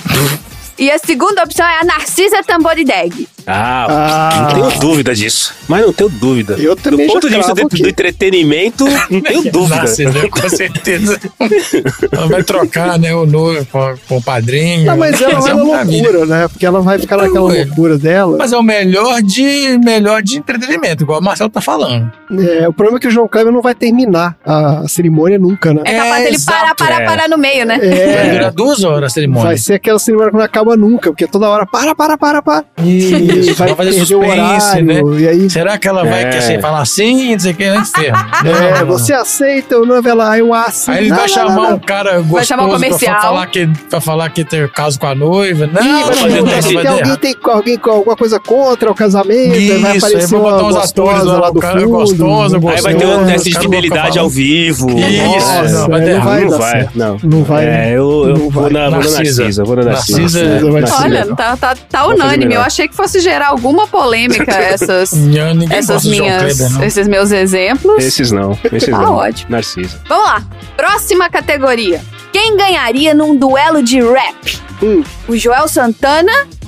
Speaker 2: E a segunda opção é a Narcisa Tamborideg.
Speaker 4: Ah,
Speaker 3: Ah.
Speaker 4: não tenho dúvida disso. Mas não tenho dúvida.
Speaker 3: Eu também
Speaker 4: do ponto
Speaker 3: já
Speaker 4: de vista
Speaker 3: cravo
Speaker 4: do,
Speaker 3: aqui.
Speaker 4: do entretenimento, não tenho dúvida.
Speaker 1: Nossa, né, com certeza. Ela vai trocar, né, o noivo com, com o padrinho.
Speaker 3: Não, mas ela
Speaker 1: Vai ser
Speaker 3: é uma
Speaker 1: maravilha.
Speaker 3: loucura, né? Porque ela vai ficar naquela
Speaker 1: Ué.
Speaker 3: loucura dela.
Speaker 1: Mas é o melhor de, melhor de entretenimento, igual o Marcelo tá falando.
Speaker 3: É, o problema é que o João Kleber não vai terminar a, a cerimônia nunca, né?
Speaker 2: É capaz dele
Speaker 1: exato,
Speaker 2: parar, parar,
Speaker 4: é.
Speaker 2: parar no meio, né?
Speaker 1: Vai
Speaker 3: É,
Speaker 1: durar duas horas a cerimônia.
Speaker 3: vai ser aquela cerimônia que não acaba nunca, porque toda hora para, para, para, para.
Speaker 1: Isso,
Speaker 3: E vai
Speaker 1: vai fazer
Speaker 3: perder o
Speaker 1: suspense,
Speaker 3: horário,
Speaker 1: né?
Speaker 3: e aí...
Speaker 1: Será que ela vai
Speaker 4: É.
Speaker 1: quer assim, falar assim, não sei o que, antes de termo?
Speaker 3: É, você aceita o noivo? Ela, eu aceito.
Speaker 1: Aí ele
Speaker 3: Não,
Speaker 1: vai
Speaker 3: não,
Speaker 1: chamar
Speaker 3: não, não.
Speaker 1: um cara
Speaker 2: Vai chamar um
Speaker 1: gostoso pra
Speaker 2: comercial.
Speaker 1: falar que, pra falar que tem caso com a noiva. Não,
Speaker 3: Ih, vai
Speaker 1: não,
Speaker 3: perguntar
Speaker 1: não,
Speaker 3: se
Speaker 1: vai
Speaker 3: tem
Speaker 1: dar
Speaker 3: alguém,
Speaker 1: errado.
Speaker 3: tem alguém com alguma coisa contra o casamento. Aí vai
Speaker 1: Isso, aí
Speaker 3: aparecer
Speaker 1: vai botar
Speaker 3: uma
Speaker 1: uns atores
Speaker 3: gostosa
Speaker 1: lá,
Speaker 3: lá
Speaker 1: o
Speaker 3: do
Speaker 1: cara
Speaker 3: fundo.
Speaker 1: gostoso,
Speaker 4: Aí vai ter um
Speaker 1: gostoso,
Speaker 4: teste de
Speaker 1: os caras
Speaker 4: fidelidade
Speaker 1: vão
Speaker 4: ao vivo.
Speaker 1: Isso,
Speaker 3: Nossa,
Speaker 1: não, vai dar
Speaker 3: não
Speaker 1: errado.
Speaker 3: vai
Speaker 4: não
Speaker 3: dar
Speaker 4: vai,
Speaker 3: certo.
Speaker 4: não.
Speaker 3: Não vai.
Speaker 4: É, eu, eu
Speaker 3: Não
Speaker 4: vou
Speaker 3: vai.
Speaker 4: na, vou na
Speaker 1: Narcisa.
Speaker 4: Narcisa, vou na Narcisa.
Speaker 1: Narcisa
Speaker 3: Narcisa vai ser
Speaker 2: Olha,
Speaker 3: legal.
Speaker 2: tá, tá, tá
Speaker 4: Vou fazer
Speaker 2: unânime. Eu
Speaker 4: melhor.
Speaker 2: achei que fosse gerar alguma polêmica essas,
Speaker 1: Não, ninguém
Speaker 2: essas
Speaker 1: gosta do João
Speaker 2: minhas,
Speaker 1: Kleber, não.
Speaker 2: esses meus exemplos.
Speaker 4: Esses não, esses
Speaker 2: Tá
Speaker 4: não.
Speaker 2: ótimo.
Speaker 4: Narcisa.
Speaker 2: Vamos lá. Próxima categoria. Quem ganharia num duelo de rap?
Speaker 3: Hum.
Speaker 2: O Joel Santana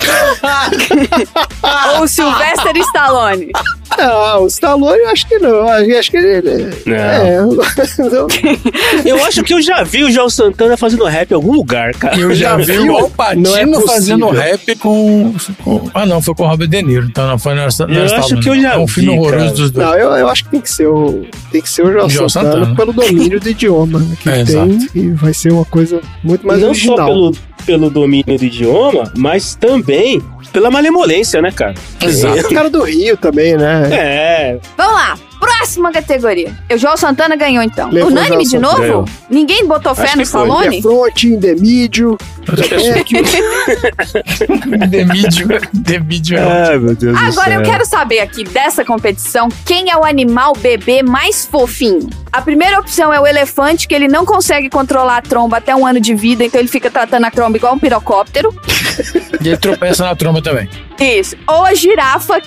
Speaker 2: ou o Sylvester Stallone?
Speaker 3: Não, o Stallone eu acho que não. Eu acho que ele.
Speaker 4: Não.
Speaker 3: É, não.
Speaker 4: Eu acho que eu já vi o João Santana fazendo rap em algum lugar, cara.
Speaker 1: Eu já vi o
Speaker 3: Não é
Speaker 1: Alpatino
Speaker 3: possível.
Speaker 1: fazendo rap com, com... Ah, não, foi com o Robert De Niro. Então não foi nessa.
Speaker 4: Eu acho que eu já
Speaker 1: É um filme
Speaker 4: vi,
Speaker 1: horroroso
Speaker 4: cara.
Speaker 1: dos dois.
Speaker 3: Não, eu, eu acho que tem que ser o. Tem que ser o João
Speaker 1: João
Speaker 3: Santana,
Speaker 1: Santana.
Speaker 3: pelo domínio do idioma que
Speaker 1: É,
Speaker 3: tem.
Speaker 1: exato.
Speaker 3: E vai ser uma coisa muito mais
Speaker 4: não
Speaker 3: original.
Speaker 4: só pelo, pelo domínio do idioma, mas também pela malemolência, né, cara?
Speaker 1: Exato.
Speaker 3: O cara do Rio também, né?
Speaker 4: É,
Speaker 2: Vamos lá. Próxima categoria. O Joel Santana ganhou, então.
Speaker 3: Levou
Speaker 2: Unânime
Speaker 3: o
Speaker 2: de
Speaker 3: Joel
Speaker 2: novo?
Speaker 4: Santana.
Speaker 2: Ninguém botou fé
Speaker 4: Acho
Speaker 2: no
Speaker 4: que foi.
Speaker 2: Stallone?
Speaker 3: The Front, The Medium. É, que
Speaker 1: The Medium. The Medium.
Speaker 4: Ai, meu Deus do
Speaker 2: Agora
Speaker 4: céu.
Speaker 2: eu quero saber aqui dessa competição quem é o animal bebê mais fofinho. A primeira opção é o elefante, que ele não consegue controlar a tromba até um ano de vida, então ele fica tratando a tromba igual um pirocóptero.
Speaker 1: E ele tropeça na tromba também.
Speaker 2: Isso. Ou a girafa, que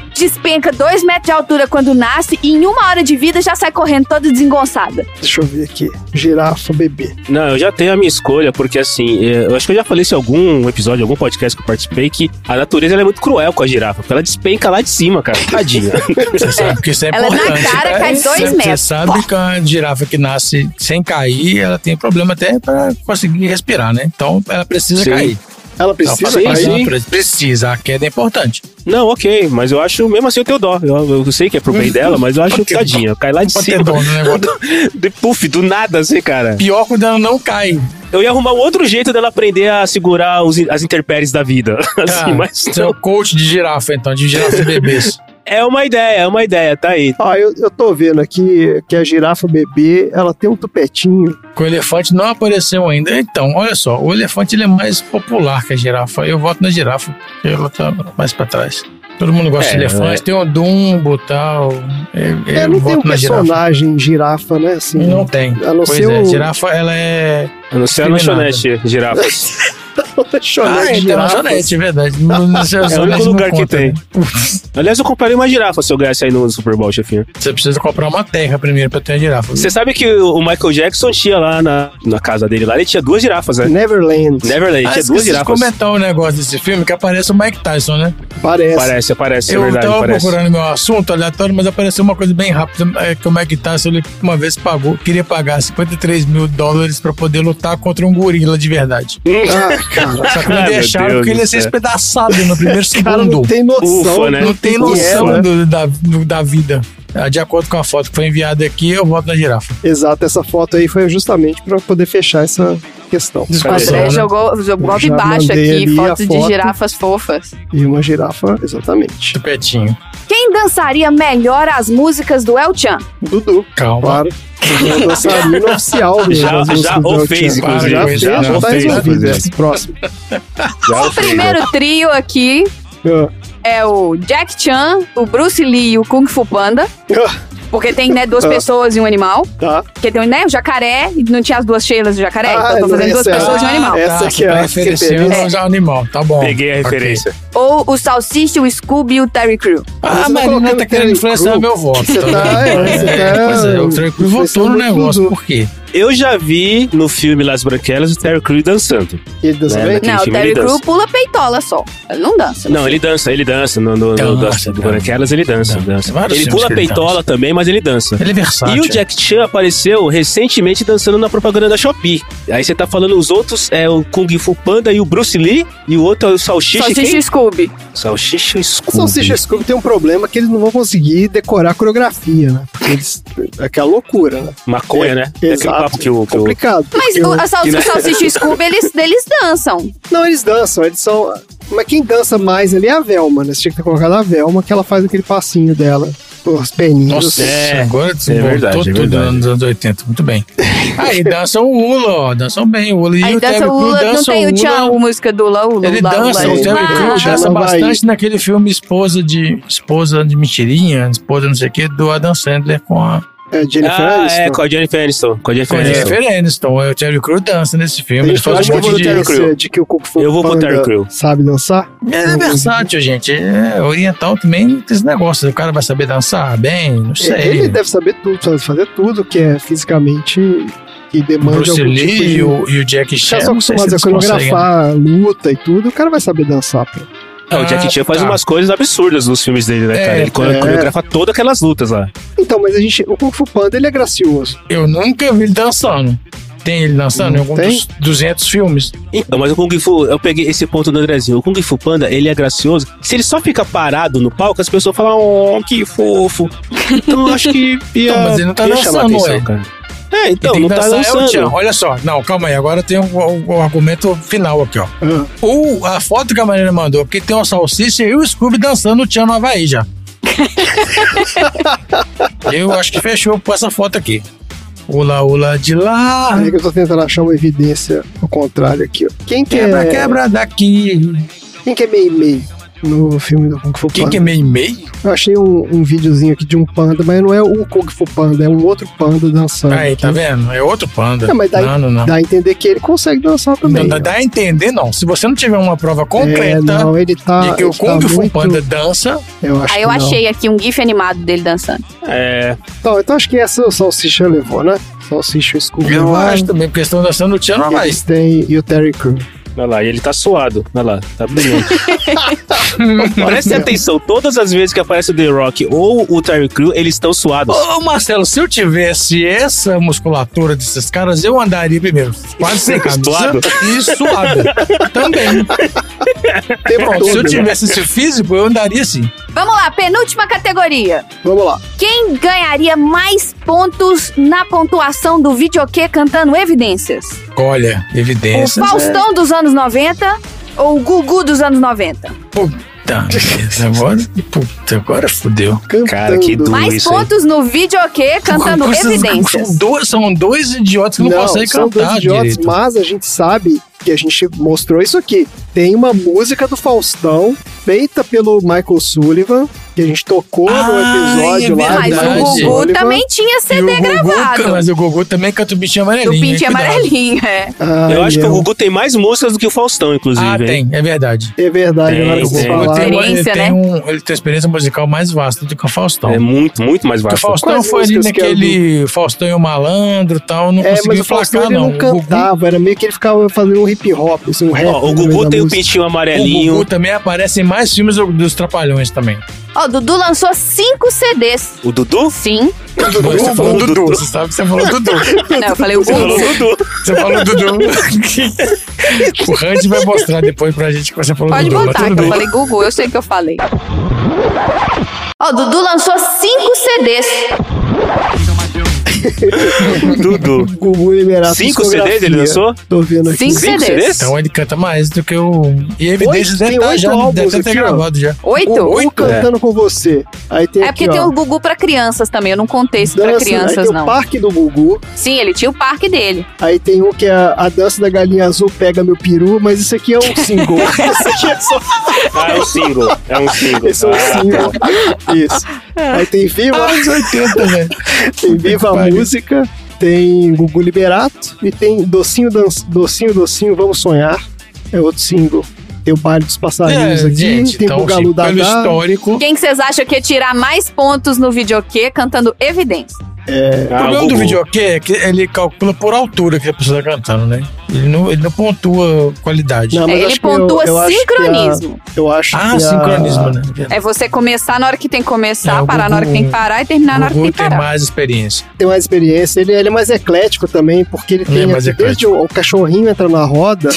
Speaker 2: despenca dois metros de altura quando nasce e em uma hora de vida já sai correndo toda desengonçada.
Speaker 3: Deixa eu ver aqui. Girafa bebê.
Speaker 4: Não, eu já tenho a minha escolha, porque assim, eu acho que eu já falei isso em algum episódio, algum podcast que eu participei, que a natureza ela é muito cruel com a girafa, porque ela despenca lá de cima, cara. Tadinha.
Speaker 1: Você sabe que isso é
Speaker 2: Ela
Speaker 1: importante.
Speaker 2: na cara cai dois
Speaker 1: Você
Speaker 2: metros.
Speaker 1: sabe que a girafa que nasce sem cair, ela tem problema até pra conseguir respirar, né? Então ela precisa
Speaker 4: Sim.
Speaker 1: cair.
Speaker 3: Ela precisa
Speaker 1: Então,
Speaker 3: cair?
Speaker 1: ela pre- Precisa, a queda é importante.
Speaker 4: Não, ok, mas eu acho, mesmo assim eu tenho dó. Eu, eu sei que é pro bem dela, mas eu acho
Speaker 1: Pode ter
Speaker 4: tadinha. Cai lá de
Speaker 1: Pode
Speaker 4: cima.
Speaker 1: ter dó no negócio.
Speaker 4: De puff, do nada, assim, cara.
Speaker 1: Pior quando ela não cai.
Speaker 4: Eu ia arrumar um outro jeito dela aprender a segurar os, as intempéries da vida. Assim,
Speaker 1: Ah,
Speaker 4: mas
Speaker 1: você é o coach de girafa, então, de girafa bebês.
Speaker 4: é uma ideia, é uma ideia, tá aí.
Speaker 3: Ah, eu, eu tô vendo aqui que a girafa bebê, ela tem um tupetinho.
Speaker 1: O elefante não apareceu ainda. Então, olha só, o elefante ele é mais popular que a girafa. Eu voto na girafa, porque ela tá mais pra trás. Todo mundo gosta
Speaker 4: É,
Speaker 1: de elefante,
Speaker 4: é.
Speaker 1: tem o Dumbo e tal. Eu,
Speaker 3: É,
Speaker 1: eu
Speaker 3: não tem um
Speaker 1: voto na girafa.
Speaker 3: personagem girafa, né? Assim,
Speaker 1: Não tem.
Speaker 3: A não
Speaker 1: Pois
Speaker 3: ser
Speaker 1: é,
Speaker 3: o...
Speaker 1: girafa, ela é...
Speaker 4: A não ser a
Speaker 1: discriminada.
Speaker 4: lanchonete, girafas.
Speaker 3: lanchonete
Speaker 1: Ah,
Speaker 3: de
Speaker 1: tem
Speaker 3: girafas.
Speaker 1: lanchonete, é verdade. No, no seu
Speaker 4: É o
Speaker 1: zona
Speaker 4: único
Speaker 1: eles não
Speaker 4: lugar que
Speaker 1: contam,
Speaker 4: tem.
Speaker 1: né?
Speaker 4: Aliás, eu compraria uma girafa se eu ganhasse aí no Super Bowl, chefinho.
Speaker 1: Você precisa comprar uma terra primeiro pra ter a girafa.
Speaker 4: Você sabe que o Michael Jackson tinha lá na, na casa dele, lá ele tinha duas girafas, né?
Speaker 3: Neverland.
Speaker 4: Neverland,
Speaker 1: Ah,
Speaker 4: tinha duas
Speaker 1: esqueci de
Speaker 4: girafas.
Speaker 1: comentar um negócio desse filme que aparece o Mike Tyson, né?
Speaker 3: Parece.
Speaker 4: Parece, parece, é
Speaker 1: Eu
Speaker 4: verdade,
Speaker 1: tava
Speaker 4: parece.
Speaker 1: procurando meu assunto aleatório, mas apareceu uma coisa bem rápida. É que o Mike Tyson, ele uma vez pagou, queria pagar cinquenta e três mil dólares pra poder lutar contra um gorila de verdade.
Speaker 3: Ah, cara.
Speaker 1: Só que não
Speaker 4: Ah, meu
Speaker 1: deixaram
Speaker 4: Deus
Speaker 1: porque ele ia
Speaker 4: do
Speaker 1: ser
Speaker 4: céu.
Speaker 1: espedaçado no primeiro
Speaker 3: Cara,
Speaker 1: segundo.
Speaker 3: não tem noção.
Speaker 4: Ufa, né?
Speaker 1: Não tem
Speaker 3: do que é,
Speaker 1: noção
Speaker 3: né?
Speaker 1: do- da, do- da vida. Ah, De acordo com a foto que foi enviada aqui, eu voto na girafa.
Speaker 3: Exato, essa foto aí foi justamente pra poder fechar essa questão.
Speaker 2: O
Speaker 1: Discussão,
Speaker 2: André
Speaker 1: né?
Speaker 2: jogou, jogou golpe
Speaker 3: Já
Speaker 2: baixo
Speaker 3: mandei
Speaker 2: aqui,
Speaker 3: ali a
Speaker 2: foto de
Speaker 3: foto.
Speaker 2: girafas fofas.
Speaker 3: E uma girafa, exatamente.
Speaker 1: Tupetinho.
Speaker 2: Quem dançaria melhor as músicas do El Chan?
Speaker 3: Dudu,
Speaker 1: Calma.
Speaker 3: claro. O dançarino oficial do
Speaker 4: Já-
Speaker 3: das músicas
Speaker 4: já
Speaker 3: do
Speaker 4: o
Speaker 3: El
Speaker 4: fez,
Speaker 3: Chan.
Speaker 4: inclusive.
Speaker 3: Já fez,
Speaker 1: Já
Speaker 3: já
Speaker 1: o
Speaker 3: tá
Speaker 1: fez,
Speaker 3: resolvido.
Speaker 1: já
Speaker 3: Esse próximo.
Speaker 4: Já
Speaker 2: O primeiro trio aqui
Speaker 3: Ah.
Speaker 2: é o Jack Chan, o Bruce Lee e o Kung Fu Panda.
Speaker 3: Ah,
Speaker 2: Porque tem, né, duas
Speaker 3: Ah.
Speaker 2: pessoas e um animal.
Speaker 3: Tá.
Speaker 2: Porque tem, né, o jacaré e não tinha as duas Sheilas do jacaré.
Speaker 3: Ah,
Speaker 2: então eu tô fazendo
Speaker 3: não,
Speaker 2: duas
Speaker 3: essa é-
Speaker 2: pessoas e um animal.
Speaker 3: essa
Speaker 1: Tá,
Speaker 3: aqui
Speaker 1: você
Speaker 3: é
Speaker 1: tá
Speaker 3: a
Speaker 1: referenciando
Speaker 3: referência.
Speaker 1: ao animal, tá bom.
Speaker 4: Peguei a
Speaker 1: Ok.
Speaker 4: referência.
Speaker 2: Ou o Salsicha, o Scooby e o Terry Crew.
Speaker 1: Ah,
Speaker 3: Você
Speaker 1: a
Speaker 3: tá
Speaker 1: Marina
Speaker 3: colocando
Speaker 1: tá querendo
Speaker 3: Terry
Speaker 1: influenciar
Speaker 3: Crew.
Speaker 1: meu voto.
Speaker 3: Você
Speaker 1: também.
Speaker 3: tá- é, você tá
Speaker 1: Pois é, o Terry Crew votou
Speaker 3: influenciando
Speaker 1: no
Speaker 3: muito
Speaker 1: negócio.
Speaker 3: Dudu.
Speaker 1: Por quê?
Speaker 4: Eu já vi no filme Las Branquelas o Terry Crews dançando.
Speaker 3: Ele dança
Speaker 4: Né,
Speaker 3: bem?
Speaker 4: naquele
Speaker 2: Não, o
Speaker 4: filme
Speaker 2: Terry
Speaker 4: ele
Speaker 2: Crew
Speaker 4: dança.
Speaker 2: pula peitola só. Ele não dança.
Speaker 4: Não, ele dança, ele dança. No, no, no,
Speaker 1: Dança,
Speaker 4: das- do
Speaker 1: dança.
Speaker 4: Branquelas ele dança.
Speaker 1: Dança.
Speaker 4: dança.
Speaker 1: Vários
Speaker 4: Ele
Speaker 1: filmes
Speaker 4: pula
Speaker 1: que ele
Speaker 4: peitola
Speaker 1: dança.
Speaker 4: também, mas ele dança.
Speaker 1: Ele é versátil.
Speaker 4: E o Jack Chan apareceu recentemente dançando na propaganda da Shopee. Aí você tá falando os outros, é o Kung Fu Panda e o Bruce Lee, e o outro é o Salsicha.
Speaker 2: Salsicha
Speaker 4: quem?
Speaker 2: e Scooby.
Speaker 4: Salsicha e
Speaker 3: O
Speaker 4: Scooby.
Speaker 3: Salsicha Scooby tem um problema que eles não vão conseguir decorar a coreografia, né? Porque eles... É aquela loucura, né?
Speaker 4: Maconha, né? É aquele
Speaker 3: Exato.
Speaker 4: papo que o... Que o
Speaker 3: Complicado.
Speaker 2: Mas
Speaker 3: porque
Speaker 2: o,
Speaker 3: o-
Speaker 2: a Sal-
Speaker 4: que
Speaker 2: o
Speaker 4: não-
Speaker 2: Salsicha e o Scooby, eles, eles dançam.
Speaker 3: Não, eles dançam, eles são... Mas quem dança mais ali é a Velma, né? Você tinha que ter colocado a Velma, que ela faz aquele passinho dela, as perninhas.
Speaker 1: Nossa,
Speaker 4: É,
Speaker 1: agora
Speaker 4: é
Speaker 1: voltou
Speaker 4: verdade, é
Speaker 1: tudo
Speaker 4: verdade.
Speaker 1: nos anos oitenta. Muito bem. Aí dançam o Ula, ó. Dançam bem. O Ula e
Speaker 2: Aí
Speaker 1: o
Speaker 2: dança
Speaker 1: Terry
Speaker 2: o
Speaker 1: Crew
Speaker 2: Ula, não
Speaker 1: dançam
Speaker 2: tem o Chan,
Speaker 1: Ula.
Speaker 2: a música do Ula Ula.
Speaker 1: Ele
Speaker 2: Ula,
Speaker 1: dança,
Speaker 2: Ula,
Speaker 1: o Terry
Speaker 2: Ula.
Speaker 1: Crew
Speaker 3: Ah,
Speaker 1: dança
Speaker 3: não vai.
Speaker 1: bastante naquele filme Esposa de Esposa de Mentirinha, Esposa não sei o que, do Adam Sandler com a,
Speaker 3: É, Jennifer
Speaker 4: Ah,
Speaker 3: Aniston.
Speaker 4: é, com a Jennifer Aniston. Com a
Speaker 1: com
Speaker 4: Jennifer
Speaker 1: a
Speaker 4: Aniston.
Speaker 1: Jennifer Aniston. O Terry Crew dança nesse
Speaker 3: A
Speaker 1: filme. Ele
Speaker 3: gente
Speaker 1: faz
Speaker 3: acha
Speaker 1: um
Speaker 3: que eu
Speaker 1: monte
Speaker 3: vou
Speaker 1: de...
Speaker 3: no Terry
Speaker 4: Crew.
Speaker 3: Crew. De que o Kung Fu
Speaker 4: Eu vou pro
Speaker 3: Panda
Speaker 4: Terry Crew.
Speaker 3: sabe dançar?
Speaker 1: É versátil, gente. É, oriental também tem esse negócio. O cara vai saber dançar bem, não sei.
Speaker 3: Ele deve saber tudo, sabe fazer tudo que é fisicamente que demanda
Speaker 1: Bruce
Speaker 3: algum
Speaker 1: Lee
Speaker 3: tipo de...
Speaker 1: e, o, e o Jack
Speaker 3: Os
Speaker 1: Chan.
Speaker 3: caras são
Speaker 1: não sei se
Speaker 3: acostumados a
Speaker 1: eles conseguem.
Speaker 3: coreografar luta e tudo, o cara vai saber dançar, pô.
Speaker 4: Não, o Jack
Speaker 1: Ah,
Speaker 4: Chan faz
Speaker 1: tá.
Speaker 4: umas coisas absurdas nos filmes dele, né,
Speaker 1: É,
Speaker 4: cara? Ele
Speaker 3: é.
Speaker 4: coreografa todas aquelas lutas lá.
Speaker 3: Então, mas a gente, o Kung Fu Panda, ele é gracioso.
Speaker 1: Eu nunca vi ele dançando. Tem ele dançando em algum
Speaker 3: Tem?
Speaker 1: dos duzentos filmes.
Speaker 4: Então, mas o Kung Fu, eu peguei esse ponto do Andrezinho. O Kung Fu Panda, ele é gracioso. Se ele só fica parado no palco, as pessoas falam, oh, que fofo. Então, eu acho que ia,
Speaker 1: Então, mas ele não tá
Speaker 4: ia chamar
Speaker 1: dançando,
Speaker 4: atenção,
Speaker 1: ué.
Speaker 4: cara. É,
Speaker 1: E
Speaker 4: então,
Speaker 1: tem
Speaker 4: não
Speaker 1: que
Speaker 4: tá
Speaker 1: dançar é o Chan.
Speaker 4: dançando.
Speaker 1: Olha só. Não, calma aí. Agora tem o, o- o argumento final aqui, ó.
Speaker 3: Ah.
Speaker 1: O, a foto que a Marina mandou, porque tem uma salsicha e o Scooby dançando o Chan no Havaí já. Eu acho que fechou com essa foto aqui. Ula, ula de lá.
Speaker 3: Aí que eu tô tentando achar uma evidência ao contrário aqui, ó. Quem que
Speaker 1: Quebra,
Speaker 3: é...
Speaker 1: quebra daqui.
Speaker 3: Quem que é meio-meio? no filme do Kung Fu Panda.
Speaker 1: O que, que é Mei-Mei?
Speaker 3: Eu achei um, um videozinho aqui de um panda, mas não é o Kung Fu Panda, é um outro panda dançando.
Speaker 1: Aí,
Speaker 3: aqui.
Speaker 1: tá vendo? É outro panda.
Speaker 3: Não, mas dá,
Speaker 1: não, não, não.
Speaker 3: dá a entender que ele consegue dançar também.
Speaker 1: Não, dá a entender, não. Se você não tiver uma prova concreta
Speaker 3: É, não, ele tá,
Speaker 1: de que
Speaker 3: ele
Speaker 1: o Kung
Speaker 3: tá
Speaker 1: Fu
Speaker 3: muito...
Speaker 1: Panda dança...
Speaker 3: Eu acho
Speaker 2: Aí eu
Speaker 3: que não.
Speaker 2: achei aqui um gif animado dele dançando.
Speaker 4: É.
Speaker 3: Então, então acho que essa o Salsicha levou, né? Salsicha e Scooby.
Speaker 1: Eu acho também, porque estão dançando o Tchan, vai.
Speaker 3: Eles têm e o Terry Crews.
Speaker 4: Olha lá, e ele tá suado. Olha lá, tá brilhante. Preste atenção, todas as vezes que aparece o The Rock ou o Terry Crews, eles estão suados.
Speaker 1: Ô, Marcelo, se eu tivesse essa musculatura desses caras, eu andaria primeiro quase sem camisa
Speaker 4: Suado?
Speaker 1: e suado. Também. Pronto, se eu tivesse esse físico, eu andaria assim.
Speaker 2: Vamos lá, penúltima categoria.
Speaker 3: Vamos lá.
Speaker 2: Quem ganharia mais pontos na pontuação do videokê cantando Evidências?
Speaker 1: Olha,
Speaker 2: O
Speaker 1: evidências.
Speaker 2: Faustão dos anos noventa ou o Gugu dos anos noventa?
Speaker 1: Puta, agora, puta, agora fudeu.
Speaker 4: Cara, que duro
Speaker 2: Mais
Speaker 4: isso aí.
Speaker 2: pontos no videokê cantando
Speaker 1: Essas-
Speaker 2: Evidências.
Speaker 1: São dois, são dois idiotas que não, conseguem
Speaker 3: são
Speaker 1: cantar
Speaker 3: dois idiotas,
Speaker 1: direito.
Speaker 3: mas a gente sabe que a gente mostrou isso aqui. Tem uma música do Faustão feita pelo Michael Sullivan, que a gente tocou no episódio
Speaker 1: é
Speaker 3: lá do
Speaker 2: Mas
Speaker 3: Michael
Speaker 2: o Gugu
Speaker 3: Sullivan.
Speaker 2: também tinha C
Speaker 1: E o
Speaker 2: D
Speaker 1: Gugu
Speaker 2: gravado.
Speaker 1: can- Mas o Gugu também canta o Bichinho
Speaker 2: Do
Speaker 1: Amarelinho.
Speaker 2: Pintinho
Speaker 1: hein? Cuidado.
Speaker 2: Amarelinho, é.
Speaker 3: Ah,
Speaker 4: Eu acho que
Speaker 3: é.
Speaker 4: o Gugu tem mais músicas do que o Faustão, inclusive.
Speaker 1: Ah,
Speaker 4: hein?
Speaker 1: tem, é verdade.
Speaker 3: É verdade,
Speaker 4: Tem,
Speaker 3: agora que eu vou
Speaker 4: tem.
Speaker 3: falar.
Speaker 1: Ele tem, uma- ele,
Speaker 2: Experiência,
Speaker 1: tem
Speaker 2: né?
Speaker 1: um, ele tem uma experiência musical mais vasta do que o Faustão.
Speaker 4: É muito, muito mais
Speaker 1: Porque o
Speaker 4: vasto.
Speaker 1: Faustão
Speaker 3: Quais
Speaker 1: foi ali
Speaker 3: músicas que é
Speaker 1: naquele Faustão e o Malandro e tal, não
Speaker 3: É, mas
Speaker 1: conseguiu
Speaker 3: o Faustão
Speaker 1: placar,
Speaker 3: ele
Speaker 1: não.
Speaker 3: não
Speaker 1: O Gugu,
Speaker 3: cantava, era meio que ele ficava fazendo um hip hop, assim, um rap.
Speaker 4: Ó, o
Speaker 3: no meio
Speaker 4: Gugu
Speaker 3: da
Speaker 4: tem o
Speaker 3: música.
Speaker 4: pintinho
Speaker 1: o
Speaker 4: amarelinho.
Speaker 1: Gugu também aparece em mais filmes do- dos Trapalhões também.
Speaker 2: Ó, o Dudu lançou cinco C Ds.
Speaker 4: O Dudu?
Speaker 2: Sim.
Speaker 1: Você falou
Speaker 4: Dudu.
Speaker 1: Dudu, você sabe que você falou Dudu.
Speaker 2: Não, eu falei o
Speaker 4: Você falou
Speaker 2: Gugu.
Speaker 4: Dudu.
Speaker 1: Você falou Dudu. O Randy vai mostrar depois pra gente que você falou
Speaker 2: Pode
Speaker 1: Dudu. mas
Speaker 2: botar,
Speaker 1: tudo
Speaker 2: que eu
Speaker 1: bem.
Speaker 2: falei Gugu, eu sei que eu falei. Ó, o Dudu lançou cinco C Ds.
Speaker 4: Dudu.
Speaker 3: Gugu liberar
Speaker 4: Cinco
Speaker 3: discografia.
Speaker 4: C Ds ele lançou?
Speaker 3: Tô vendo aqui.
Speaker 2: Cinco
Speaker 4: Cinco
Speaker 2: C Ds.
Speaker 4: C Ds?
Speaker 1: Então ele canta mais do que o... E Evidências
Speaker 3: Oito,
Speaker 1: deve
Speaker 3: tem
Speaker 1: estar
Speaker 3: oito
Speaker 1: já,
Speaker 3: álbuns
Speaker 1: deve ter
Speaker 3: aqui, ó.
Speaker 1: gravado já.
Speaker 2: Oito?
Speaker 3: O, o cantando com você. Aí tem
Speaker 2: É
Speaker 3: aqui,
Speaker 2: porque tem
Speaker 3: ó,
Speaker 2: o Gugu pra crianças também. Eu não contei isso pra
Speaker 3: dança, aí
Speaker 2: crianças,
Speaker 3: tem
Speaker 2: não.
Speaker 3: o parque do Gugu.
Speaker 2: Sim, ele tinha o parque dele.
Speaker 3: Aí tem um que é a, a dança da galinha azul pega meu peru, mas isso aqui é um single. Esse aqui é só...
Speaker 4: Ah, é um single. É um single.
Speaker 3: Esse é um
Speaker 4: Ah,
Speaker 3: single. Isso. Aí tem Viva,
Speaker 1: Anos oitenta, velho.
Speaker 3: tem Viva a
Speaker 1: pariu.
Speaker 3: Música, tem Gugu Liberato e tem Docinho, Dan- Docinho, Docinho, Vamos Sonhar. É outro single. Tem o Baile dos Passarinhos
Speaker 1: É,
Speaker 3: aqui,
Speaker 1: gente,
Speaker 3: tem
Speaker 1: então,
Speaker 3: Bugalu
Speaker 1: assim, pelo
Speaker 3: Dadá.
Speaker 1: histórico...
Speaker 2: Quem que vocês acham que ia tirar mais pontos no videokê cantando Evidência?
Speaker 3: É,
Speaker 1: O
Speaker 4: Ah,
Speaker 1: problema
Speaker 4: o
Speaker 1: do
Speaker 4: Gugu.
Speaker 1: videokê é que ele calcula por altura que a pessoa tá cantando, né? Ele não, ele não pontua qualidade.
Speaker 3: Não, mas
Speaker 2: Ele
Speaker 3: acho que eu-
Speaker 2: pontua
Speaker 3: eu acho que a-
Speaker 2: sincronismo.
Speaker 3: Eu acho
Speaker 1: Ah,
Speaker 3: que a-
Speaker 1: sincronismo, né?
Speaker 2: É você começar na hora que tem que começar,
Speaker 1: É, o
Speaker 2: parar na hora que tem que parar e terminar na hora que
Speaker 1: O
Speaker 2: tem
Speaker 1: Gugu
Speaker 2: que
Speaker 1: tem
Speaker 2: parar.
Speaker 1: mais experiência.
Speaker 3: tem mais experiência. Ele, ele é mais eclético também, porque ele
Speaker 1: Ele é
Speaker 3: tem
Speaker 1: mais
Speaker 3: aqui, desde o, o cachorrinho entra na roda,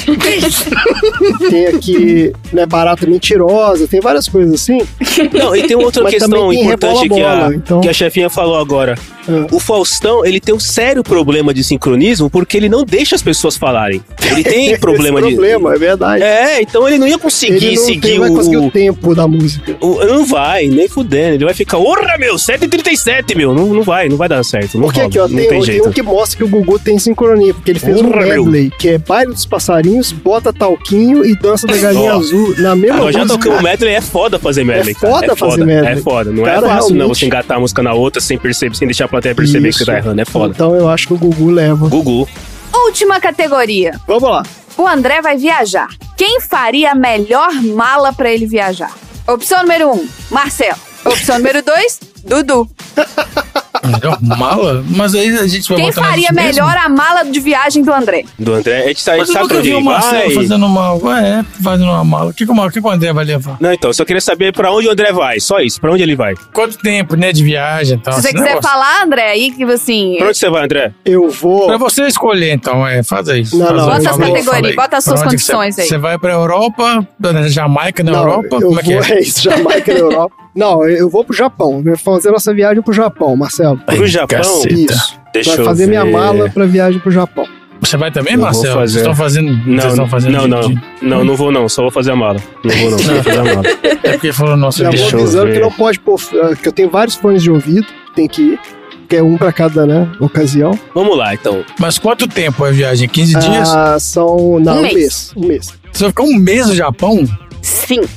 Speaker 3: tem aqui né, barata mentirosa, tem várias coisas assim.
Speaker 4: Não, e tem outra
Speaker 3: Mas
Speaker 4: questão
Speaker 3: também tem
Speaker 4: importante que,
Speaker 3: rebola-bola,
Speaker 4: a,
Speaker 3: então-
Speaker 4: que a chefinha falou agora.
Speaker 3: Ah.
Speaker 4: O Faustão, ele tem um sério problema de sincronismo porque ele não deixa as pessoas falarem. Ele tem problema
Speaker 3: Esse
Speaker 4: de...
Speaker 3: problema, é verdade.
Speaker 4: É, então ele não ia conseguir
Speaker 3: Ele não
Speaker 4: seguir
Speaker 3: tem, vai
Speaker 4: o...
Speaker 3: conseguir o tempo da música.
Speaker 4: o- Não vai, nem fudendo. Ele vai ficar, orra, meu, sete e trinta e sete, meu. Não, não vai, não vai dar certo. Não
Speaker 3: Porque
Speaker 4: rola,
Speaker 3: aqui, ó,
Speaker 4: não
Speaker 3: tem,
Speaker 4: tem,
Speaker 3: tem
Speaker 4: jeito.
Speaker 3: um que mostra que o Gugu tem sincronia, porque ele fez um
Speaker 4: Porra, meu.
Speaker 3: medley, que é Baile dos Passarinhos, Bota Talquinho e Dança da Galinha
Speaker 4: Ó.
Speaker 3: Azul, na mesma
Speaker 4: Nós já
Speaker 3: música.
Speaker 4: tocamos medley, é foda fazer medley,
Speaker 3: É
Speaker 4: cara.
Speaker 3: foda
Speaker 4: é
Speaker 3: fazer
Speaker 4: foda,
Speaker 3: medley.
Speaker 4: É foda, não
Speaker 3: Cara,
Speaker 4: é fácil não
Speaker 3: realmente.
Speaker 4: você engatar a música na outra sem perceber, sem deixar a plateia perceber que você tá
Speaker 3: Isso.
Speaker 4: errando, é foda.
Speaker 3: Então eu acho que o Gugu leva.
Speaker 4: Gugu.
Speaker 2: Última categoria.
Speaker 3: Vamos lá.
Speaker 2: O André vai viajar. Quem faria a melhor mala pra ele viajar? Opção número um, Marcelo. Opção número dois, Dudu.
Speaker 1: Melhor mala? Mas aí a gente vai
Speaker 2: Quem
Speaker 1: botar na
Speaker 2: faria
Speaker 1: gente mesmo?
Speaker 2: melhor a mala de viagem do André?
Speaker 4: Do André, a gente, tá, a
Speaker 1: Mas
Speaker 4: gente
Speaker 1: eu
Speaker 4: sabe pra
Speaker 1: nunca
Speaker 4: onde
Speaker 1: vi o
Speaker 4: ele
Speaker 1: Marcelo
Speaker 4: vai.
Speaker 1: fazendo uma... Ué, é, fazendo uma mala. O que, que, o Mar- o que que o André vai levar?
Speaker 4: Não, então, eu só queria saber pra onde o André vai. Só isso, pra onde ele vai.
Speaker 1: Quanto tempo, né, de viagem e tal.
Speaker 2: Se você
Speaker 1: esse
Speaker 2: quiser
Speaker 1: negócio.
Speaker 2: falar, André, aí que assim...
Speaker 4: Pra onde você vai, André?
Speaker 3: Eu vou.
Speaker 1: Pra você escolher, então, é, faz aí.
Speaker 3: Não,
Speaker 1: Faz
Speaker 3: não,
Speaker 1: aí,
Speaker 2: Bota as
Speaker 1: fala aí,
Speaker 2: categorias,
Speaker 1: fala aí.
Speaker 2: bota as suas
Speaker 1: Pra onde que
Speaker 2: condições
Speaker 1: você,
Speaker 2: aí.
Speaker 1: Você vai pra Europa, na Jamaica, na
Speaker 3: Não,
Speaker 1: Europa?
Speaker 3: eu
Speaker 1: Como é que
Speaker 3: vou,
Speaker 1: é?
Speaker 3: é isso, Jamaica na Europa. Não, eu vou pro Japão. Eu vou fazer nossa viagem pro Japão, Marcelo.
Speaker 4: Pro Japão?
Speaker 1: Caceta.
Speaker 3: Isso.
Speaker 4: Deixa
Speaker 3: Vai
Speaker 4: eu
Speaker 3: fazer minha
Speaker 4: ver.
Speaker 3: mala pra viagem pro Japão.
Speaker 1: Você vai também,
Speaker 4: Eu vou
Speaker 1: Marcelo?
Speaker 4: fazer.
Speaker 1: Vocês estão fazendo... vocês
Speaker 4: Não,
Speaker 1: estão fazendo
Speaker 4: não,
Speaker 1: de-
Speaker 4: não.
Speaker 1: de-
Speaker 4: Não, não vou não. Só vou fazer a mala. Não vou não, só vou fazer a mala.
Speaker 1: É porque ele falou, nossa,
Speaker 3: Já vou
Speaker 4: Deixa eu
Speaker 3: avisando
Speaker 4: ver.
Speaker 3: que não pode pôr. uh, Que eu tenho vários fones de ouvido, tem que ir. Que é um pra cada, né, ocasião.
Speaker 4: Vamos lá, então.
Speaker 1: Mas quanto tempo é a viagem? quinze dias?
Speaker 3: Ah, são. Não,
Speaker 2: Um
Speaker 3: um
Speaker 2: mês.
Speaker 3: mês. Um mês.
Speaker 1: Você vai ficar um mês no Japão?
Speaker 2: Sim.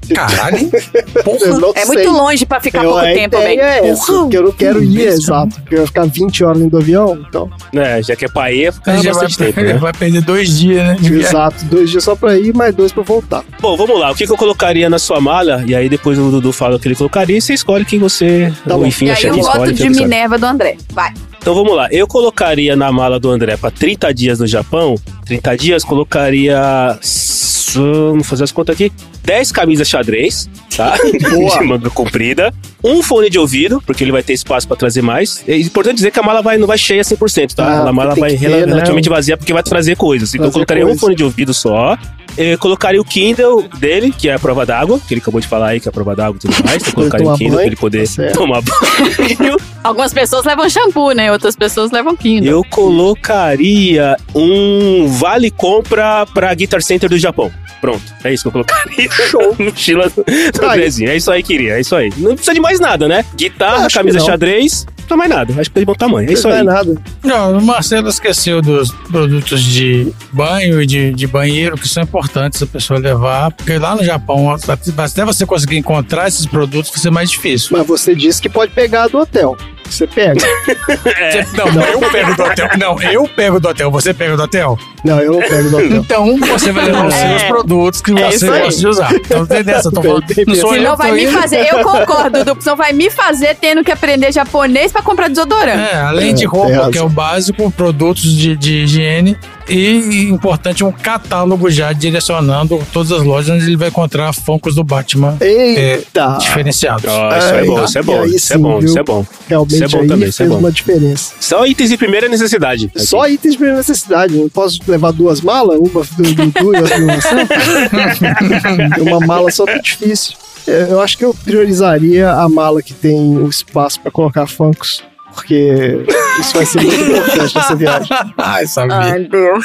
Speaker 1: Caralho.
Speaker 3: Eu não
Speaker 2: É
Speaker 3: sei.
Speaker 2: muito longe pra ficar
Speaker 3: Eu,
Speaker 2: pouco
Speaker 3: a
Speaker 2: tempo,
Speaker 3: ideia
Speaker 2: velho.
Speaker 3: é essa, porque eu não quero ir, exato. Porque eu ia ficar vinte horas dentro do avião, então...
Speaker 4: É, já que é pra ir, fica
Speaker 1: Já vai,
Speaker 4: bastante tempo, né?
Speaker 1: vai perder dois dias, né? de viagem.
Speaker 3: Exato, dois dias só pra ir, mais dois pra voltar.
Speaker 4: Bom, vamos lá. O que, que eu colocaria na sua mala? E aí depois o Dudu fala o que ele colocaria e você escolhe quem você...
Speaker 3: Tá
Speaker 4: ou
Speaker 3: bom.
Speaker 4: enfim,
Speaker 2: E
Speaker 4: a
Speaker 2: aí eu
Speaker 4: chefe escolhe.
Speaker 2: voto de
Speaker 4: quem sabe.
Speaker 2: Minerva do André. Vai.
Speaker 4: Então vamos lá. Eu colocaria na mala do André pra trinta dias no Japão. trinta dias, colocaria... Vamos fazer as contas aqui. dez camisas xadrez, tá? De manga comprida. Um fone de ouvido, porque ele vai ter espaço pra trazer mais. É importante dizer que a mala vai, não vai cheia cem por cento, tá?
Speaker 3: Ah,
Speaker 4: a mala
Speaker 3: tem
Speaker 4: vai
Speaker 3: que ter,
Speaker 4: rela-
Speaker 3: né?
Speaker 4: relativamente vazia, porque vai trazer coisas. Então eu
Speaker 3: Trazer
Speaker 4: colocaria
Speaker 3: coisa.
Speaker 4: um fone de ouvido só. Eu colocaria o Kindle dele, que é a prova d'água, que ele acabou de falar aí, que é a prova d'água e tudo mais. Então eu colocaria
Speaker 3: tomar
Speaker 4: o Kindle
Speaker 3: banho,
Speaker 4: pra ele poder
Speaker 3: tá certo.
Speaker 4: tomar banho.
Speaker 2: Algumas pessoas levam shampoo, né? Outras pessoas levam Kindle.
Speaker 4: Eu colocaria um vale compra pra Guitar Center do Japão. Pronto, é isso que eu colocaria. Show. Mochila do
Speaker 3: Tá aí.
Speaker 4: Andrezinho. É isso aí, queria. É isso aí. Não precisa de mais nada, né? Guitarra,
Speaker 3: Acho
Speaker 4: camisa
Speaker 3: que não.
Speaker 4: xadrez, não precisa mais nada. Acho que tá de bom tamanho. É isso
Speaker 3: não
Speaker 4: aí.
Speaker 3: é nada.
Speaker 1: Não, o Marcelo esqueceu dos produtos de banho e de, de banheiro, que são importantes a pessoa levar, porque lá no Japão, até você conseguir encontrar esses produtos, vai ser mais difícil.
Speaker 3: Mas você disse que pode pegar do hotel. Você pega.
Speaker 1: Você- Não, não, eu pego do hotel. Não, eu pego do hotel. Você pega do hotel?
Speaker 3: Não, eu não pego do hotel.
Speaker 1: Então, você vai levar os
Speaker 2: É.
Speaker 1: seus produtos que
Speaker 2: É
Speaker 1: você
Speaker 2: isso aí.
Speaker 1: gosta de usar. Então, tem dessa, eu tô
Speaker 3: Bem,
Speaker 1: falando.
Speaker 3: bem
Speaker 1: Não sou eu
Speaker 2: Senão
Speaker 1: que
Speaker 2: vai
Speaker 1: tô
Speaker 2: me
Speaker 1: indo.
Speaker 2: fazer, eu concordo, Dudu, senão vai me fazer tendo que aprender japonês pra comprar desodorante.
Speaker 1: É, além de
Speaker 3: É, tem
Speaker 1: roupa,
Speaker 3: razão.
Speaker 1: que é o básico, produtos de, de higiene e, importante, um catálogo já direcionando todas as lojas onde ele vai encontrar Funkos do Batman
Speaker 3: Eita!
Speaker 1: diferenciados.
Speaker 4: Ó, isso é
Speaker 3: Ai,
Speaker 4: bom, isso é bom,
Speaker 3: aí
Speaker 4: isso é
Speaker 3: sim,
Speaker 4: bom,
Speaker 3: viu?
Speaker 4: isso é bom.
Speaker 3: Realmente
Speaker 4: Isso é bom
Speaker 3: aí
Speaker 4: também, isso é
Speaker 3: fez
Speaker 4: bom.
Speaker 3: uma diferença.
Speaker 4: Só itens de primeira necessidade.
Speaker 3: Só itens de primeira necessidade. Não posso levar duas malas? Uma do Dudu e outra do Marcelo? Uma mala só tá difícil. É, Eu acho que eu priorizaria a mala que tem o espaço pra colocar Funkos. Porque isso vai ser muito importante nessa viagem.
Speaker 1: Ai, sabia.
Speaker 2: Ai, Deus.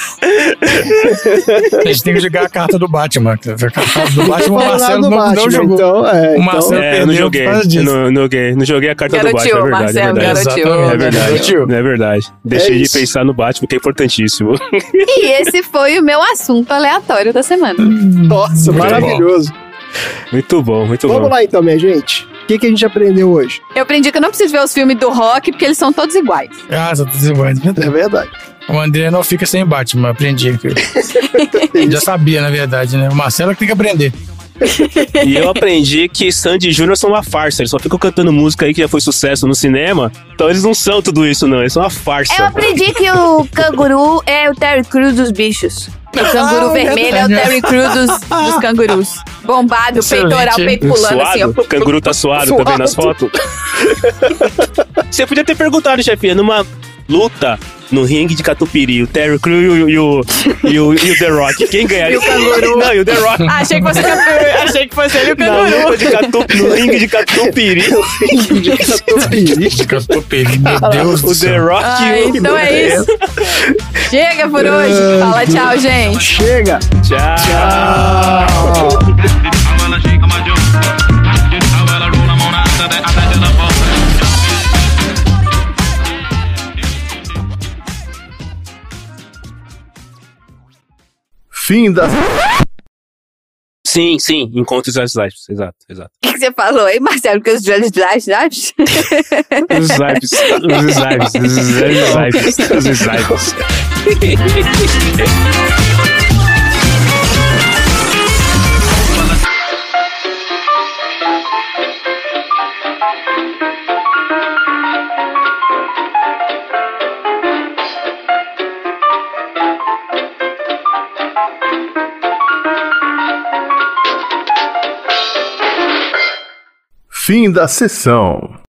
Speaker 1: A gente tem que jogar a carta do Batman. A carta do
Speaker 3: Não tô
Speaker 1: Batman, o
Speaker 3: falando nada
Speaker 1: Marcelo
Speaker 3: do
Speaker 1: não, não
Speaker 3: Batman,
Speaker 1: jogou.
Speaker 3: então, é,
Speaker 1: O Marcelo
Speaker 3: então-
Speaker 4: É, eu
Speaker 1: perdeu
Speaker 4: não
Speaker 1: por
Speaker 4: joguei.
Speaker 1: causa
Speaker 4: Eu
Speaker 1: disso.
Speaker 4: não, não joguei. Não joguei a carta do
Speaker 2: Garoteou,
Speaker 4: Batman, é verdade.
Speaker 2: Marcelo,
Speaker 4: é verdade.
Speaker 2: garoteou.
Speaker 4: É
Speaker 1: Exatamente,
Speaker 4: verdade.
Speaker 1: garoteou.
Speaker 4: É verdade. Deixei de
Speaker 3: isso.
Speaker 4: pensar no Batman, que é importantíssimo.
Speaker 2: E esse foi o meu assunto aleatório da semana.
Speaker 3: Nossa,
Speaker 1: Muito
Speaker 3: maravilhoso.
Speaker 4: Muito bom, muito
Speaker 3: Vamos
Speaker 4: bom.
Speaker 3: lá então, minha gente. O que, que a gente aprendeu hoje?
Speaker 2: Eu aprendi que eu não preciso ver os filmes do Rock, porque eles são todos iguais.
Speaker 1: Ah, só tô dizendo.
Speaker 3: É verdade.
Speaker 1: O André não fica sem Batman, aprendi. Já sabia, na verdade, né? O Marcelo é que tem que aprender.
Speaker 4: E eu aprendi que Sandy e Júnior são uma farsa. Eles só ficam cantando música aí que já foi sucesso no cinema. Então eles não são tudo isso, não. Eles são uma farsa.
Speaker 2: Eu aprendi que o canguru é o Terry Crews dos bichos. O canguru
Speaker 1: Ah,
Speaker 2: vermelho é o Terry Crews dos, dos cangurus. Bombado,
Speaker 1: Excelente.
Speaker 2: peitoral, peito pulando assim, ó.
Speaker 4: Suado? O canguru tá suado, tá vendo as fotos? Você podia ter perguntado, chefinha, numa luta no ringue de Catupiry, o Terry Crews e o, e o, e o, e o The Rock, quem ganharia?
Speaker 2: E o canguru.
Speaker 4: Não, e o The Rock.
Speaker 2: Ah, achei que fosse, achei que fosse ele o
Speaker 4: Na
Speaker 2: canguru.
Speaker 4: luta de Catu, no ringue de Catupiry,
Speaker 1: Catupiry, meu Deus do
Speaker 4: o The
Speaker 1: céu.
Speaker 4: Rock
Speaker 2: Ah,
Speaker 4: e o...
Speaker 2: então é isso. Chega por hoje. Fala tchau, gente.
Speaker 3: Chega!
Speaker 4: Tchau.
Speaker 9: Fim da.
Speaker 4: Sim, sim, encontros às lives. Exato, exato.
Speaker 2: O que, que você falou aí, Marcelo? Que os Jolly Lives, Lives?
Speaker 4: Os lives, os lives, os lives, os lives.
Speaker 9: Fim da sessão.